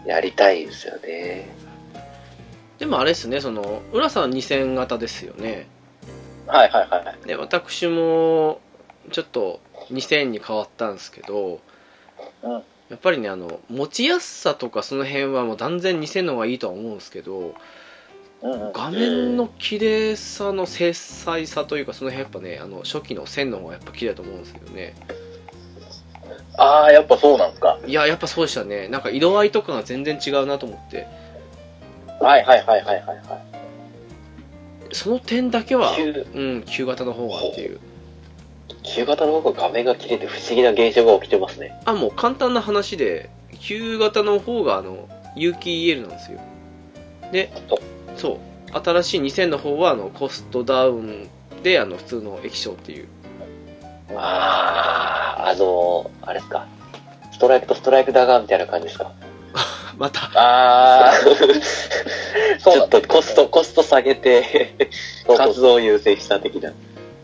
やりたいですよね。 でもあれですね、その、浦さんにせん型ですよね。 はいはいはい。 で、私も、ちょっとにせんに変わったんですけど、 うん、 やっぱりね、あの、持ちやすさとかその辺はもう断然にせんの方がいいとは思うんですけど、 うんうん、 画面の綺麗さの精細さというか、その辺やっぱね、あの、初期の線の方がやっぱ綺麗だと思うんですけどね。 ああ、やっぱそうなんですか。 いや、やっぱそうでしたね。なんか色合いとかが全然違うなと思って。 はいはいはいはいはいはい。 その点だけは、うん、旧型の方がっていう。 旧型の方が画面が綺麗で不思議な現象が起きてますね。 あ、もう簡単な話で、旧型の方があの、有機 イーエル なんですよ。で、そう。新しいにせんの方はあの、コストダウンで、あの、普通の液晶っていう。 ああ、あのー、あれですか。ストライクとストライクダガーみたいな感じですか。 また。 ああ、ちょっとコスト、コスト下げて、活動を優先した的な。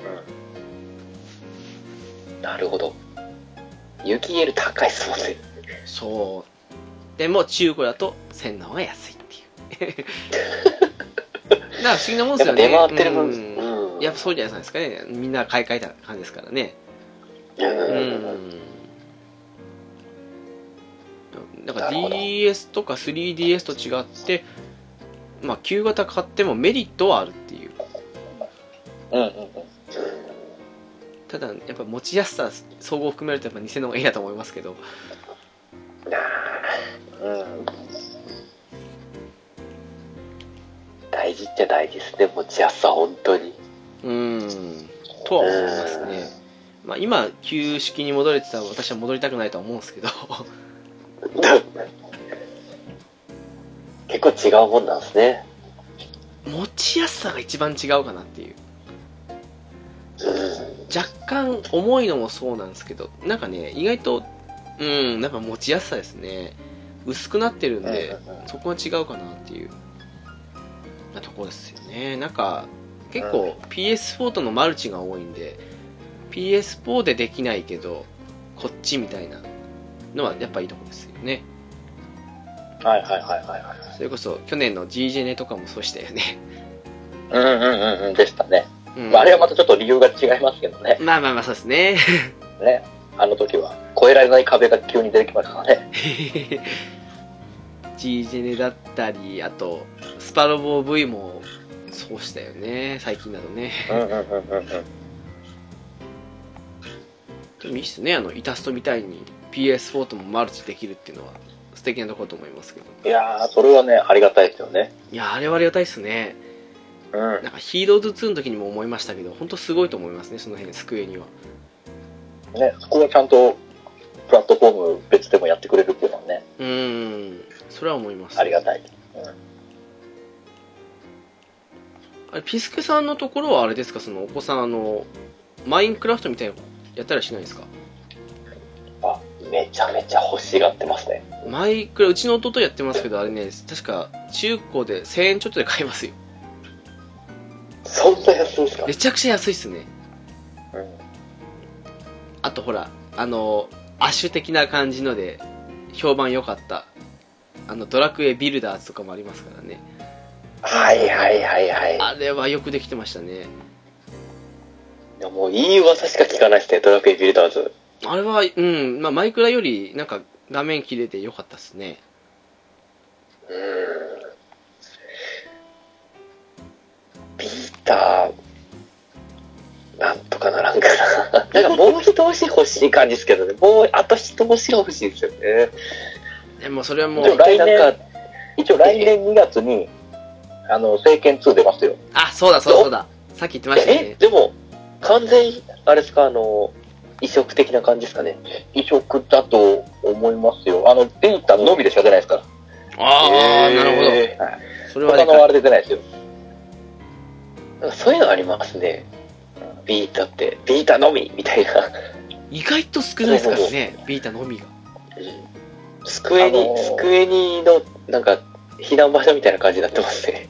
うん、なるほど。有機 イーエル 高いっすもんね。 そう。でも中古だとせんの方が安いっていう。なんか不思議なもんですよね。 やっぱ出回ってる分、 うんうん、やっぱそうじゃないですかね。みんな買い替えた感じですからね。 うん。 うんなんか ディーエス とか スリーディーエス と違って、まあ、旧型買ってもメリットはあるっていう。 うんうんうん。 ただ、やっぱ持ちやすさ、総合含めるとやっぱにせんの方がいいなと思いますけど。 うん。大事っちゃ大事ですね、持ちやすさ、本当に。 うーん、とは思いますね。まあ、今、旧式に戻れてたら私は戻りたくないとは思うんですけど。 結構違うもんなんですね。 持ちやすさが一番違うかなっていう。若干重いのもそうなんですけど、なんかね、意外と、うん、なんか持ちやすさですね。薄くなってるんで、そこは違うかなっていうなところですよね。なんか、結構 ピーエスフォー とのマルチが多いんで、ピーエスフォー でできないけど、こっちみたいなのはやっぱいいところですよね。 はいはいはいはいはい。 それこそ去年の G ジェネとかもそうしたよね。 うんうんうんうんでしたね。 うん、 まあ、あれはまたちょっと理由が違いますけどね。 まあまあまあそうですね。 ね。あの時は越えられない壁が急に出てきましたからね。 G ジェネだったり、あとスパロボ V もそうしたよね、最近だとね。 うんうんうんうんうん。 でもいいっすね、あのイタストみたいにピーエスフォー ともマルチできるっていうのは素敵なところと思いますけど。 いやー、それはね、ありがたいですよね。 いやー、あれはありがたいですね。 うん。 なんかヒーローズツーの時にも思いましたけど、本当すごいと思いますね、その辺、スクエニは。 ね、そこはちゃんと、プラットフォーム別でもやってくれるっていうのはね。 うーん、それは思います。 ありがたい。うん、 あれ、ピスケさんのところはあれですか、そのお子さん、あの、マインクラフトみたいなのやったりしないですか？ あ、めちゃめちゃ欲しがってますね。 マイクラ、うちの弟やってますけど、あれね、確か中古でせんえんちょっとで買えますよ。 そんな安いんですか？ めちゃくちゃ安いっすね。 うん。 あとほら、あの、アッシュ的な感じので、評判良かった、あの、ドラクエビルダーズとかもありますからね。 はいはいはいはい。 あれはよくできてましたね。 いやもういい噂しか聞かないですね、ドラクエビルダーズ。 あれは、うん、まあ、マイクラより、なんか、画面綺麗で良かったっすね。 うーん。ビーター、なんとかならんかな。なんかもう一押し欲しい感じですけどね。もうあと一押しが欲しいですよね。 でもそれはもう、 一応来年、一応来年にがつに、あの、聖剣ツー出ますよ。 あ、そうだそうだそうだ。さっき言ってましたえ、 ね。 でも、完全に、あれですか、あの、移植的な感じですかね。 移植だと思いますよ。あの、ビータのみでしか出ないですから。 ああ、なるほど。 はい。 それはでかい。 他のあれで出ないですよ。 そういうのありますね。ビータって、ビータのみみたいな。 意外と少ないですからね、ビータのみが。 スクエニ、あのー、スクエニの、なんか、避難場所みたいな感じになってますね。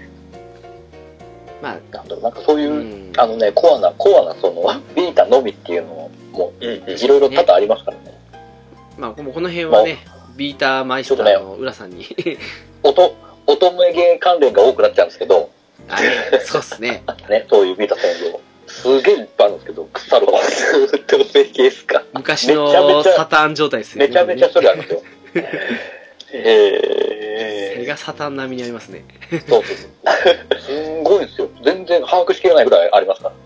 まあ、 なんだろう、なんかそういう、うん、あのね、コアな、コアな、その、ビータのみっていうのも、いろいろ多々ありますからね。ね、 まあ、この辺はね、ビータマイスターの浦さんに。 音、乙女ゲー関連が多くなっちゃうんですけど。 あそうっすね。 ね、そういうビータ専用。すげえいっぱいあるんですけど、腐るわ。 乙女ゲーですか。 昔のサターン状態ですよね。 めちゃめちゃそれあるんですよ。 えー、セガサターン並みにありますね。 そうそうそう。すんごいですよ。全然把握しきれないぐらいありますから。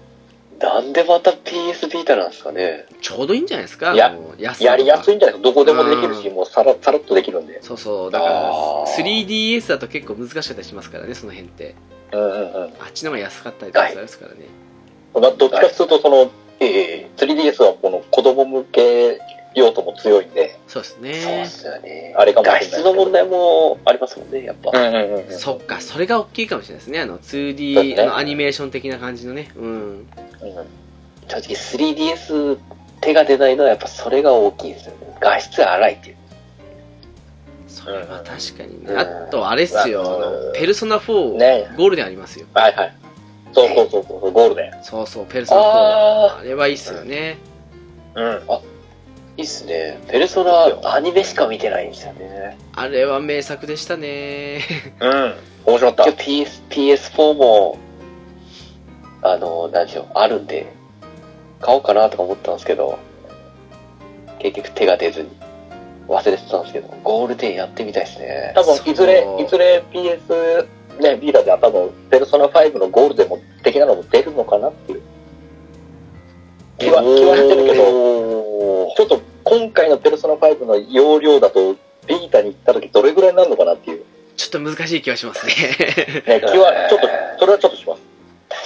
なんでまた ピーエス ビータなんですかね。 ちょうどいいんじゃないですか。 いや、やりやすいんじゃないですか。どこでもできるし、もうさらさらっとできるんで。 そうそう。だから、スリーディーエス だと結構難しかったりしますからね、その辺って。 うんうんうん。 あっちの方が安かったりとかするですからね。 まあ、どっちかというと、その、えー、スリーディーエス はこの子供向け用途も強いんで。 そうですね。 そうですよね。 あれかもしれない。 画質の問題もありますもんね、やっぱ。 うんうんうん。 そっか、それが大きいかもしれないですね。あの、ツーディー、ね、あのアニメーション的な感じのね。うん。うん、 正直 スリーディーエス 手が出ないのはやっぱそれが大きいですよね。画質が荒いっていう。 それは確かにね。あと、あれっすよ、あの、ペルソナフォー、 ね、 ゴールデンありますよ。 はいはい。そうそうそうそう、ゴールデン。 そうそう、ペルソナフォー。あ, あれはいいっすよね。 うん。 あ、いいっすね。ペルソナアニメしか見てないんですよね。 あれは名作でしたね。 うん。面白かった。 ピーエス、ピーエスフォー も、あの、なんでしょう、あるんで、買おうかなとか思ったんですけど、結局手が出ずに忘れてたんですけど、ゴールデンやってみたいですね。 多分、いずれ、いずれ ピーエス、ね、ビータでは多分、ペルソナファイブのゴールデンも的なのも出るのかなっていう気は、気はしてるけど、ちょっと今回のペルソナファイブの容量だと、ビータに行った時どれぐらいになるのかなっていう。 ちょっと難しい気はしますね。 ね、気は、ちょっと、それはちょっとします。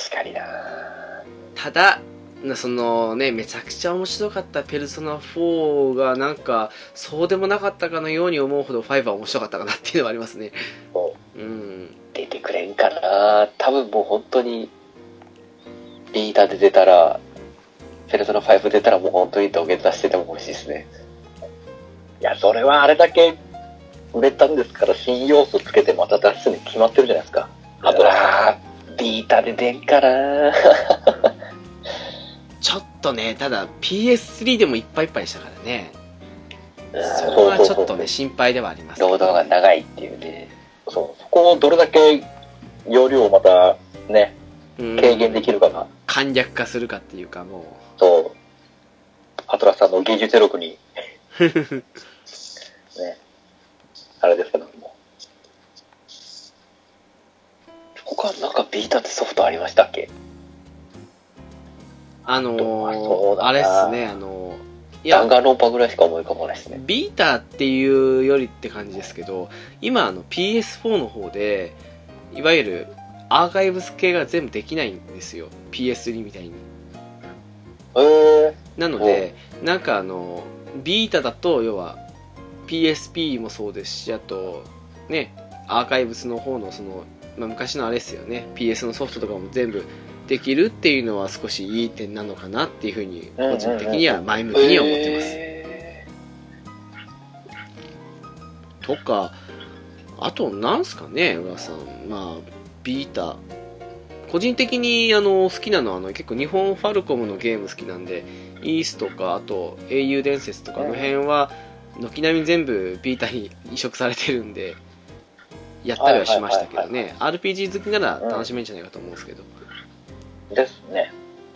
確かにな。 ただ、そのね、めちゃくちゃ面白かったペルソナフォーがなんかそうでもなかったかのように思うほどファイブは面白かったかなっていうのはありますね。うん。 出てくれんかな。多分もう本当にビータで出たら、ペルソナファイブ出たらもう本当に土下座してても欲しいですね。 いや、それはあれだけ売れたんですから新要素つけてまた出すに決まってるじゃないですか。 あとはビータで出んかな。 ちょっとね、ただ ピーエススリー でもいっぱいいっぱいでしたからね。そこはちょっとね、心配ではあります、 ね。労働が長いっていうね。 そう、そこをどれだけ容量をまたね、軽減できるかが。 簡略化するかっていうかもう。 そう。アトラスさんの技術力に。ね。あれですけども。 他なんかビータってソフトありましたっけ？ あのー、あれっすね、あのー、 弾丸論破ぐらいしか思い浮かばないですね。 ビータっていうよりって感じですけど、今あの ピーエスフォー の方でいわゆるアーカイブス系が全部できないんですよ、 ピーエススリー みたいに。 へー。 なのでなんかあのビータだと要は ピーエスピー もそうですし、あとねアーカイブスの方のその、まあ、昔のあれですよね ピーエス のソフトとかも全部できるっていうのは少しいい点なのかなっていうふうに個人的には前向きに思ってます、えー、とかあとなんすかね浦さん、まあビータ個人的にあの好きなのはあの結構日本ファルコムのゲーム好きなんで、イースとかあと英雄伝説とかの辺は軒並み全部ビータに移植されてるんでやったりはしましたけどね、 アールピージー 好きなら楽しめるんじゃないかと思うんですけど、 ですね。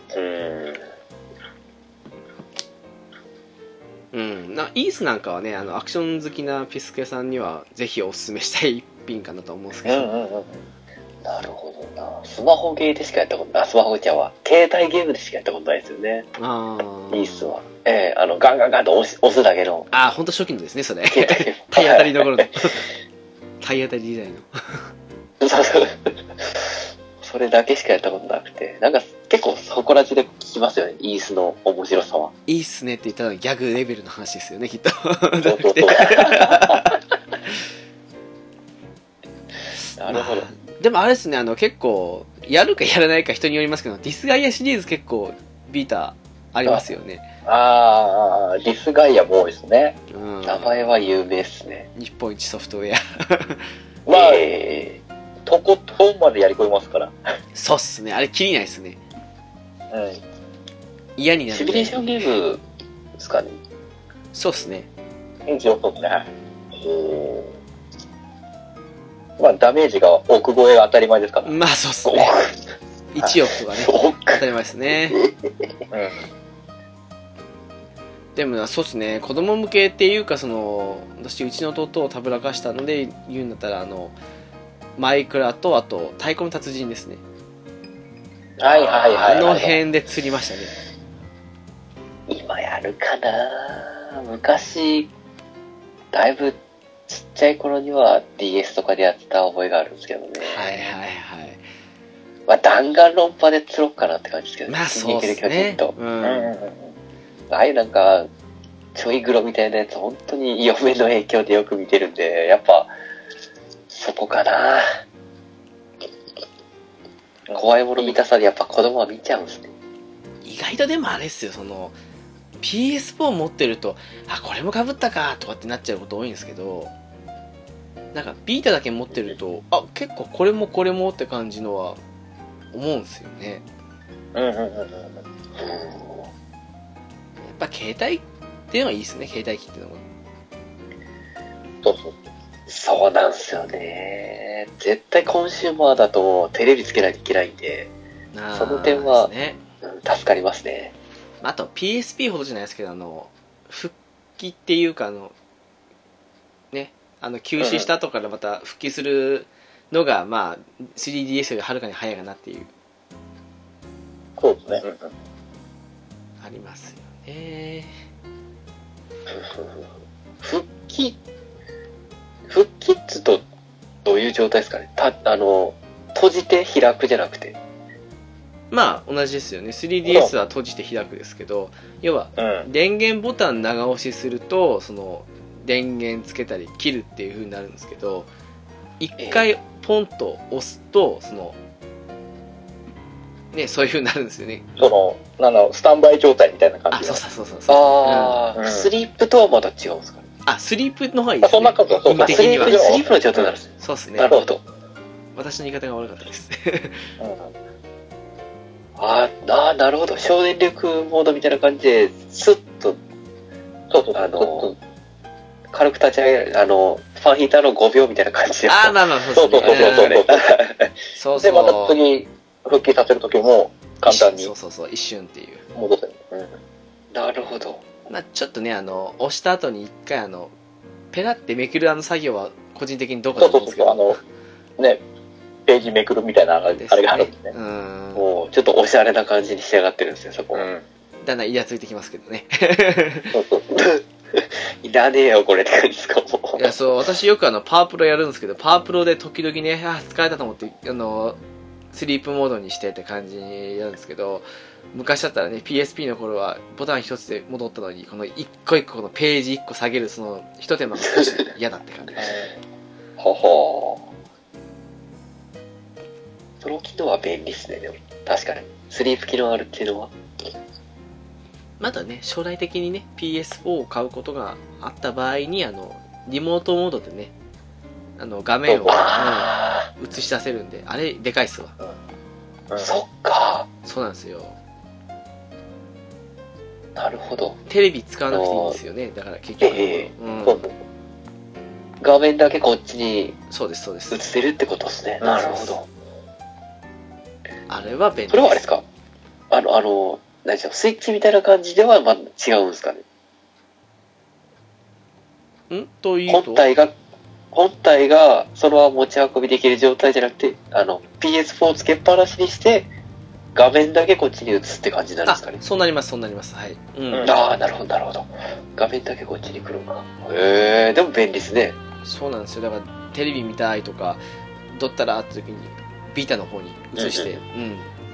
うん、うん、なイースなんかはねあのアクション好きなピスケさんにはぜひおすすめしたい一品かなと思うんですけど、うんうんうん、 なるほどな。スマホゲーでしかやったことない。スマホゲーは携帯ゲームでしかやったことないですよね。ああ。いいっすわ。ええー、あのガンガンガンと押す押すだけの。 ああ、本当初期のですねそれ。体当たりの頃の。体当たり時代の。 そうそう。それだけしかやったことなくて、なんか結構そこら中で聞きますよね。イースの面白さは。 いいっすねって言ったらギャグレベルの話ですよねきっと。そうそうそう。なるほど。まあ、でもあれですね、あの結構やるかやらないか人によりますけど、ディスガイアシリーズ結構ビータありますよね。 ああ、ディスガイアも多いですね。 うん、名前は有名ですね。 日本一ソフトウェア。 まあ、えー、とことんまでやり込みますから。 そうっすね、あれ切りないっすね。 うん。 嫌になる。 シミュレーションゲームですかね。 そうっすね。 一応そうですね。おまあ、ダメージが億超えが当たり前ですから。 まあ、そうっすね。いちおくとかね。当たり前ですね。うん。でも、そうっすね。子供向けっていうか、その、私、うちの弟をたぶらかしたので言うんだったら、あの、マイクラと、あと、太鼓の達人ですね。 はいはいはい、はい。 あの辺で釣りましたね。 今やるかな昔、だいぶ、ちっちゃい頃には ディーエス とかでやってた覚えがあるんですけどね。 はいはいはい。 まあ弾丸論破で釣ろうかなって感じですけどね。 まあそうですね。 うん。ああいうなんか、ちょいグロみたいなやつ、本当に嫁の影響でよく見てるんで、やっぱ、そこかな。怖いもの見たさでやっぱ子供は見ちゃうんですね。 意外とでもあれですよ、その、ピーエスフォー 持ってると、あ、これも被ったかとかってなっちゃうこと多いんですけど、なんかビータだけ持ってると、あ、結構これもこれもって感じのは思うんですよね。うんうんうんうん。やっぱ携帯っていうのはいいですね、携帯機っていうのが。 そうそう。 そうなんですよね。絶対コンシューマーだとテレビつけないといけないんで、その点は、ね、うん、助かりますね。 あと ピーエスピー ほどじゃないですけど、あの復帰っていうか、あのね、あの休止した後からまた復帰するのが、まあ スリーディーエス よりはるかに早いかなっていう。 そうですね。 ありますよね。 復帰復帰っつとどういう状態ですかね。たあの閉じて開くじゃなくて。 まあ同じですよね。スリーディーエス は閉じて開くですけど、要は電源ボタン長押しするとその電源つけたり切るっていう風になるんですけど、一回ポンと押すとそのね、そういう風になるんですよね。 そのなんだろう、スタンバイ状態みたいな感じ。 あ、そうそうそうそう。 ああ、うん、スリープとはまた違うんですかね。 あ、スリープの方がいいですね。 そんなことはそうか。スリープ、スリープの状態になるんですね。 そうですね。 なるほど。 私の言い方が悪かったです。 うん、ああ、なるほど。省電力モードみたいな感じで、スッと、 そうそう、 あの、軽く立ち上げる、あの、ファンヒーターのごびょうみたいな感じで。 ああ、なるほど。 そうそうそうそう。そうそう。で、また次、復帰させるときも、簡単に。 そうそうそう、一瞬っていう。 戻せる。 うん。なるほど。 まあちょっとね、あの、押した後に一回、あの、ペラってめくるあの作業は、個人的にどうかと思うんですけど。 そうそうそう、あの、ね、ページめくるみたいなあれがあるんですね。 うん。もう、ちょっとおしゃれな感じに仕上がってるんですよ、そこ。うん。 だんだんイラついてきますけどね。 そうそう。いらねえよ、これって感じですか、もう。 いや、そう、私よくあの、パワープロやるんですけど、パワープロで時々ね、あ、疲れたと思って、あの、スリープモードにしてって感じにやるんですけど、昔だったらね、ピーエスピー の頃はボタン一つで戻ったのに、この一個一個このページ一個下げるその一手間が少し嫌だって感じでした。 ははその機能は便利ですね、でも。確かに。スリープ機能あるっていうのは。 まだね、将来的にね、ピーエスフォー を買うことがあった場合に、あの、リモートモードでね、あの、画面を、うん、映し出せるんで、あれ、でかいっすわ。 うん、そっか。 そうなんですよ。 なるほど。 テレビ使わなくていいんですよね、だから結局。 えーうん、 そうそう。画面だけこっちにそうです、そうです。 映せるってことですね。なるほど。 あれは便利です。 それはあれですかあの、あの、何でしょう、スイッチみたいな感じではま違うんですかね。 んというと本体が、本体がそのまま持ち運びできる状態じゃなくて、あの、ピーエスフォー つけっぱなしにして、画面だけこっちに映すって感じになるんですかね。 そうなります、そうなります。はい。 うん、ああ、なるほど、なるほど。画面だけこっちに来るのか。へえ、でも便利ですね。 そうなんですよ。だから、テレビ見たいとか、どったらって時に、ビータの方に移して、うん、うん、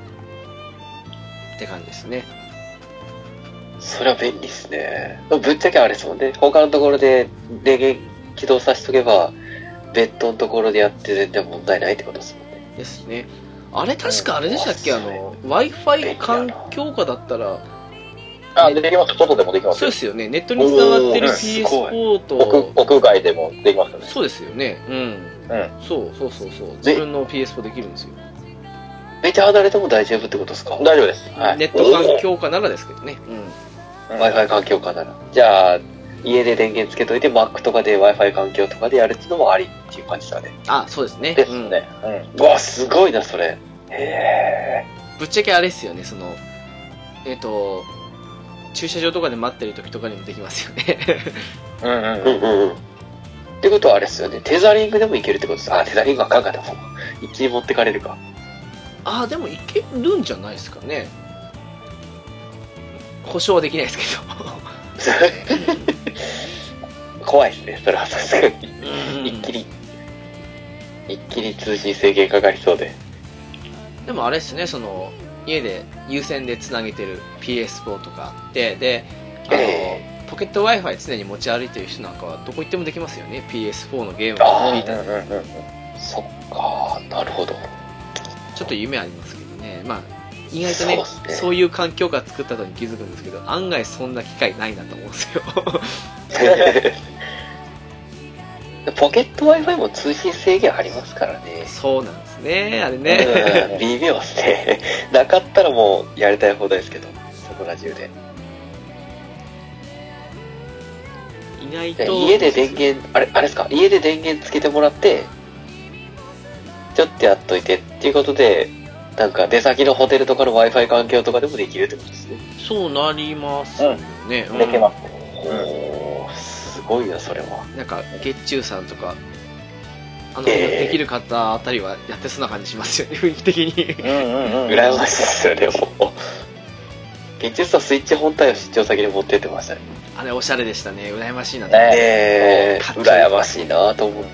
って感じですね。 それは便利ですね。ぶっちゃけあれですもんね。他のところで電源起動させとけば、ベッドのところでやって全然問題ないってことですもんね。 ですね。あれ確かあれでしたっけ、あの、Wi-Fi 環境下だったら、 あ、できます。外でもできます。 そうですよね。ネットに繋がってる ピーエスフォー と、 屋, 屋外でもできますよね。 そうですよね。うん。うん。そうそうそうそう。自分の ピーエスフォー できるんですよ。 めっちゃ離れても大丈夫ってことですか？ 大丈夫です。 はい、ネット環境下ならですけどね。 うん。Wi-Fi 環境下なら。じゃあ、家で電源つけといて Mac とかで Wi-Fi 環境とかでやるっていうのもありっていう感じだね。 あ、そうですね。 ですね。 うん。うわ、すごいな、それ。へー。ぶっちゃけあれですよね、その、えっと、駐車場とかで待ってる時とかにもできますよね。 うんうんうんうん。ってことはあれですよね。テザリングでもいけるってことです。あ、テザリングはかんかでも。一気に持ってかれるか。 ああ、でもいけるんじゃないですかね。保証はできないですけど。怖いですね、それはさすがに。一気に、一気に通信制限かかりそうで。 でもあれですね、その、家で有線でつなげてる ピーエスフォー とかあって、で、あの、えー、ポケット Wi-Fi 常に持ち歩いてる人なんかはどこ行ってもできますよね、ピーエスフォー のゲームを聞いたり。 そっか、なるほど。 ちょっと夢ありますけどね。まあ、意外とね、そうね、そういう環境下作った後に気づくんですけど、案外そんな機会ないなと思うんですよ。 ポケット Wi-Fi も通信制限ありますからね。 そうなんですね、あれね。 うん、微妙ですね。なかったらもうやりたい放題ですけど、そこら中で。 意外と。 家で電源、あれ、あれですか、家で電源つけてもらって、ちょっとやっといてっていうことで、なんか出先のホテルとかの Wi-Fi 環境とかでもできるってことですね。 そうなりますよね。 うん、できます。 おー、すごいな、それは。 なんか、月中さんとか、あの、えー、できる方あたりはやってそうな感じしますよね、雰囲気的に。 うんうんうん。羨ましいですよね、もう。月中さんスイッチ本体を出張先に持ってってましたね。 あれ、おしゃれでしたね。羨ましいなと思って。ねー、羨ましいなと思って。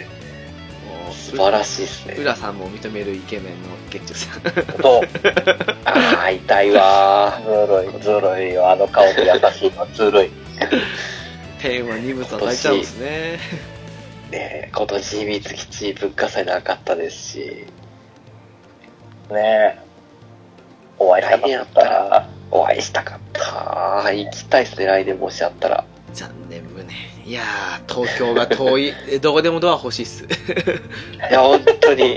素晴らしいですね。 浦さんも認めるイケメンの月中さん。 そう。 ああ、痛いわー。ずるい、ずるいよ。あの顔で優しいの、ずるい。 天は二物は大ちゃうんですね。 ねえ、今年秘密基地文化祭なかったですし。 ねえ。お会いしたかったら。 お会いしたかった。行きたいですね、来年もしあったら。 残念無念。いやー、東京が遠い。どこでもドア欲しいっす。 いや、本当に。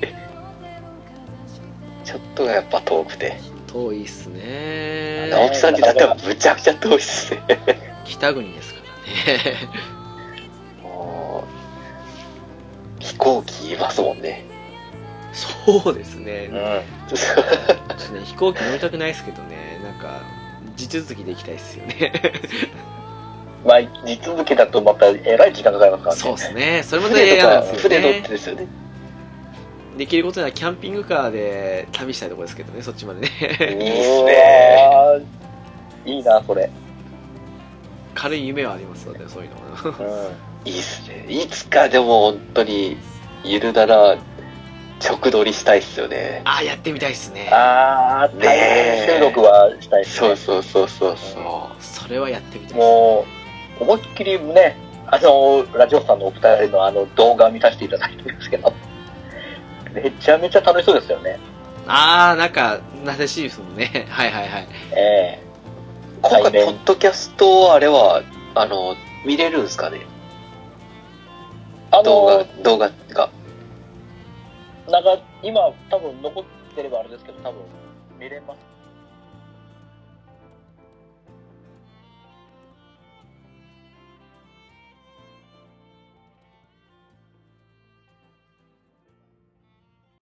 ちょっとがやっぱ遠くて。 遠いっすね。 直樹さんにだったらむちゃくちゃ遠いっすね。 北国ですからね。 もう、飛行機いますもんね。 そうですね。 うん。 私ね、飛行機乗りたくないですけどね、なんか、地続きで行きたいっすよね。 まあ、地続きだとまたえらい時間かかりますからね。 そうですね。それまた嫌なんですよね。 船乗ってですよね。 できることならキャンピングカーで旅したいところですけどね、そっちまでね。 いいっすね。 いいな、それ。 軽い夢はありますので、そういうのは。 うん、いいっすね。いつかでも本当に、いるなら、直撮りしたいっすよね。 ああ、やってみたいっすね。 ああ、対面収録はしたいっすね。そうそうそうそうそう、 うん。それはやってみたい。 もう、思いっきりね、あの、ラジオさんのお二人のあの動画見させていただいてるんですけど、めちゃめちゃ楽しそうですよね。 ああ、なんか、なでしいですもんね。はいはいはい。 ええー。今回、ポッドキャスト、あれは、あの、見れるんですかね、あの動画、動画が。 なんか、今、多分残ってればあれですけど、多分、見れます。